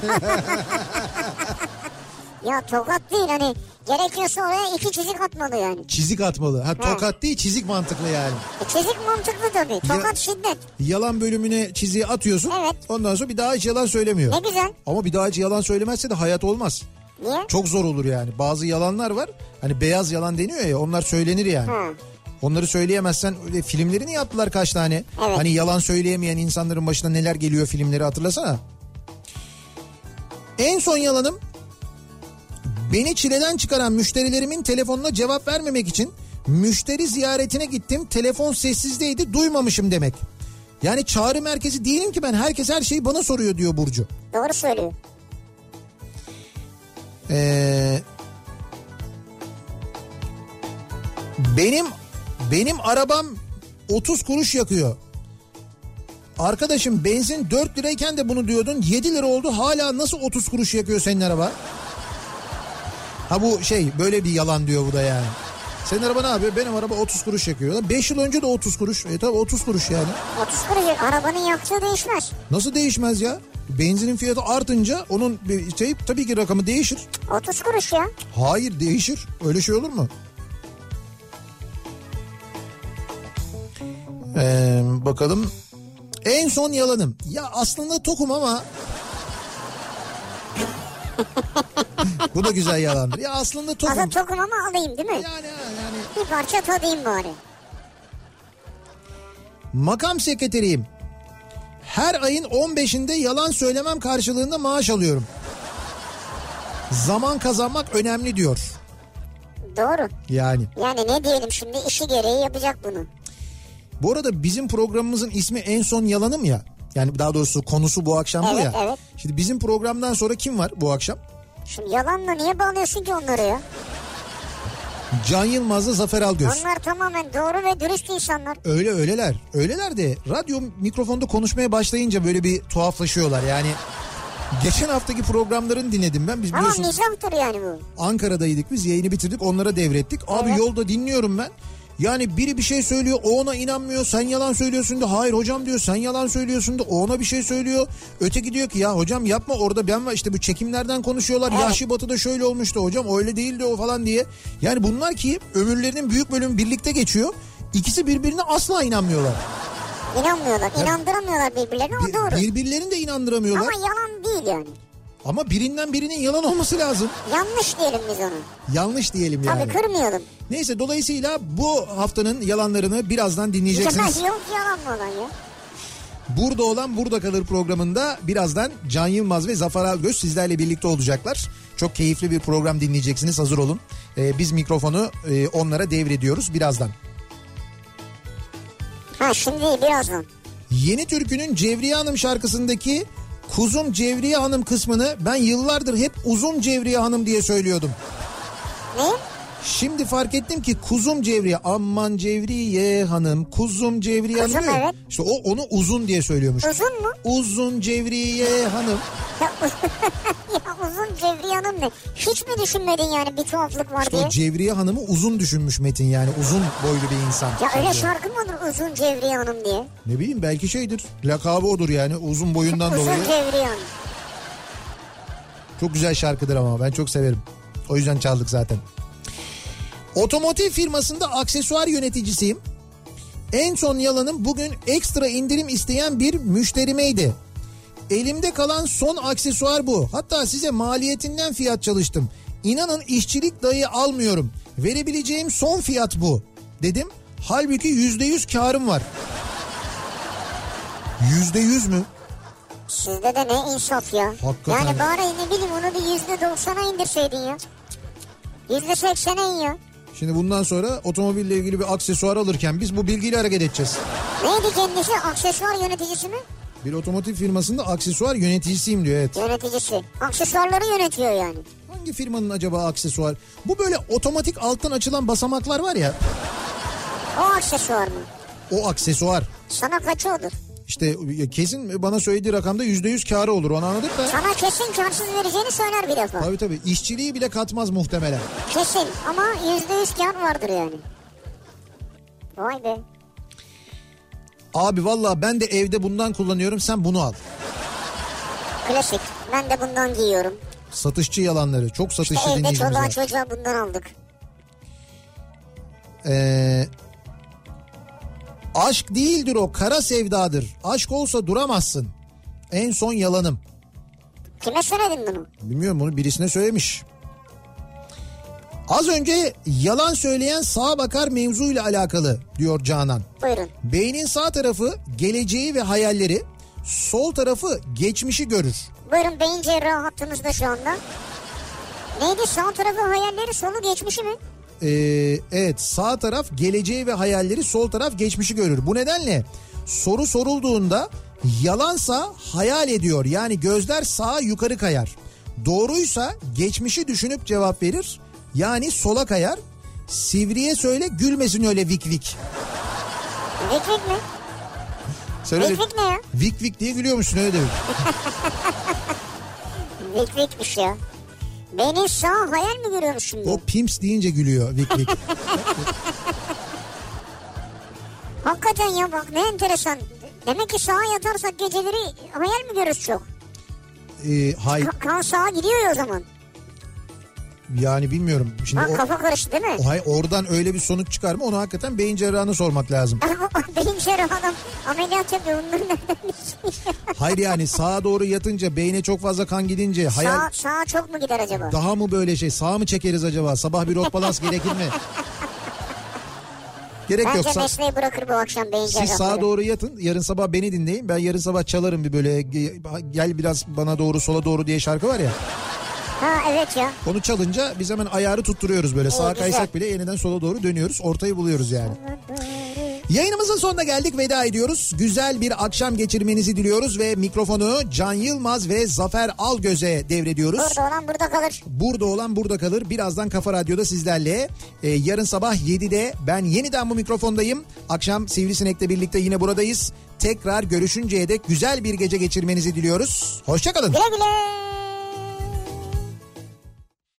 B: Ya tokat değil, hani gerekiyorsa oraya iki çizik atmalı yani.
A: Çizik atmalı. Ha, tokat değil, çizik mantıklı yani.
B: E, çizik mantıklı tabii, tokat
A: Ya-
B: şiddet.
A: Yalan bölümüne çiziği atıyorsun.
B: Evet.
A: Ondan sonra bir daha hiç yalan söylemiyor.
B: Ne güzel.
A: Ama bir daha hiç yalan söylemezse de hayat olmaz.
B: Niye?
A: Çok zor olur yani. Bazı yalanlar var. Hani beyaz yalan deniyor ya, onlar söylenir yani.
B: Hı.
A: Onları söyleyemezsen, öyle filmlerini yaptılar kaç tane.
B: Evet.
A: Hani yalan söyleyemeyen insanların başına neler geliyor filmleri hatırlasana. En son yalanım, beni çileden çıkaran müşterilerimin telefonuna cevap vermemek için müşteri ziyaretine gittim. Telefon sessizdeydi, duymamışım demek. Yani çağrı merkezi değilim ki ben, herkes her şeyi bana soruyor diyor Burcu.
B: Doğru söylüyor.
A: Ee, benim benim arabam otuz kuruş yakıyor. Arkadaşım, benzin dört lirayken de bunu diyordun, yedi lira oldu, hala nasıl otuz kuruş yakıyor senin araba? Ha, bu şey, böyle bir yalan diyor bu da yani. Senin araba ne yapıyor? Benim araba otuz kuruş yakıyor. beş yıl önce de otuz kuruş. E tabi otuz kuruş yani.
B: otuz kuruş arabanın yaktığı değişmez.
A: Nasıl değişmez ya? Benzinin fiyatı artınca onun şey, tabii ki rakamı değişir.
B: otuz kuruş ya.
A: Hayır, değişir. Öyle şey olur mu? Ee, bakalım. En son yalanım. Ya aslında tokum ama Bu da güzel yalandır. Ya aslında tokum.
B: Aslında tokum ama alayım değil mi?
A: Yani yani.
B: Bir parça tadayım bari.
A: Makam sekreteriyim. Her ayın on beşinde yalan söylemem karşılığında maaş alıyorum. Zaman kazanmak önemli diyor.
B: Doğru.
A: Yani.
B: Yani ne diyelim şimdi, işi gereği yapacak bunu.
A: Bu arada bizim programımızın ismi En Son Yalanım ya. Yani daha doğrusu konusu bu akşam
B: evet,
A: bu ya.
B: Evet.
A: Şimdi bizim programdan sonra kim var bu akşam?
B: Şimdi yalanla niye bağlıyorsun ki onları ya?
A: Can Yılmaz'la Zafer Algöz.
B: Onlar tamamen doğru ve dürüst insanlar.
A: Öyle öyleler. Öyleler de radyo mikrofonda konuşmaya başlayınca böyle bir tuhaflaşıyorlar. Yani geçen haftaki programlarını dinledim ben. Biz
B: Ama mizahtır yani bu.
A: Ankara'daydık biz, yayını bitirdik, onlara devrettik. Abi
B: evet.
A: Yolda dinliyorum ben. Yani biri bir şey söylüyor, o ona inanmıyor, sen yalan söylüyorsun da, hayır hocam diyor sen yalan söylüyorsun da, o ona bir şey söylüyor. Öteki diyor ki ya hocam yapma, orada ben var işte, bu çekimlerden konuşuyorlar. Evet. Yahşi Batı'da şöyle olmuştu hocam, öyle değildi o falan diye. Yani bunlar ki ömürlerinin büyük bölümü birlikte geçiyor. İkisi birbirine asla inanmıyorlar.
B: İnanmıyorlar, ya, inandıramıyorlar birbirlerine, o doğru.
A: Birbirlerini de inandıramıyorlar.
B: Ama yalan değil yani.
A: Ama birinden birinin yalan olması lazım.
B: Yanlış diyelim biz onu.
A: Yanlış diyelim yani.
B: Tabii kırmayalım.
A: Neyse, dolayısıyla bu haftanın yalanlarını birazdan dinleyeceksiniz.
B: Ya yok yalan mı olan ya?
A: Burada olan burada kalır programında birazdan Can Yılmaz ve Zafer Algöz sizlerle birlikte olacaklar. Çok keyifli bir program dinleyeceksiniz, hazır olun. Ee, biz mikrofonu e, onlara devrediyoruz birazdan.
B: Ha şimdi birazdan.
A: Yeni Türkü'nün Cevriye Hanım şarkısındaki Kuzum Cevriye Hanım kısmını ben yıllardır hep Uzun Cevriye Hanım diye söylüyordum.
B: Ne?
A: Şimdi fark ettim ki Kuzum Cevriye, aman Cevriye Hanım, Kuzum Cevriye
B: Kuzum,
A: Hanım.
B: evet.
A: İşte o onu uzun diye söylüyormuş.
B: Uzun mu?
A: Uzun Cevriye Hanım.
B: Ya, ya uzun Cevriye Hanım ne? Hiç mi düşünmedin yani bir tuhaflık var
A: işte
B: diye?
A: O Cevriye Hanım'ı uzun düşünmüş Metin, yani uzun boylu bir insan.
B: Ya öyle şarkı mı olur Uzun Cevriye Hanım diye?
A: Ne bileyim, belki şeydir, lakabı odur yani, uzun boyundan
B: uzun
A: dolayı.
B: Uzun Cevriye Hanım.
A: Çok güzel şarkıdır ama ben çok severim. O yüzden çaldık zaten. Otomotiv firmasında aksesuar yöneticisiyim. En son yalanım bugün ekstra indirim isteyen bir müşterimeydi. Elimde kalan son aksesuar bu. Hatta size maliyetinden fiyat çalıştım. İnanın işçilik dahi almıyorum. Verebileceğim son fiyat bu dedim. Halbuki yüzde yüz karım var. Yüzde yüz mü?
B: Sizde de ne insaf ya.
A: Hakikaten.
B: Yani bari ne bileyim onu bir yüzde doksana indirseydin ya. Yüzde seksene in ya.
A: Şimdi bundan sonra otomobille ilgili bir aksesuar alırken biz bu bilgiyle hareket edeceğiz.
B: Neydi kendisi? Aksesuar yöneticisi mi?
A: Bir otomotiv firmasında aksesuar yöneticisiyim diyor, evet.
B: Yöneticisi. Aksesuarları yönetiyor yani.
A: Hangi firmanın acaba aksesuar? Bu böyle otomatik alttan açılan basamaklar var ya.
B: O aksesuar mı?
A: O aksesuar.
B: Sana kaçı olur?
A: İşte kesin bana söylediği rakamda yüzde yüz kârı olur, onu anladık da.
B: Sana kesin kârsız vereceğini söyler bir defa.
A: Tabii tabii, işçiliği bile katmaz muhtemelen.
B: Kesin ama yüzde yüz kâr vardır yani. Vay be.
A: Abi vallahi ben de evde bundan kullanıyorum, sen bunu al.
B: Klasik, ben de bundan giyiyorum.
A: Satışçı yalanları, çok satışçı
B: işte
A: dinleyicimiz var.
B: evde çoluğa çocuğa bundan aldık.
A: Eee... Aşk değildir o, kara sevdadır. Aşk olsa duramazsın. En son yalanım.
B: Kime söyledin bunu?
A: Bilmiyorum, bunu birisine söylemiş. Az önce yalan söyleyen sağa bakar mevzuyla alakalı diyor Canan.
B: Buyurun.
A: Beynin sağ tarafı geleceği ve hayalleri, sol tarafı geçmişi görür.
B: Buyurun, beyin cerrahı hattımızda şu anda. Neydi, sağ tarafı hayalleri, solu geçmişi mi?
A: Ee, evet, sağ taraf geleceği ve hayalleri, sol taraf geçmişi görür. Bu nedenle soru sorulduğunda yalansa hayal ediyor, yani gözler sağa yukarı kayar. Doğruysa geçmişi düşünüp cevap verir, yani sola kayar. Sivriye söyle gülmesin öyle vik vik.
B: Vik vik mi?
A: Söyle,
B: vik vik ne ya?
A: Vik vik diye gülüyormuşsun, öyle demek.
B: Vik vikmiş ya. Beynin sağ hayal mi görüyormuş şimdi?
A: O pimps deyince gülüyor vik vik.
B: Hakikaten ya, bak ne enteresan. Demek ki sağa yatarsak geceleri hayal mi görürüz çok?
A: Ee, hayır.
B: Ka- kan sağa gidiyor ya o zaman.
A: Yani bilmiyorum. Şimdi
B: ha,
A: o,
B: kafa karıştı değil mi?
A: O, hayır, oradan öyle bir sonuç çıkar mı? Onu hakikaten beyin cerrahına sormak lazım.
B: Beyin cerrahı adam ameliyat yapıyor. Bunları nereden bilsin?
A: Hayır yani sağa doğru yatınca beyne çok fazla kan gidince hayal...
B: Sağa, sağa çok mu gider acaba?
A: Daha mı böyle şey, sağa mı çekeriz acaba? Sabah bir rot balans gerekir mi? Gerek
B: Bence
A: yok.
B: Bence mesleği bırakır bu akşam beyin cerrahı.
A: Siz sağa doğru yatın. Yarın sabah beni dinleyin. Ben yarın sabah çalarım bir böyle gel biraz bana doğru sola doğru diye şarkı var ya.
B: Ha evet ya.
A: Onu çalınca biz hemen ayarı tutturuyoruz böyle. İyi, sağa güzel. Kaysak bile yeniden sola doğru dönüyoruz. Ortayı buluyoruz yani. Yayınımızın sonuna geldik, veda ediyoruz. Güzel bir akşam geçirmenizi diliyoruz ve mikrofonu Can Yılmaz ve Zafer Algöz'e devrediyoruz.
B: Burada olan burada kalır.
A: Burada olan burada kalır. Birazdan Kafa Radyo'da sizlerle. Ee, yarın sabah yedide ben yeniden bu mikrofondayım. Akşam Sivrisinek'le birlikte yine buradayız. Tekrar görüşünceye dek güzel bir gece geçirmenizi diliyoruz. Hoşça kalın.
B: Güle güle.